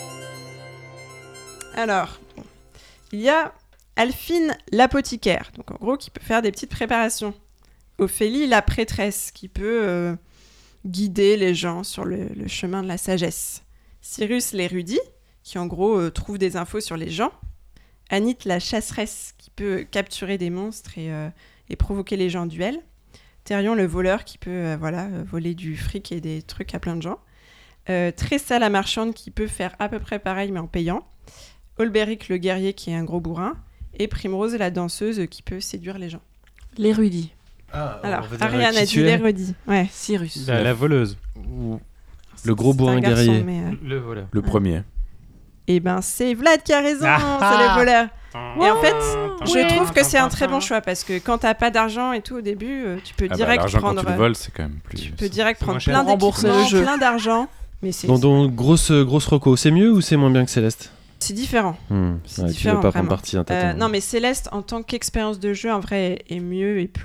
Alors bon, il y a Alphine l'apothicaire, donc en gros qui peut faire des petites préparations. Ophélie la prêtresse qui peut guider les gens sur le chemin de la sagesse. Cyrus l'érudit qui en gros trouve des infos sur les gens. Anit la chasseresse qui peut capturer des monstres et provoquer les gens en duel. Thérion le voleur qui peut voler du fric et des trucs à plein de gens. Tressa la marchande qui peut faire à peu près pareil mais en payant. Olberic le guerrier qui est un gros bourrin. Et Primrose la danseuse qui peut séduire les gens. L'érudit. Alors, Ariane a dit l'érudit. Ouais. Cyrus. La voleuse. Le gros C'est bourrin un garçon, guerrier. mais, Le voleur. Le premier. Eh ben, c'est Vlad qui a raison, Ah. c'est les voleurs. Et en fait, Ouais. je trouve que c'est un très bon choix parce que quand t'as pas d'argent et tout au début, tu peux direct l'argent prendre. quand tu le voles, c'est quand même plus. Tu peux direct c'est prendre moins cher. plein Rembourser d'équipements, le jeu. plein d'argent. Mais c'est Bon, donc grosse reco. C'est mieux ou c'est moins bien que Céleste? c'est différent. C'est C'est Tu veux différent, pas vraiment. prendre parti, hein, t'attends. Non, mais Céleste, en tant qu'expérience de jeu, en vrai, est mieux et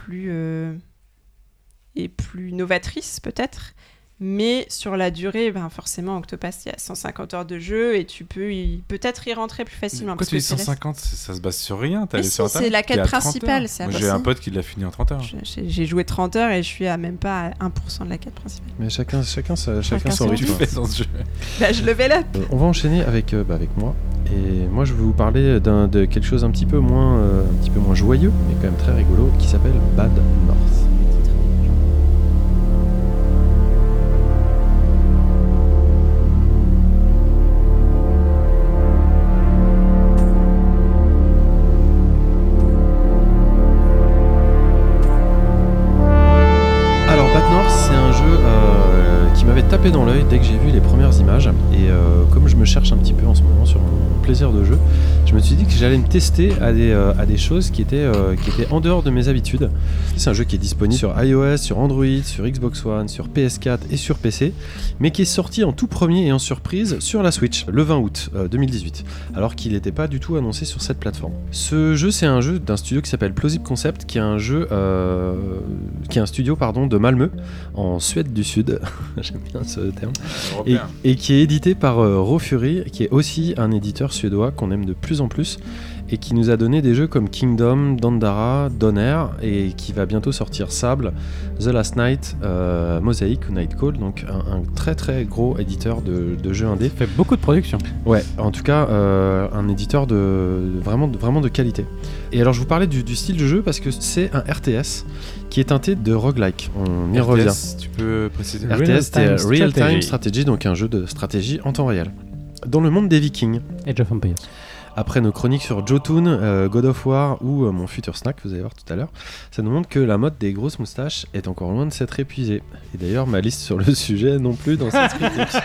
plus novatrice, peut-être. Mais sur la durée, ben forcément, Octopath, il y a 150 heures de jeu et tu peux peut-être y rentrer plus facilement. Pourquoi parce tu dis que Céleste- 150? Ça se base sur rien. T'as Mais allé si, sur c'est Internet, la quête t'es à 30 principale, heures. c'est Moi, pas j'ai un possible. pote qui l'a fini en 30 heures. J'ai joué 30 heures et je suis même pas à 1% de la quête principale. Mais chacun son son rythme. Tu fais dans ce jeu. Bah, je level up. On va enchaîner avec moi. Et moi, je vais vous parler de quelque chose un petit peu moins joyeux, mais quand même très rigolo, qui s'appelle Bad North. Alors Bad North, c'est un jeu qui m'avait tapé dans l'œil dès que j'ai vu les premières images. Et comme je me cherche un petit peu en ce moment sur mon plaisir de jeu, je me suis dit que j'allais me tester à des choses qui étaient en dehors de mes habitudes. C'est un jeu qui est disponible sur iOS, sur Android, sur Xbox One, sur PS4 et sur PC, mais qui est sorti en tout premier et en surprise sur la Switch le 20 août 2018, alors qu'il n'était pas du tout annoncé sur cette plateforme. Ce jeu, c'est un jeu d'un studio qui s'appelle Plausible Concept, qui est un studio de Malmö, en Suède du Sud. J'aime bien ce terme. Et qui est édité par Raw Fury, qui est aussi un éditeur suédois qu'on aime de plus en plus et qui nous a donné des jeux comme Kingdom, Dandara, Donner, et qui va bientôt sortir Sable, The Last Night, Mosaic ou Nightcall, donc un très très gros éditeur de jeux indés. Il fait beaucoup de production. Ouais, en tout cas, un éditeur vraiment de qualité. Et alors je vous parlais du style de jeu parce que c'est un RTS qui est teinté de roguelike. On y revient. Tu peux préciser RTS, c'est Real Time Strategy, donc un jeu de stratégie en temps réel. Dans le monde des Vikings. Age of Empires. Après nos chroniques sur Jotun, God of War ou mon futur snack, vous allez voir tout à l'heure, ça nous montre que la mode des grosses moustaches est encore loin de s'être épuisée. Et d'ailleurs, ma liste sur le sujet non plus dans cette critique.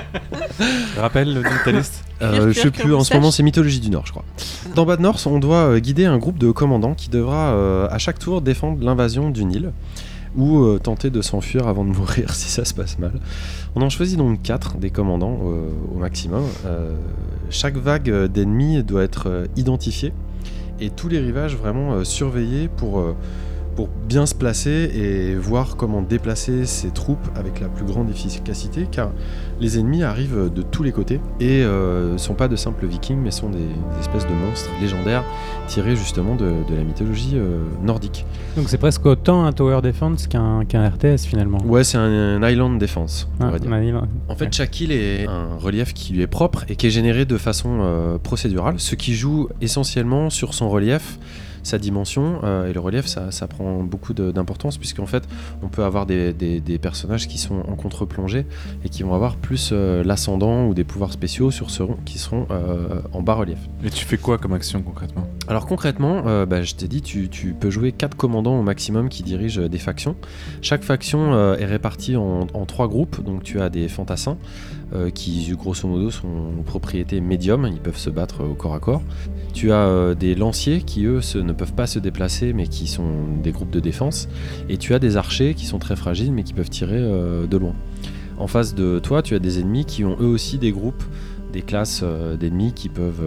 Rappelle le nom de ta liste. Je sais plus, en ce moment c'est Mythologie du Nord, je crois. Dans Bad North, on doit guider un groupe de commandants qui devra à chaque tour défendre l'invasion d'une île ou tenter de s'enfuir avant de mourir si ça se passe mal. On en choisit donc 4 des commandants au maximum. Chaque vague d'ennemis doit être identifiée et tous les rivages vraiment surveillés pour bien se placer et voir comment déplacer ses troupes avec la plus grande efficacité, car les ennemis arrivent de tous les côtés et sont pas de simples vikings mais sont des espèces de monstres légendaires tirés justement de la mythologie nordique. Donc c'est presque autant un tower defense qu'un RTS finalement. Ouais, c'est un island defense, on va dire. En fait, ouais. chaque île est un relief qui lui est propre et qui est généré de façon procédurale, ce qui joue essentiellement sur son relief, sa dimension, et le relief ça prend beaucoup d'importance puisqu'en fait on peut avoir des personnages qui sont en contre-plongée et qui vont avoir plus l'ascendant ou des pouvoirs spéciaux qui seront en bas-relief. Et tu fais quoi comme action concrètement ? Alors concrètement, je t'ai dit, tu peux jouer 4 commandants au maximum qui dirigent des factions. Chaque faction est répartie en 3 groupes, donc tu as des fantassins qui grosso modo sont propriété médium, ils peuvent se battre au corps à corps. Tu as des lanciers qui eux ne peuvent pas se déplacer mais qui sont des groupes de défense, et tu as des archers qui sont très fragiles mais qui peuvent tirer de loin. En face de toi, tu as des ennemis qui ont eux aussi des groupes, des classes d'ennemis qui peuvent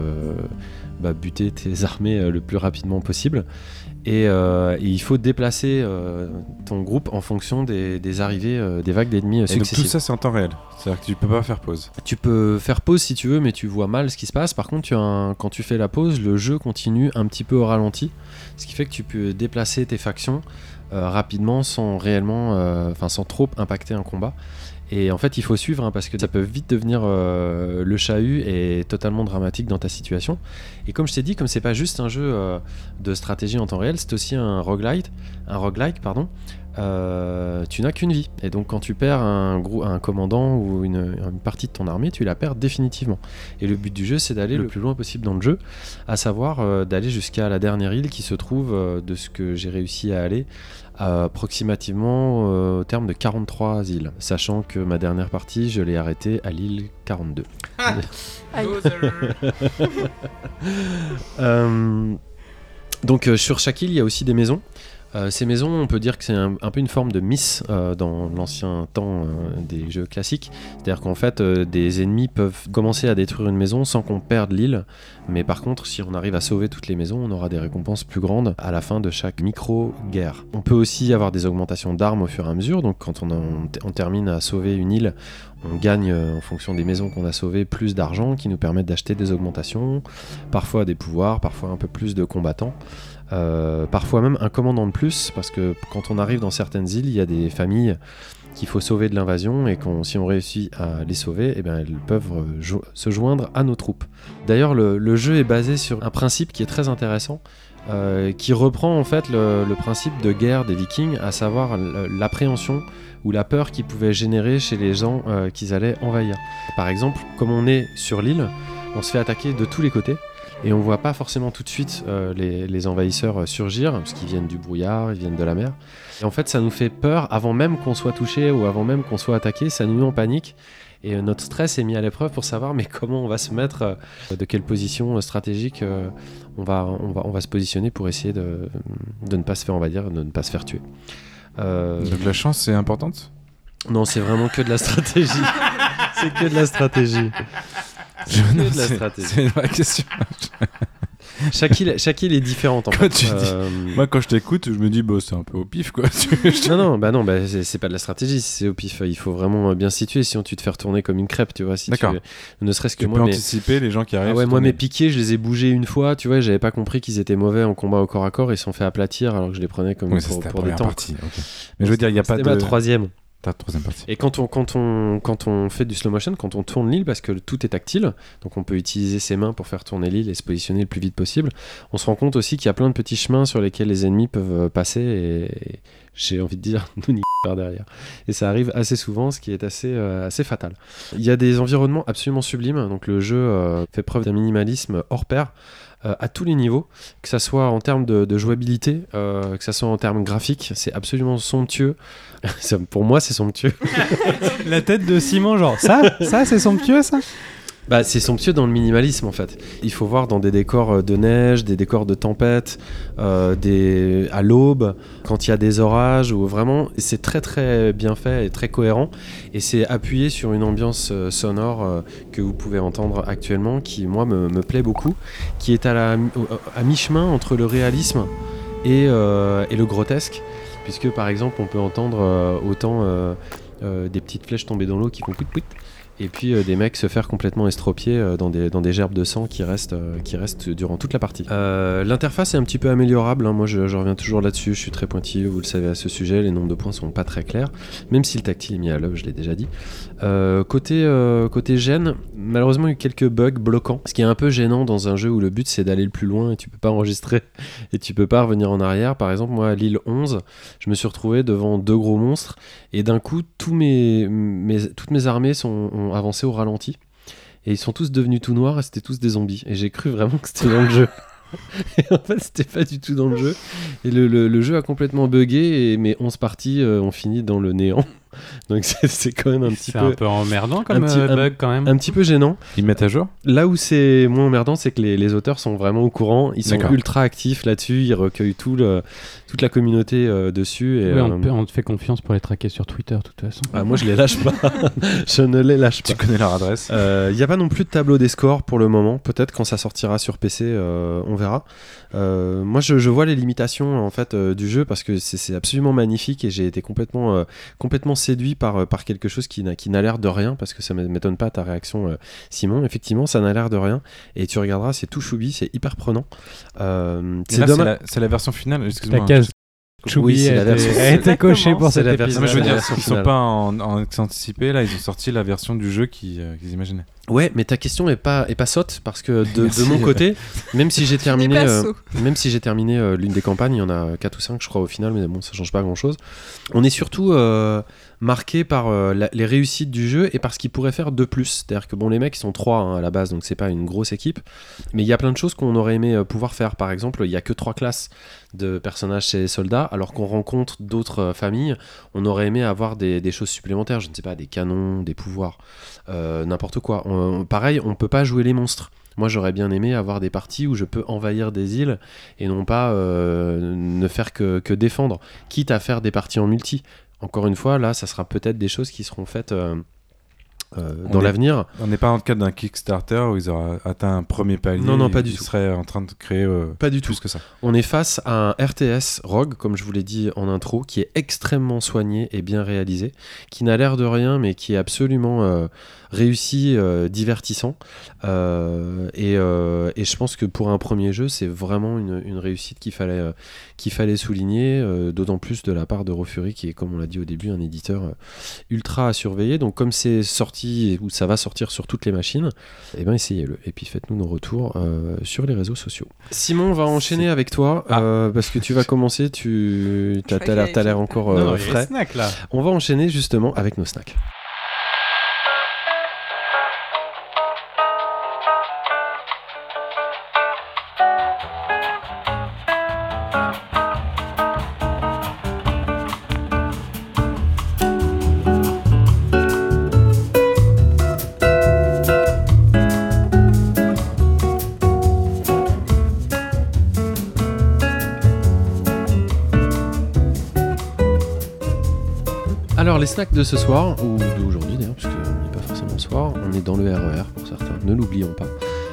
buter tes armées le plus rapidement possible. Et il faut déplacer ton groupe en fonction des arrivées des vagues d'ennemis successives. Et donc tout ça c'est en temps réel, c'est-à-dire que tu peux pas faire pause. Tu peux faire pause si tu veux, mais tu vois mal ce qui se passe. Par contre, quand tu fais la pause, le jeu continue un petit peu au ralenti, ce qui fait que tu peux déplacer tes factions rapidement sans trop impacter un combat. Et en fait, il faut suivre parce que ça peut vite devenir le chahut et totalement dramatique dans ta situation. Et comme je t'ai dit, comme c'est pas juste un jeu de stratégie en temps réel, c'est aussi un roguelike, tu n'as qu'une vie. Et donc, quand tu perds un commandant ou une partie de ton armée, tu la perds définitivement. Et le but du jeu, c'est d'aller le plus loin possible dans le jeu, à savoir d'aller jusqu'à la dernière île qui se trouve, de ce que j'ai réussi à aller, approximativement au terme de 43 îles, sachant que ma dernière partie je l'ai arrêtée à l'île 42. Donc sur chaque île il y a aussi des maisons. Ces maisons, on peut dire que c'est un peu une forme de miss dans l'ancien temps des jeux classiques. C'est-à-dire qu'en fait, des ennemis peuvent commencer à détruire une maison sans qu'on perde l'île. Mais par contre, si on arrive à sauver toutes les maisons, on aura des récompenses plus grandes à la fin de chaque micro-guerre. On peut aussi avoir des augmentations d'armes au fur et à mesure. Donc quand on termine à sauver une île, on gagne en fonction des maisons qu'on a sauvées plus d'argent qui nous permettent d'acheter des augmentations, parfois des pouvoirs, parfois un peu plus de combattants. Parfois même un commandant de plus, parce que quand on arrive dans certaines îles, il y a des familles qu'il faut sauver de l'invasion, et si on réussit à les sauver, elles peuvent se joindre à nos troupes. D'ailleurs, le jeu est basé sur un principe qui est très intéressant, qui reprend en fait le principe de guerre des Vikings, à savoir l'appréhension ou la peur qu'ils pouvaient générer chez les gens qu'ils allaient envahir. Par exemple, comme on est sur l'île, on se fait attaquer de tous les côtés. Et on voit pas forcément tout de suite les envahisseurs surgir, parce qu'ils viennent du brouillard, ils viennent de la mer. Et en fait, ça nous fait peur avant même qu'on soit touché ou avant même qu'on soit attaqué, ça nous met en panique. Et notre stress est mis à l'épreuve pour savoir comment on va se mettre, de quelle position stratégique on va se positionner pour essayer de ne pas se faire, de ne pas se faire tuer. Donc la chance c'est importante ? Non, c'est vraiment que de la stratégie. C'est que de la stratégie. C'est une vraie question. Chaque île est différente. En Quand fait. tu Moi, quand je t'écoute, je me dis, c'est un peu au pif, quoi. Non, c'est pas de la stratégie, c'est au pif. Il faut vraiment bien situer, sinon tu te fais retourner comme une crêpe, tu vois. Si D'accord. Ne serait-ce que tu moi. peux anticiper les gens qui arrivent. Moi, mes piquets, je les ai bougés une fois, tu vois. J'avais pas compris qu'ils étaient mauvais en combat au corps à corps. Ils se sont fait aplatir alors que je les prenais comme pour des tanks. Okay. Mais je veux dire, il y a pas de. C'était ma troisième. Ta troisième partie. Et quand on fait du slow motion, quand on tourne l'île, parce que tout est tactile, donc on peut utiliser ses mains pour faire tourner l'île et se positionner le plus vite possible, on se rend compte aussi qu'il y a plein de petits chemins sur lesquels les ennemis peuvent passer et j'ai envie de dire nous niquer par derrière. Et ça arrive assez souvent, ce qui est assez fatal. Il y a des environnements absolument sublimes, donc le jeu fait preuve d'un minimalisme hors pair. À tous les niveaux, que ça soit en termes de jouabilité, que ça soit en termes graphiques, c'est absolument somptueux. Pour moi, c'est somptueux. La tête de Simon, genre, ça c'est somptueux, ça? Bah, c'est somptueux dans le minimalisme en fait. Il faut voir dans des décors de neige, des décors de tempête, à l'aube, quand il y a des orages, où vraiment c'est très très bien fait et très cohérent. Et c'est appuyé sur une ambiance sonore que vous pouvez entendre actuellement, qui moi me plaît beaucoup, qui est à mi-chemin entre le réalisme et le grotesque, puisque par exemple on peut entendre autant des petites flèches tomber dans l'eau qui font pouit-pouit, et puis des mecs se faire complètement estropier dans des gerbes de sang qui restent durant toute la partie. L'interface est un petit peu améliorable, hein. Moi je reviens toujours là-dessus, je suis très pointilleux, vous le savez à ce sujet, les nombres de points sont pas très clairs, même si le tactile est mis à l'œuvre, je l'ai déjà dit. Côté gêne, malheureusement il y a eu quelques bugs bloquants, ce qui est un peu gênant dans un jeu où le but c'est d'aller le plus loin et tu peux pas enregistrer et tu peux pas revenir en arrière. Par exemple, moi à l'île 11, je me suis retrouvé devant 2 gros monstres et d'un coup toutes mes armées ont avancé au ralenti et ils sont tous devenus tout noirs et c'était tous des zombies et j'ai cru vraiment que c'était dans le jeu. Et en fait c'était pas du tout dans le jeu et le jeu a complètement bugué et mes 11 parties ont fini dans le néant. Donc c'est quand même un petit peu... C'est un peu emmerdant comme bug quand même. Un petit peu gênant. Ils mettent à jour. Là où c'est moins emmerdant, c'est que les auteurs sont vraiment au courant. Ils sont D'accord. ultra actifs là-dessus. Ils recueillent toute la communauté dessus. Et, oui, on te fait confiance pour les traquer sur Twitter de toute façon. Moi je les lâche pas. Je ne les lâche pas. Tu connais leur adresse. Il n'y a pas non plus de tableau des scores pour le moment. Peut-être quand ça sortira sur PC, on verra. Moi je vois les limitations en fait du jeu parce que c'est absolument magnifique et j'ai été complètement séduit par quelque chose qui n'a l'air de rien, parce que ça ne m'étonne pas ta réaction Simon. Effectivement ça n'a l'air de rien et tu regarderas, c'est tout choubi, c'est hyper prenant. C'est dommage. C'est la version finale, excuse-moi. Ta case oui, c'est la version. Elle a été cochée pour cette version. Non, mais je veux dire, version ils sont finale. pas en accès anticipé, là ils ont sorti la version du jeu qu'ils imaginaient. Ouais, mais ta question est pas sotte parce que de mon côté, même si j'ai terminé l'une des campagnes, il y en a 4 ou 5 je crois au final, mais bon ça change pas grand chose. On est surtout marqué par les réussites du jeu et par ce qu'il pourrait faire de plus. C'est-à-dire que bon, les mecs ils sont 3 à la base, donc c'est pas une grosse équipe, mais il y a plein de choses qu'on aurait aimé pouvoir faire. Par exemple, il y a que 3 classes de personnages chez les soldats, alors qu'on rencontre d'autres familles, on aurait aimé avoir des choses supplémentaires, je ne sais pas, des canons, des pouvoirs, n'importe quoi. Pareil, on peut pas jouer les monstres. Moi j'aurais bien aimé avoir des parties où je peux envahir des îles et non pas ne faire que défendre, quitte à faire des parties en multi. Encore une fois, là ça sera peut-être des choses qui seront faites dans l'avenir. On n'est pas dans le cadre d'un Kickstarter où ils auraient atteint un premier palier. Non, pas du ils tout. seraient en train de créer pas du plus tout que ça. On est face à un RTS Rogue, comme je vous l'ai dit en intro, qui est extrêmement soigné et bien réalisé, qui n'a l'air de rien, mais qui est absolument réussi, divertissant. Et je pense que pour un premier jeu, c'est vraiment une réussite qu'il fallait souligner, d'autant plus de la part de Raw Fury, qui est, comme on l'a dit au début, un éditeur ultra à surveiller. Donc comme c'est sorti, ou ça va sortir sur toutes les machines, eh ben essayez-le. Et puis faites-nous nos retours sur les réseaux sociaux. Simon, on va enchaîner avec toi, parce que tu vas commencer, t'as l'air encore frais. Snack, là. On va enchaîner justement avec nos snacks. Alors les snacks de ce soir, ou d'aujourd'hui d'ailleurs, parce qu'on n'est pas forcément le soir, on est dans le RER pour certains, ne l'oublions pas.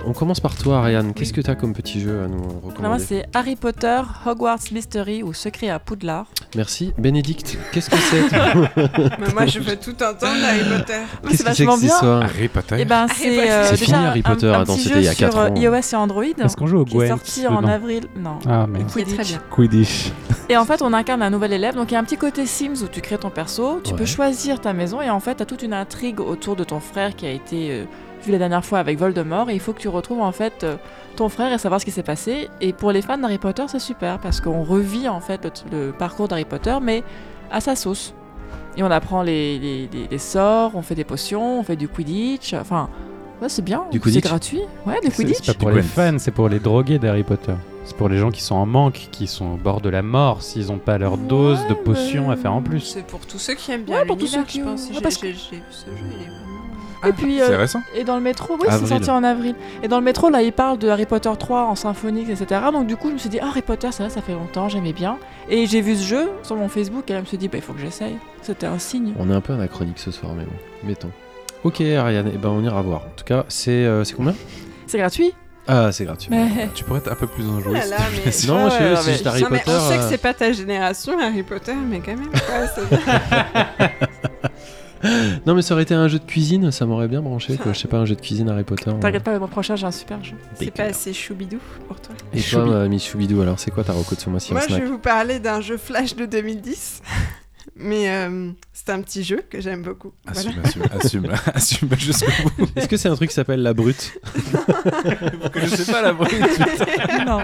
On commence par toi, Ariane. Qu'est-ce que tu as comme petit jeu à nous recommander? Alors moi, c'est Harry Potter, Hogwarts Mystery ou Secret à Poudlard. Merci. Bénédicte, qu'est-ce que c'est? Mais moi, je veux tout entendre d'Harry Potter. Oui, Qu'est-ce c'est que c'est que vachement cette bien. histoire? Harry Potter. Et ben, C'est déjà fini, Harry Potter. un Attends, petit c'était jeu il y a 4 sur ans. iOS et Android. Est-ce qu'on joue au Qui est Gwent sorti en dedans avril. Non. Ah, mais C'est très bien. Quidditch. Et en fait, on incarne un nouvel élève. Donc, il y a un petit côté Sims où tu crées ton perso. Tu Ouais. peux choisir ta maison. Et en fait, tu as toute une intrigue autour de ton frère qui a été vu la dernière fois avec Voldemort. Et il faut que tu retrouves en fait ton frère et savoir ce qui s'est passé. Et pour les fans d'Harry Potter, c'est super parce qu'on revit en fait le parcours d'Harry Potter, mais à sa sauce. Et on apprend les sorts, on fait des potions, on fait du Quidditch. Enfin, ouais, c'est bien. Du Quidditch. C'est gratuit. Ouais, du C'est Quidditch. c'est pas pour Du les Gwent. fans, c'est pour les drogués d'Harry Potter. C'est pour les gens qui sont en manque, qui sont au bord de la mort, s'ils n'ont pas leur dose de potions à faire en plus. C'est pour tous ceux qui aiment bien Ouais, pour tous l'univers, ceux qui je pense. ont- J'ai parce que- vu ce jeu, il est vraiment... Et puis, C'est récent. et dans le métro, oui, c'est Avril. sorti en avril. Et dans le métro, là, il parle de Harry Potter 3 en symphonique, etc. Donc, du coup, je me suis dit, Harry Potter, c'est vrai, ça fait longtemps, j'aimais bien. Et j'ai vu ce jeu sur mon Facebook, et là, je me suis dit, il faut que j'essaye. C'était un signe. On est un peu anachronique ce soir, mais bon, mettons. Ok, Ariane, eh ben, on ira voir. En tout cas, c'est combien? C'est gratuit. Ah, c'est gratuit. Mais. Tu pourrais être un peu plus Oh enjoué. là s'il là, te plaît. mais- Non, moi, je Ouais, sais, c'est juste Harry Non, mais Potter. on sait que c'est pas ta génération, Harry Potter, mais quand même. Ouais, c'est bien. Non, mais ça aurait été un jeu de cuisine, ça m'aurait bien branché, quoi. Je sais pas, un jeu de cuisine Harry Potter. T'inquiète pas, le mois prochain, j'ai un super jeu. C'est pas assez choubidou pour toi. Et toi, Miss Choubidou, alors c'est quoi ta reco de ce mois-ci en Moi, je snack? vais vous parler d'un jeu Flash de 2010. Mais c'est un petit jeu que j'aime beaucoup. Voilà. Assume jusqu'au bout. Est-ce que c'est un truc qui s'appelle La Brute? Vous connaissez pas la brute. Non.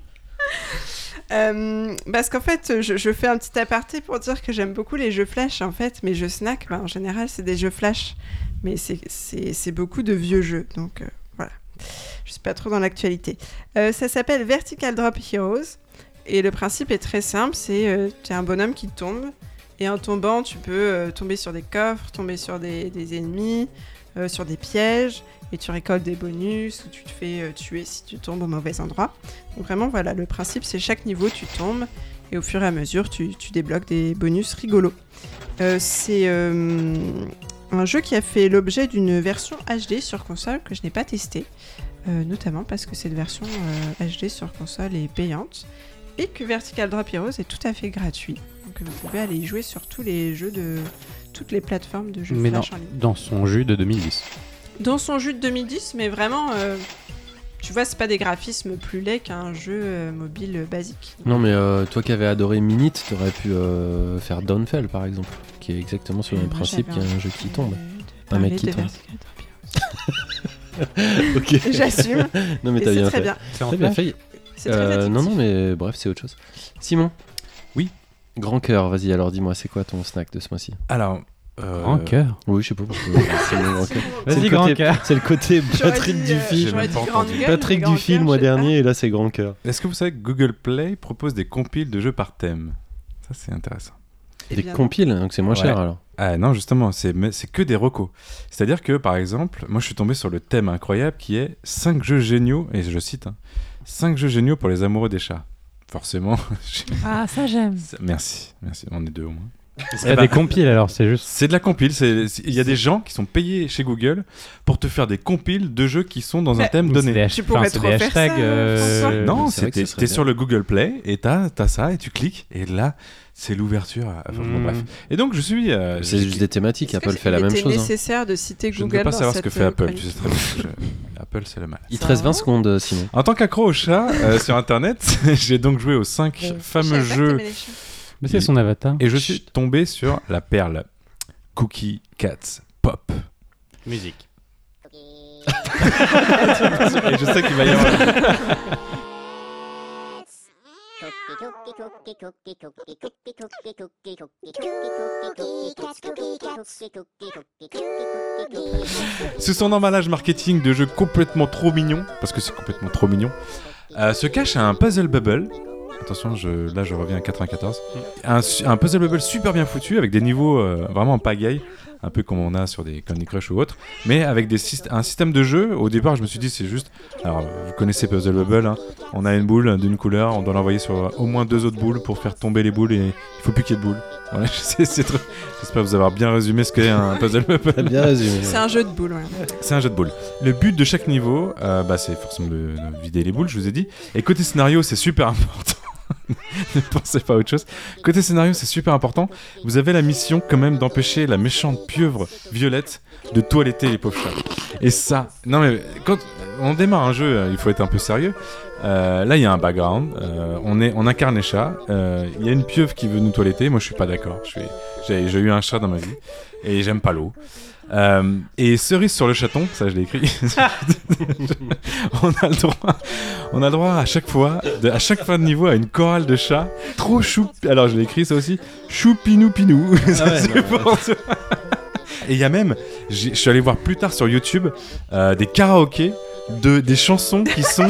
Parce qu'en fait, je fais un petit aparté pour dire que j'aime beaucoup les jeux Flash. En fait, mes jeux snack, en général, c'est des jeux Flash. Mais c'est beaucoup de vieux jeux. Donc voilà. Je suis pas trop dans l'actualité. Ça s'appelle Vertical Drop Heroes. Et le principe est très simple. C'est tu es un bonhomme qui tombe. Et en tombant, tu peux tomber sur des coffres, tomber sur des ennemis, sur des pièges. Et tu récoltes des bonus ou tu te fais tuer si tu tombes au mauvais endroit. Donc vraiment, voilà, le principe, c'est chaque niveau, tu tombes et au fur et à mesure, tu débloques des bonus rigolos. C'est un jeu qui a fait l'objet d'une version HD sur console que je n'ai pas testée, notamment parce que cette version HD sur console est payante et que Vertical Drop Heroes est tout à fait gratuit. Donc vous pouvez aller y jouer sur tous les jeux de toutes les plateformes de jeux Mais Flash en ligne. dans son jus de 2010. Dans son jus de 2010, mais vraiment, tu vois, c'est pas des graphismes plus laids qu'un jeu mobile basique. Non, mais toi qui avais adoré Minute, t'aurais pu faire Downfall par exemple, qui est exactement sur le même Moi, principe j'avais qu'un jeu qui tombe. de Un mec parler qui de tombe. Vertical Drop Ok. J'assume. Non, mais Et t'as c'est bien très fait. bien. T'as bien fait. C'est très addictif. Non, mais bref, c'est autre chose. Simon. Oui. Grand cœur, vas-y, alors dis-moi, c'est quoi ton snack de ce mois-ci? Alors. Grand cœur. Oui, je sais pas pourquoi. C'est mon grand cœur. C'est Vas-y, le grand côté- cœur. C'est le côté J'aurais Patrick dit, du film. j'aurais J'ai dit même pas grande entendu. gueule, Patrick mais du grand film cœur, mois je sais pas. dernier, et là c'est grand cœur. Est-ce que vous savez que Google Play propose des compiles de jeux par thème? Ça, c'est intéressant. Eh Des bien, compiles, donc c'est moins Ouais. cher alors. Ah non, justement, c'est que des recos. C'est-à-dire que, par exemple, moi je suis tombé sur le thème incroyable qui est 5 jeux géniaux, et je cite, 5 jeux géniaux pour les amoureux des chats. Forcément. Ah, ça, j'aime. Merci, on est deux au moins. Il y a des compiles alors, c'est juste. C'est de la compile. Il y a des gens qui sont payés chez Google pour te faire des compiles de jeux qui sont dans un Mais- thème C'est donné. des, Tu pourrais c'est trop des faire hashtags. ça, François. Non, c'est vrai que t'es ce serait sur bien. le Google Play et t'as ça et tu cliques et là c'est l'ouverture. Enfin, bon, bref. Et donc je suis. C'est juste des thématiques, Est-ce Apple que fait la il même était chose. Hein. nécessaire de citer Je ne Google veux pas dans savoir ce que cette fait Apple. chronique. Tu sais très bien. Apple c'est le mal. Il te reste 20 secondes, Simon. En tant qu'accro au chat sur internet, j'ai donc joué aux 5 Je fameux savais pas que jeux t'aimais les chats. Mais c'est son avatar. et je suis tombé sur la perle Cookie Cats Pop. Musique. Et je sais qu'il va y avoir. Sous son emballage marketing de jeux complètement trop mignon, parce que c'est complètement trop mignon, se cache un puzzle bubble. Attention, là je reviens à 94. Un puzzle bubble super bien foutu avec des niveaux vraiment en pagaille, un peu comme on a sur des Candy Crush ou autres, mais avec un système de jeu. Au départ, je me suis dit, c'est juste. Alors, vous connaissez Puzzle Bubble, hein. On a une boule d'une couleur, on doit l'envoyer sur au moins 2 autres boules pour faire tomber les boules et il faut plus qu'il y ait de boules. Voilà, j'espère vous avoir bien résumé ce qu'est un Puzzle Bubble. T'as bien résumé. C'est un jeu de boules, ouais. C'est un jeu de boules. Le but de chaque niveau, c'est forcément de vider les boules, je vous ai dit. Et côté scénario, c'est super important. Ne pensez pas à autre chose. Côté scénario, c'est super important. Vous avez la mission quand même d'empêcher la méchante pieuvre Violette de toiletter les pauvres chats. Et ça, non mais quand on démarre un jeu, il faut être un peu sérieux. Là, il y a un background. On incarne les chats. Il y a une pieuvre qui veut nous toiletter. Moi, je suis pas d'accord. J'ai eu un chat dans ma vie et j'aime pas l'eau. Et cerise sur le chaton, ça je l'ai écrit. on a le droit à chaque fois, à chaque fin de niveau, à une chorale de chats trop chou. Alors je l'ai écrit ça aussi, choupinou pinou. Et il y a même, je suis allé voir plus tard sur YouTube des karaokés des chansons qui sont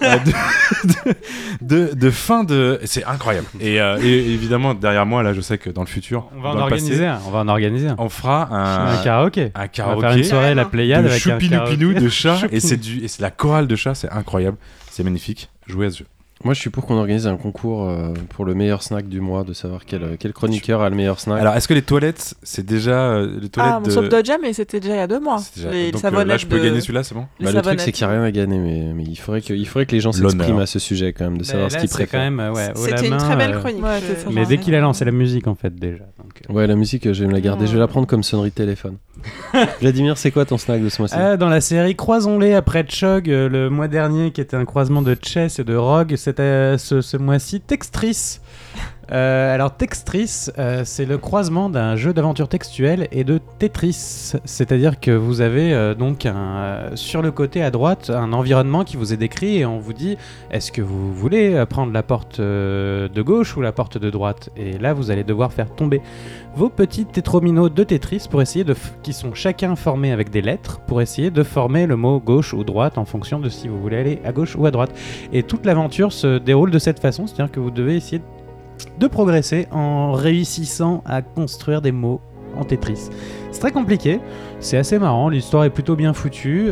de fin de. C'est incroyable. Et évidemment, derrière moi, là, je sais que dans le futur, on va en organiser un. On fera un karaoké. Un karaoké. On va faire une soirée la Pléiade avec un choupinou de chat. Et c'est la chorale de chat, c'est incroyable. C'est magnifique. Jouez à ce jeu. Moi, je suis pour qu'on organise un concours pour le meilleur snack du mois, de savoir quel chroniqueur a le meilleur snack. Alors, est-ce que les toilettes, c'est déjà les toilettes mon Soap Dodge, mais c'était déjà il y a 2 mois. Donc là, je peux gagner celui-là, c'est bon. Le truc, c'est qu'il n'y a rien à gagner, mais il faudrait que les gens s'expriment à ce sujet quand même, de savoir ce qu'ils préfèrent. C'était une très belle chronique. Mais dès qu'il a lancé la musique, en fait, déjà. Ouais, la musique, je vais me la garder. Je vais la prendre comme sonnerie de téléphone. Vladimir, c'est quoi ton snack de ce mois-ci ? Dans la série Croisons-les après Chog, le mois dernier, qui était un croisement de Chess et de Rogue, c'était ce mois-ci Textris. Alors Textris, c'est le croisement d'un jeu d'aventure textuelle et de Tetris. C'est-à-dire que vous avez donc sur le côté à droite un environnement qui vous est décrit et on vous dit est-ce que vous voulez prendre la porte de gauche ou la porte de droite ? Et là vous allez devoir faire tomber vos petits tétrominos de Tetris pour essayer qui sont chacun formés avec des lettres pour essayer de former le mot gauche ou droite en fonction de si vous voulez aller à gauche ou à droite. Et toute l'aventure se déroule de cette façon, c'est-à-dire que vous devez essayer de progresser en réussissant à construire des mots en Tetris. C'est très compliqué, c'est assez marrant, l'histoire est plutôt bien foutue,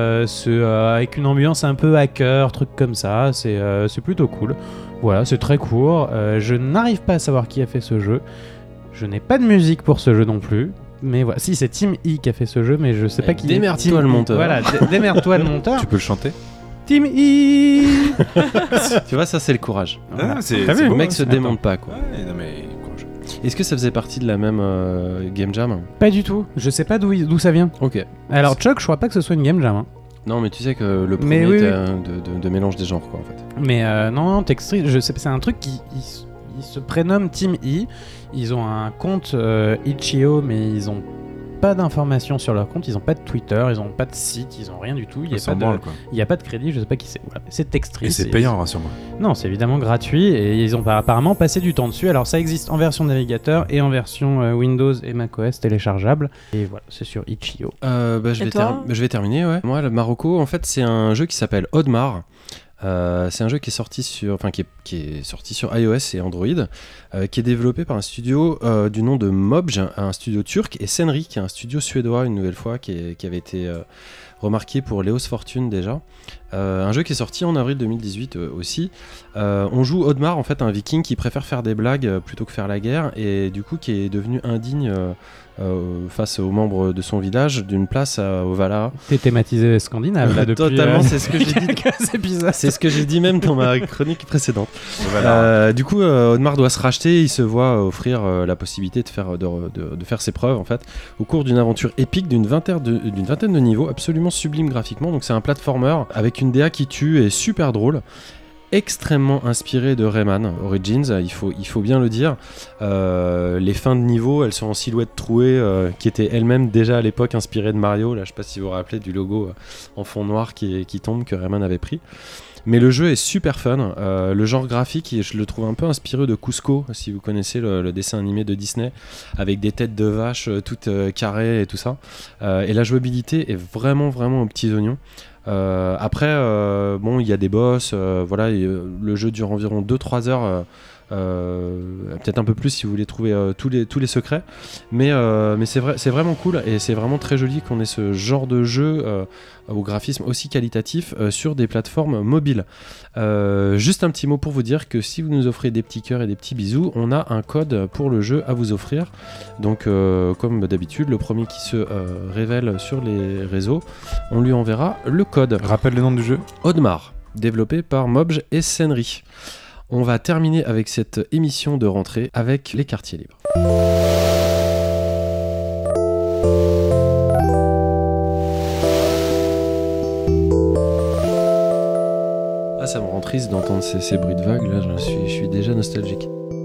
avec une ambiance un peu hacker, truc comme ça, c'est plutôt cool. Voilà, c'est très court, je n'arrive pas à savoir qui a fait ce jeu, je n'ai pas de musique pour ce jeu non plus. Mais voilà, si c'est Team E qui a fait ce jeu, mais je sais pas qui. Démerde-toi le monteur. Voilà, démerde-toi le monteur. Tu peux le chanter ? Team E. Tu vois, ça c'est le courage. T'as vu, le mec se démonte pas quoi. Ouais, non mais courage. Est-ce que ça faisait partie de la même Game Jam ? Pas du tout, je sais pas d'où ça vient. Ok. Alors Chuck, je crois pas que ce soit une Game Jam. Hein. Non, mais tu sais que le premier était de mélange des genres quoi en fait. Mais non, Textris, je sais, c'est un truc qui se prénomme Team E. Ils ont un compte Itch.io, mais ils ont pas d'informations sur leur compte, ils ont pas de Twitter, ils ont pas de site, ils ont rien du tout. Il y a pas de crédit, je sais pas qui c'est. Voilà. C'est Textris. Et c'est payant, rassure-moi. Non, c'est évidemment gratuit et ils ont apparemment passé du temps dessus. Alors ça existe en version navigateur et en version Windows et macOS téléchargeable. Et voilà, c'est sur Itch.io. Je vais terminer, ouais. Moi, le Marocco, en fait, c'est un jeu qui s'appelle Audemars. C'est un jeu qui est sorti qui est sorti sur iOS et Android, qui est développé par un studio du nom de Mobj, un studio turc, et Senri, qui est un studio suédois une nouvelle fois, qui avait été remarqué pour Leos Fortune déjà. Un jeu qui est sorti en avril 2018 aussi. On joue Audemars, en fait un viking qui préfère faire des blagues plutôt que faire la guerre, et du coup qui est devenu indigne face aux membres de son village d'une place au Valhalla. T'es thématisé scandinave là depuis totalement, c'est ce que j'ai dit. Quelques épisodes. C'est ce que j'ai dit même dans ma chronique précédente. Du coup, Audemars doit se racheter. Il se voit offrir la possibilité de faire ses preuves en fait au cours d'une aventure épique d'une vingtaine de niveaux, absolument sublime graphiquement. Donc c'est un platformer avec une DA qui tue et super drôle. Extrêmement inspiré de Rayman Origins, il faut bien le dire. Les fins de niveau, elles sont en silhouette trouée, qui était elle-même déjà à l'époque inspirée de Mario. Là, je sais pas si vous vous rappelez du logo en fond noir qui tombe que Rayman avait pris. Mais le jeu est super fun. Le genre graphique, je le trouve un peu inspiré de Cusco, si vous connaissez le dessin animé de Disney, avec des têtes de vaches toutes carrées et tout ça. Et la jouabilité est vraiment, vraiment aux petits oignons. Après, il y a des boss. Le jeu dure environ 2-3 heures Peut-être un peu plus si vous voulez trouver tous les secrets. Mais c'est vraiment cool et c'est vraiment très joli qu'on ait ce genre de jeu au graphisme aussi qualitatif sur des plateformes mobiles. Juste un petit mot pour vous dire que si vous nous offrez des petits cœurs et des petits bisous, on a un code pour le jeu à vous offrir. Donc comme d'habitude, le premier qui se révèle sur les réseaux, on lui enverra le code. Rappelle le nom du jeu. Audemars, développé par Mobj et Senri. On va terminer avec cette émission de rentrée avec les quartiers libres. Ah, ça me rend triste d'entendre ces bruits de vagues, là, je suis déjà nostalgique.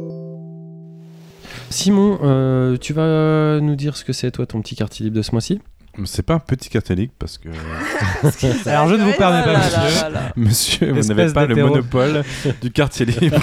Simon, tu vas nous dire ce que c'est, toi, ton petit quartier libre de ce mois-ci ? C'est pas un petit catholique parce que Alors je ne vous permets pas, monsieur, vous Espèce n'avez pas le d'hétéro. monopole du quartier libre.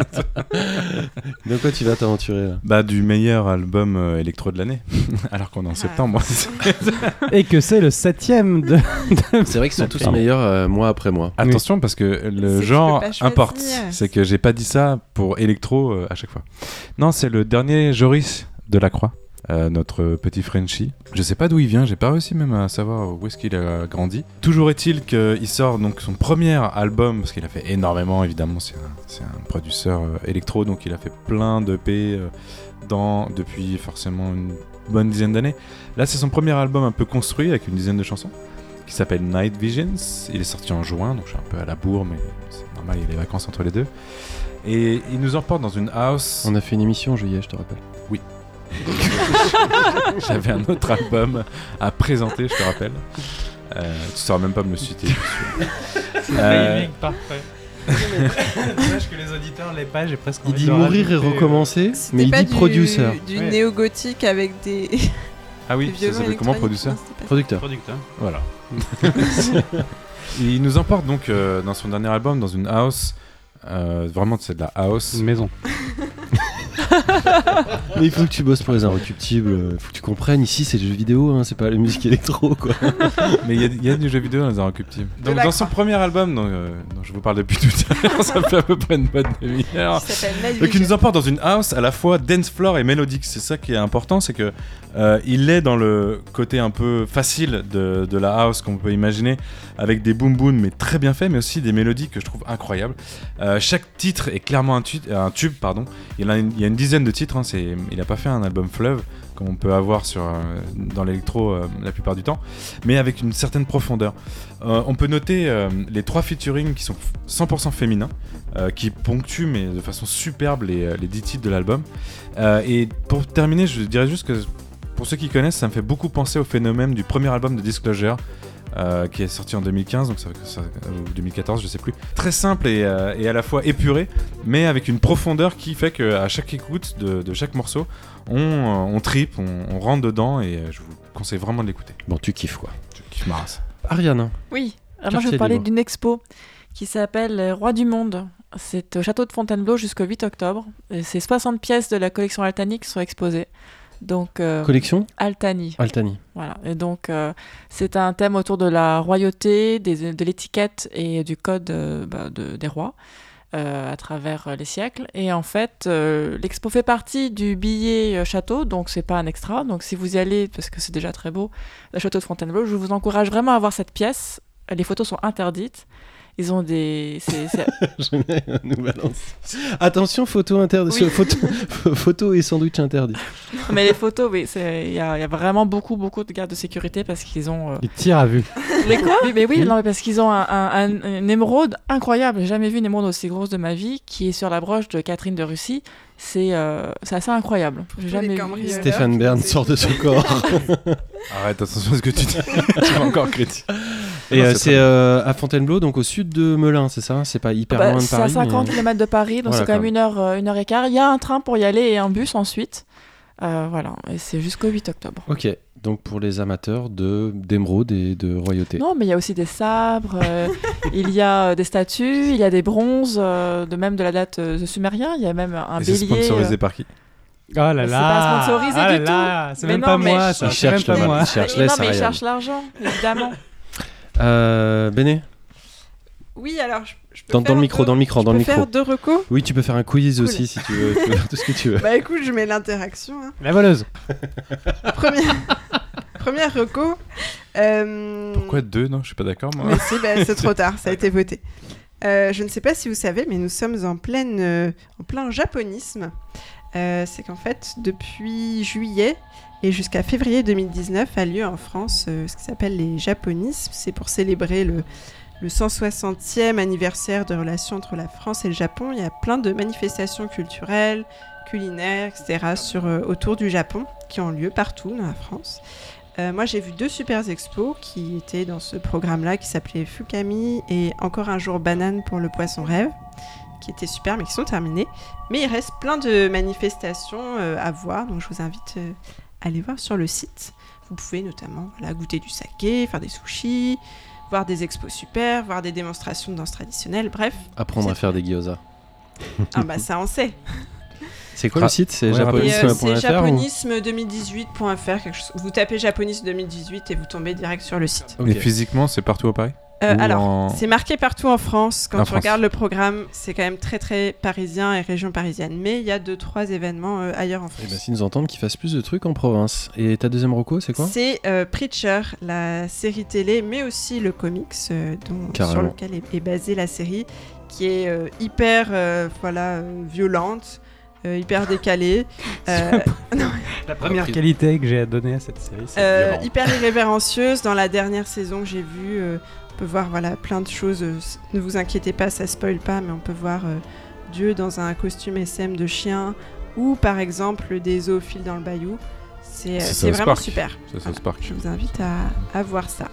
De quoi tu vas t'aventurer là ? Du meilleur album électro de l'année, alors qu'on est en septembre. Et que c'est le 7ème de... C'est vrai qu'ils sont tous meilleurs mois après mois. Attention parce que le C'est genre que tu peux pas importe. choisir. C'est que j'ai pas dit ça pour électro à chaque fois. Non, c'est le dernier Joris Delacroix. Notre petit Frenchie. Je sais pas d'où il vient, j'ai pas réussi même à savoir où est-ce qu'il a grandi. Toujours est-il qu'il sort donc son premier album, parce qu'il a fait énormément, évidemment, c'est un producteur électro, donc il a fait plein d'EP depuis forcément une bonne dizaine d'années. Là, c'est son premier album un peu construit, avec une dizaine de chansons, qui s'appelle Night Visions. Il est sorti en juin, donc je suis un peu à la bourre, mais c'est normal, il y a les vacances entre les deux. Et il nous emporte dans une house... On a fait une émission en juillet, je te rappelle. Oui. J'avais un autre album à présenter, je te rappelle. Tu sauras même pas me le citer. C'est parfait. Dommage que les auditeurs l'aient pas, j'ai presque Il envie dit de mourir et rajouter, recommencer, C'était mais il pas dit producer. Du Ouais. néo-gothique avec des. Ah oui, des ça violons s'appelle comment, électroniques. producteur Non, c'était pas ça. Producteur. producteur. Voilà. Il nous emporte donc dans son dernier album dans une house. Vraiment, c'est de la house. Une maison. Mais il faut que tu bosses pour les Inrecuptibles, il faut que tu comprennes, ici c'est le jeu vidéo, hein, c'est pas la musique électro quoi. Mais il y a du jeu vidéo dans les Inrecuptibles. Donc dans son premier album, dont je vous parle depuis tout à l'heure, ça fait à peu près une bonne demi-heure. Qui s'appelle Night Donc il nous Vision. emporte dans une house à la fois dance floor et mélodique. C'est ça qui est important, c'est que il est dans le côté un peu facile de la house qu'on peut imaginer, avec des boom boom mais très bien fait, mais aussi des mélodies que je trouve incroyables. Chaque titre est clairement un tube, pardon. Il y a une dizaine de titres. Hein, il a pas fait un album fleuve comme on peut avoir dans l'électro la plupart du temps, mais avec une certaine profondeur. On peut noter les 3 featuring qui sont 100% féminins, qui ponctuent mais de façon superbe les 10 titres de l'album. Et pour terminer, je dirais juste que pour ceux qui connaissent, ça me fait beaucoup penser au phénomène du premier album de Disclosure, qui est sorti en 2015, donc ou 2014, je sais plus. Très simple et à la fois épuré, mais avec une profondeur qui fait qu'à chaque écoute de chaque morceau, on tripe, on rentre dedans, et je vous conseille vraiment de l'écouter. Bon, tu kiffes quoi. Je kiffe ma race. Ariane, Oui, alors moi je Quartier vais vous parler libre. d'une expo qui s'appelle Roi du Monde. C'est au château de Fontainebleau jusqu'au 8 octobre. Et c'est 60 pièces de la collection Altani qui sont exposées. Donc, collection Altani. Altani. Voilà. Et donc, c'est un thème autour de la royauté, de l'étiquette et du code des rois à travers les siècles. Et en fait, l'expo fait partie du billet château, donc c'est pas un extra. Donc, si vous y allez, parce que c'est déjà très beau, le château de Fontainebleau, je vous encourage vraiment à voir cette pièce. Les photos sont interdites. Ils ont des... Genève nous balance. Attention, photo interdite. Oui. Photo et sandwich interdit. Mais les photos, oui, il y a vraiment beaucoup de gardes de sécurité parce qu'ils ont... Il tire à vue. Les quoi ? Oui, non, mais parce qu'ils ont une émeraude incroyable. J'ai jamais vu une émeraude aussi grosse de ma vie qui est sur la broche de Catherine de Russie. C'est assez incroyable. J'ai jamais vu. cambrioleurs. Stéphane Bern sort de son corps. Arrête, attention à ce que tu dis. Tu vas encore critiquer. Et Non, c'est à Fontainebleau, donc au sud de Melun, c'est ça ? C'est pas hyper loin de C'est à Paris. 50 km de Paris, donc Voilà, c'est quand même quand une heure et quart. Il y a un train pour y aller et un bus ensuite. Voilà, et c'est jusqu'au 8 octobre. Ok, donc pour les amateurs d'émeraude et de royauté. Non, mais il y a aussi des sabres, il y a des statues, il y a des bronzes, même de la date de Sumérien. Il y a même un Et c'est bélier. sponsorisé par qui? Oh là là. C'est pas sponsorisé Ah du là là, tout. c'est Mais même non, pas mais moi, ça. il C'est même cherche pas le- moi. il cherche. Non, laisse mais il Ariane. cherche l'argent, évidemment. Béné, Oui, alors Dans le micro. Je peux faire 2 recos. Oui, tu peux faire un quiz Cool. aussi si tu veux. Tu peux faire tout ce que tu veux. Bah écoute, je mets l'interaction. Hein. La voleuse. Première reco. Pourquoi 2 Non, je suis pas d'accord, moi. Mais si, c'est trop tard, ça a été voté. Je ne sais pas si vous savez, mais nous sommes en plein japonisme. C'est qu'en fait, depuis juillet et jusqu'à février 2019, a lieu en France ce qui s'appelle les japonismes. C'est pour célébrer le 160e anniversaire de relations entre la France et le Japon. Il y a plein de manifestations culturelles, culinaires, etc. autour du Japon qui ont lieu partout dans la France. Moi, j'ai vu 2 super expos qui étaient dans ce programme-là, qui s'appelait Fukami et Encore un jour banane pour le poisson rêve, qui étaient super, mais qui sont terminés. Mais il reste plein de manifestations à voir, donc je vous invite à aller voir sur le site. Vous pouvez notamment goûter du saké, faire des sushis, voir des expos super, voir des démonstrations de danse traditionnelle, bref. Apprendre à faire des gyoza. Ah bah ça on sait. C'est quoi le site? C'est ouais, japonisme.fr c'est japonisme2018.fr, quelque chose. Vous tapez japonisme 2018 et vous tombez direct sur le site. Ok. Et physiquement, c'est partout à Paris Alors, c'est marqué partout en France. Quand En tu France. regardes le programme, c'est quand même très très parisien et région parisienne. Mais il y a 2-3 événements ailleurs en France. Eh ben, s'ils nous entendent qu'ils fassent plus de trucs en province. Et ta deuxième reco, c'est quoi? C'est Preacher, la série télé, mais aussi le comics sur lequel est basée la série, qui est hyper violente, hyper décalée. La première qualité que j'ai à donner à cette série, c'est violent. Hyper irrévérencieuse. Dans la dernière saison que j'ai vue, on peut voir plein de choses. Ne vous inquiétez pas, ça spoil pas, mais on peut voir Dieu dans un costume SM de chien, ou par exemple des zoophiles dans le bayou. C'est vraiment super. C'est South Park. Je vous invite à voir ça.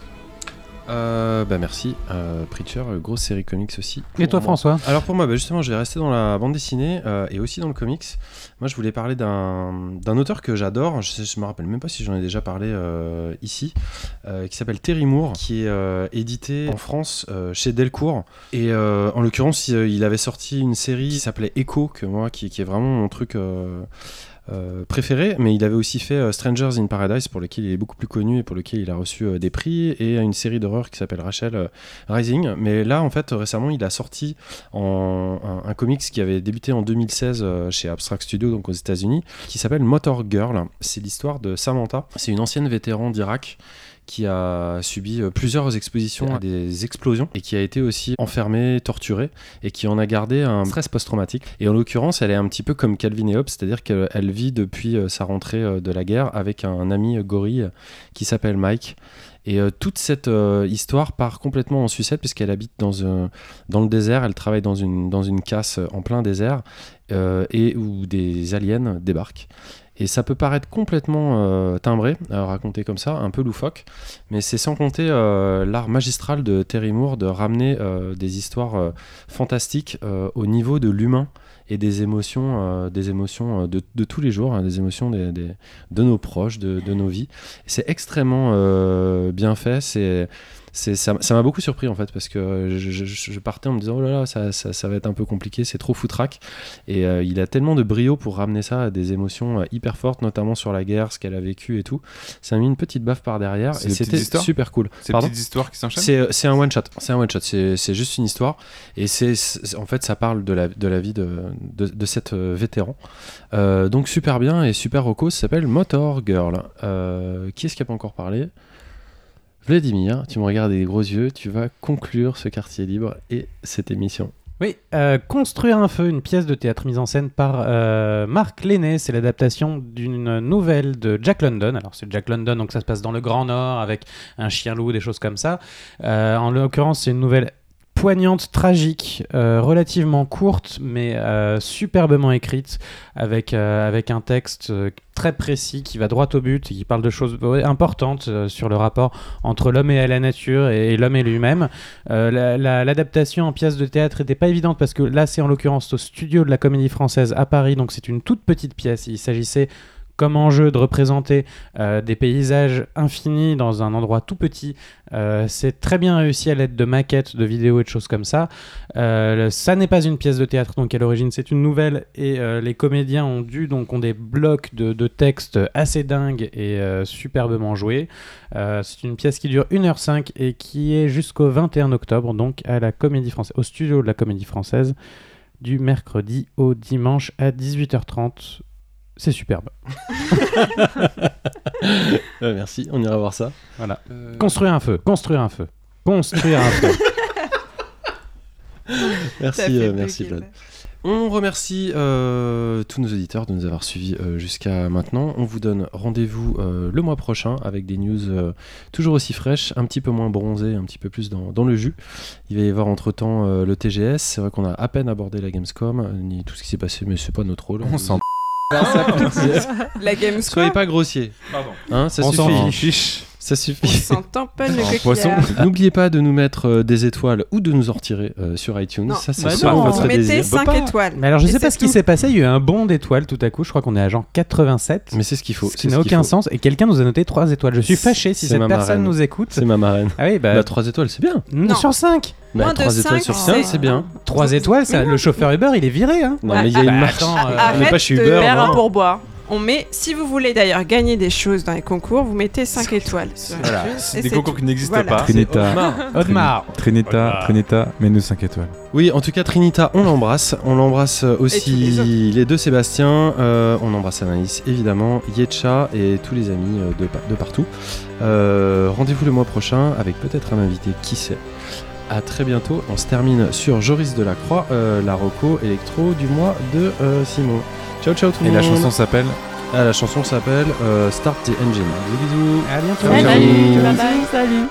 Merci. Preacher, grosse série comics aussi. Et toi, François? Alors pour moi, justement, je vais rester dans la bande dessinée et aussi dans le comics. Moi, je voulais parler d'un auteur que j'adore. Je me rappelle même pas si j'en ai déjà parlé ici, qui s'appelle Terry Moore, qui est édité en France chez Delcourt. Et en l'occurrence, il avait sorti une série qui s'appelait Echo, qui est vraiment mon truc préféré, mais il avait aussi fait Strangers in Paradise, pour lequel il est beaucoup plus connu et pour lequel il a reçu des prix, et une série d'horreur qui s'appelle Rachel Rising. Mais là, en fait, récemment, il a sorti un comics qui avait débuté en 2016 chez Abstract Studio, donc aux États-Unis, qui s'appelle Motor Girl. C'est l'histoire de Samantha. C'est une ancienne vétéran d'Irak qui a subi plusieurs expositions à des explosions et qui a été aussi enfermée, torturée, et qui en a gardé un stress post-traumatique. Et en l'occurrence, elle est un petit peu comme Calvin et Hobbes, c'est-à-dire qu'elle vit depuis sa rentrée de la guerre avec un ami gorille qui s'appelle Mike. Et toute cette histoire part complètement en sucette, puisqu'elle habite dans le désert, elle travaille dans une casse en plein désert, et où des aliens débarquent. Et ça peut paraître complètement timbré, raconté comme ça, un peu loufoque, mais c'est sans compter l'art magistral de Terry Moore de ramener des histoires fantastiques au niveau de l'humain et des émotions de tous les jours, des émotions de nos proches, de nos vies. C'est extrêmement bien fait, ça m'a beaucoup surpris en fait, parce que je partais en me disant oh là là, ça va être un peu compliqué, c'est trop foutraque, et il a tellement de brio pour ramener ça à des émotions hyper fortes, notamment sur la guerre, ce qu'elle a vécu et tout. Ça a mis une petite baffe par derrière, et c'était super cool. C'est des petites histoires qui s'enchaînent. C'est un one shot, c'est juste une histoire, et en fait ça parle de la vie de cette vétéran, donc super bien et super reco. Ça s'appelle Motor Girl. Qui est-ce qui a pas encore parlé? Vladimir, tu me regardes avec des gros yeux, tu vas conclure ce quartier libre et cette émission. Oui, Construire un feu, une pièce de théâtre mise en scène par Marc Lenné. C'est l'adaptation d'une nouvelle de Jack London. Alors c'est Jack London, donc ça se passe dans le Grand Nord avec un chien-loup, des choses comme ça. En l'occurrence, c'est une nouvelle poignante, tragique, relativement courte, mais superbement écrite, avec un texte très précis qui va droit au but et qui parle de choses importantes sur le rapport entre l'homme et la nature et l'homme et lui-même. L'adaptation en pièce de théâtre n'était pas évidente, parce que là c'est en l'occurrence au studio de la Comédie Française à Paris, donc c'est une toute petite pièce. Il s'agissait comme enjeu de représenter des paysages infinis dans un endroit tout petit. C'est très bien réussi à l'aide de maquettes, de vidéos et de choses comme ça. Ça n'est pas une pièce de théâtre, donc à l'origine c'est une nouvelle, et les comédiens ont des blocs de texte assez dingues et superbement joués. C'est une pièce qui dure 1h05 et qui est jusqu'au 21 octobre, donc à la Comédie Française, au studio de la Comédie Française, du mercredi au dimanche à 18h30. C'est superbe. Merci, on ira voir ça. Voilà. Construire un feu. Merci Vlad. On remercie tous nos auditeurs de nous avoir suivis jusqu'à maintenant. On vous donne rendez-vous le mois prochain avec des news toujours aussi fraîches, un petit peu moins bronzées, un petit peu plus dans le jus. Il va y avoir entre-temps le TGS. C'est vrai qu'on a à peine abordé la Gamescom, ni tout ce qui s'est passé, mais c'est pas notre rôle. On s'en La Gamescom. Soyez pas grossier. Pardon. Hein, ça On s'en suffit. fiche. Ça On suffit. s'en tamponne le poisson. coquillard. N'oubliez pas de nous mettre des étoiles ou de nous en retirer sur iTunes. Non. Ça, c'est Bah selon non, votre Vous mettez désir. 5 étoiles. Mais alors je Et sais pas c'est ce qui tout. s'est passé, il y a eu un bond d'étoiles tout à coup, je crois qu'on est à genre 87. Mais c'est ce qu'il faut. Ce qui n'a aucun sens, et quelqu'un nous a noté 3 étoiles. Je suis fâché si C'est cette ma personne marraine. nous écoute. C'est ma marraine. Ah oui, bah, 3 étoiles, c'est bien. Non. sur 5. Moins de 3 étoiles 5, sur 5, c'est bien. 3 étoiles, ça, le chauffeur Uber, il est viré. Hein. Non, mais il y a une Bah, marche. attends, On n'est pas chez arrête de Uber. Faire un non. pourboire. On met, si vous voulez d'ailleurs gagner des choses dans les concours, vous mettez 5 étoiles. Sur Voilà, iTunes, c'est et des concours tout. qui n'existent Voilà. pas. Trinita. Audemars. Trinita, mets-nous 5 étoiles. Oui, en tout cas, Trinita, on l'embrasse. On l'embrasse aussi Et tous les autres. les deux Sébastien. On embrasse Anaïs, évidemment, Yetcha et tous les amis de partout. Rendez-vous le mois prochain avec peut-être un invité, qui sait. À très bientôt. On se termine sur Joris Delacroix, la reco électro du mois de Simon. Ciao, ciao tout le Et monde. la chanson s'appelle La chanson s'appelle Start the Engine. Bisous, bisous. À bientôt. Ciao, ciao. Salut, bye bye, salut.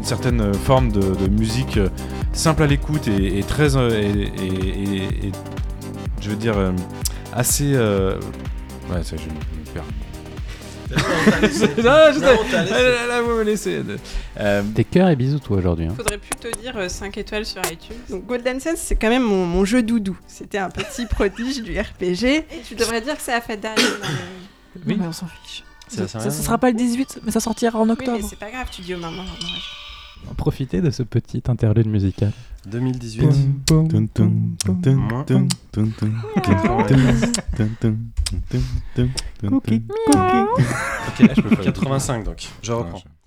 certaine forme de musique simple à l'écoute et très et je veux dire assez ouais, ça je me perds. Non, je sais. Là, vous me laissez. T'es cœur et bisous, toi, aujourd'hui. Hein. Faudrait plutôt dire 5 étoiles sur iTunes. Donc, Golden Sense, c'est quand même mon jeu doudou. C'était un petit prodige du RPG. Et tu devrais dire que c'est la fête d'Ariane. Oui, mais on s'en fiche. Ça sera pas le 18, mais ça sortira en Oui, octobre. mais c'est pas grave, tu dis aux mamans. Profitez de ce petit interlude musical. 2018. Cookie. Ok, là je peux faire 85 donc. Je reprends.